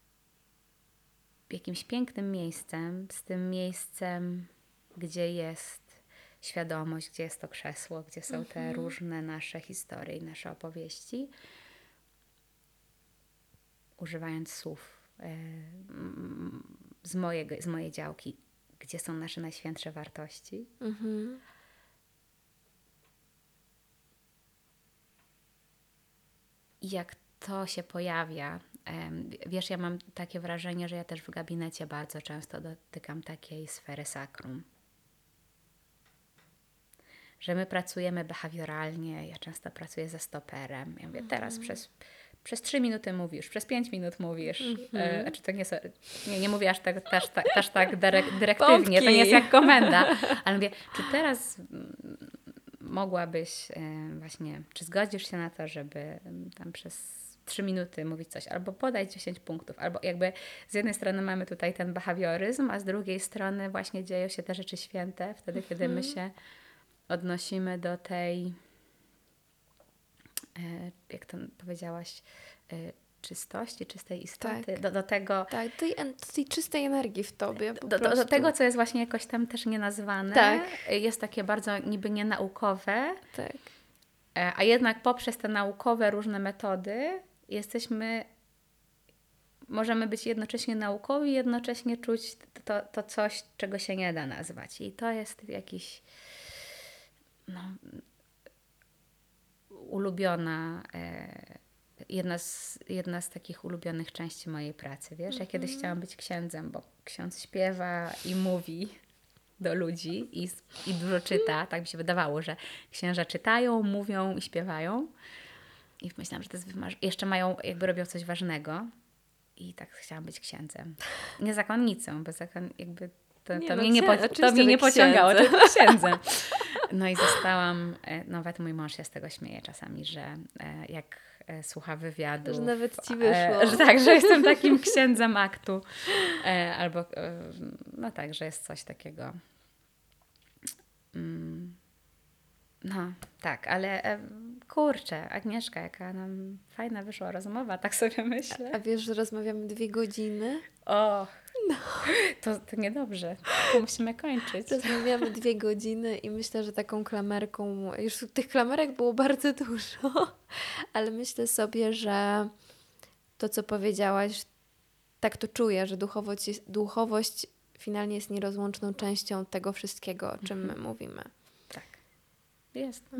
jakimś pięknym miejscem, z tym miejscem, gdzie jest świadomość, gdzie jest to krzesło, gdzie są te różne nasze historie i nasze opowieści, używając słów z mojej działki, gdzie są nasze najświętsze wartości. I jak to się pojawia, wiesz, ja mam takie wrażenie, że ja też w gabinecie bardzo często dotykam takiej sfery sakrum. Że my pracujemy behawioralnie, ja często pracuję ze stoperem. Ja mówię, teraz przez 3 minuty mówisz, przez 5 minut mówisz. Znaczy to nie mówię aż tak dyrektywnie, to nie jest jak komenda. Ale mówię, czy teraz mogłabyś właśnie, czy zgodzisz się na to, żeby tam przez 3 minuty mówić coś, albo podaj 10 punktów, albo jakby z jednej strony mamy tutaj ten behawioryzm, a z drugiej strony właśnie dzieją się te rzeczy święte, wtedy kiedy my się odnosimy do tej, jak to powiedziałaś, czystości, czystej istoty, do tego... Tak, tej czystej energii w tobie do tego, co jest właśnie jakoś tam też nienazwane. Tak. Jest takie bardzo niby nienaukowe, Tak. a jednak poprzez te naukowe różne metody możemy być jednocześnie naukowi, jednocześnie czuć to coś, czego się nie da nazwać. I to jest jakiś ulubiona, jedna z takich ulubionych części mojej pracy, wiesz? Ja kiedyś chciałam być księdzem, bo ksiądz śpiewa i mówi do ludzi i dużo czyta. Tak mi się wydawało, że księża czytają, mówią i śpiewają. I myślałam, że to jest jeszcze jakby robią coś ważnego. I tak chciałam być księdzem. Nie zakonnicą, bo jakby to mnie nie pociągało, tylko księdzem. No i zostałam, nawet mój mąż się z tego śmieje czasami, że jak słucha wywiadu. Że nawet ci wyszło. Że tak, że jestem takim księdzem aktu. Albo, no tak, że jest coś takiego. No, tak, ale kurczę, Agnieszka, jaka nam fajna wyszła rozmowa, tak sobie myślę. A wiesz, że rozmawiamy 2 godziny? O, to niedobrze. To musimy kończyć. Rozmawiamy 2 godziny i myślę, że taką klamerką, już tych klamerek było bardzo dużo, ale myślę sobie, że to, co powiedziałaś, tak to czuję, że duchowość finalnie jest nierozłączną częścią tego wszystkiego, o czym my mówimy. Tak, jest. No.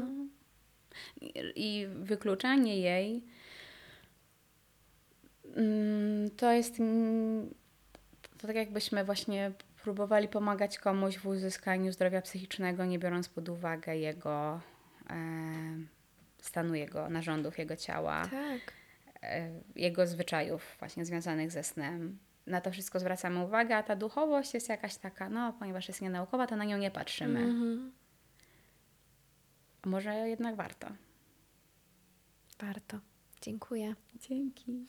I wykluczanie jej to jest to tak jakbyśmy właśnie próbowali pomagać komuś w uzyskaniu zdrowia psychicznego, nie biorąc pod uwagę jego stanu, jego narządów, jego ciała, Tak. jego zwyczajów właśnie związanych ze snem. Na to wszystko zwracamy uwagę, a ta duchowość jest jakaś taka, no ponieważ jest nienaukowa, to na nią nie patrzymy. Może jednak warto. Warto. Dziękuję. Dzięki.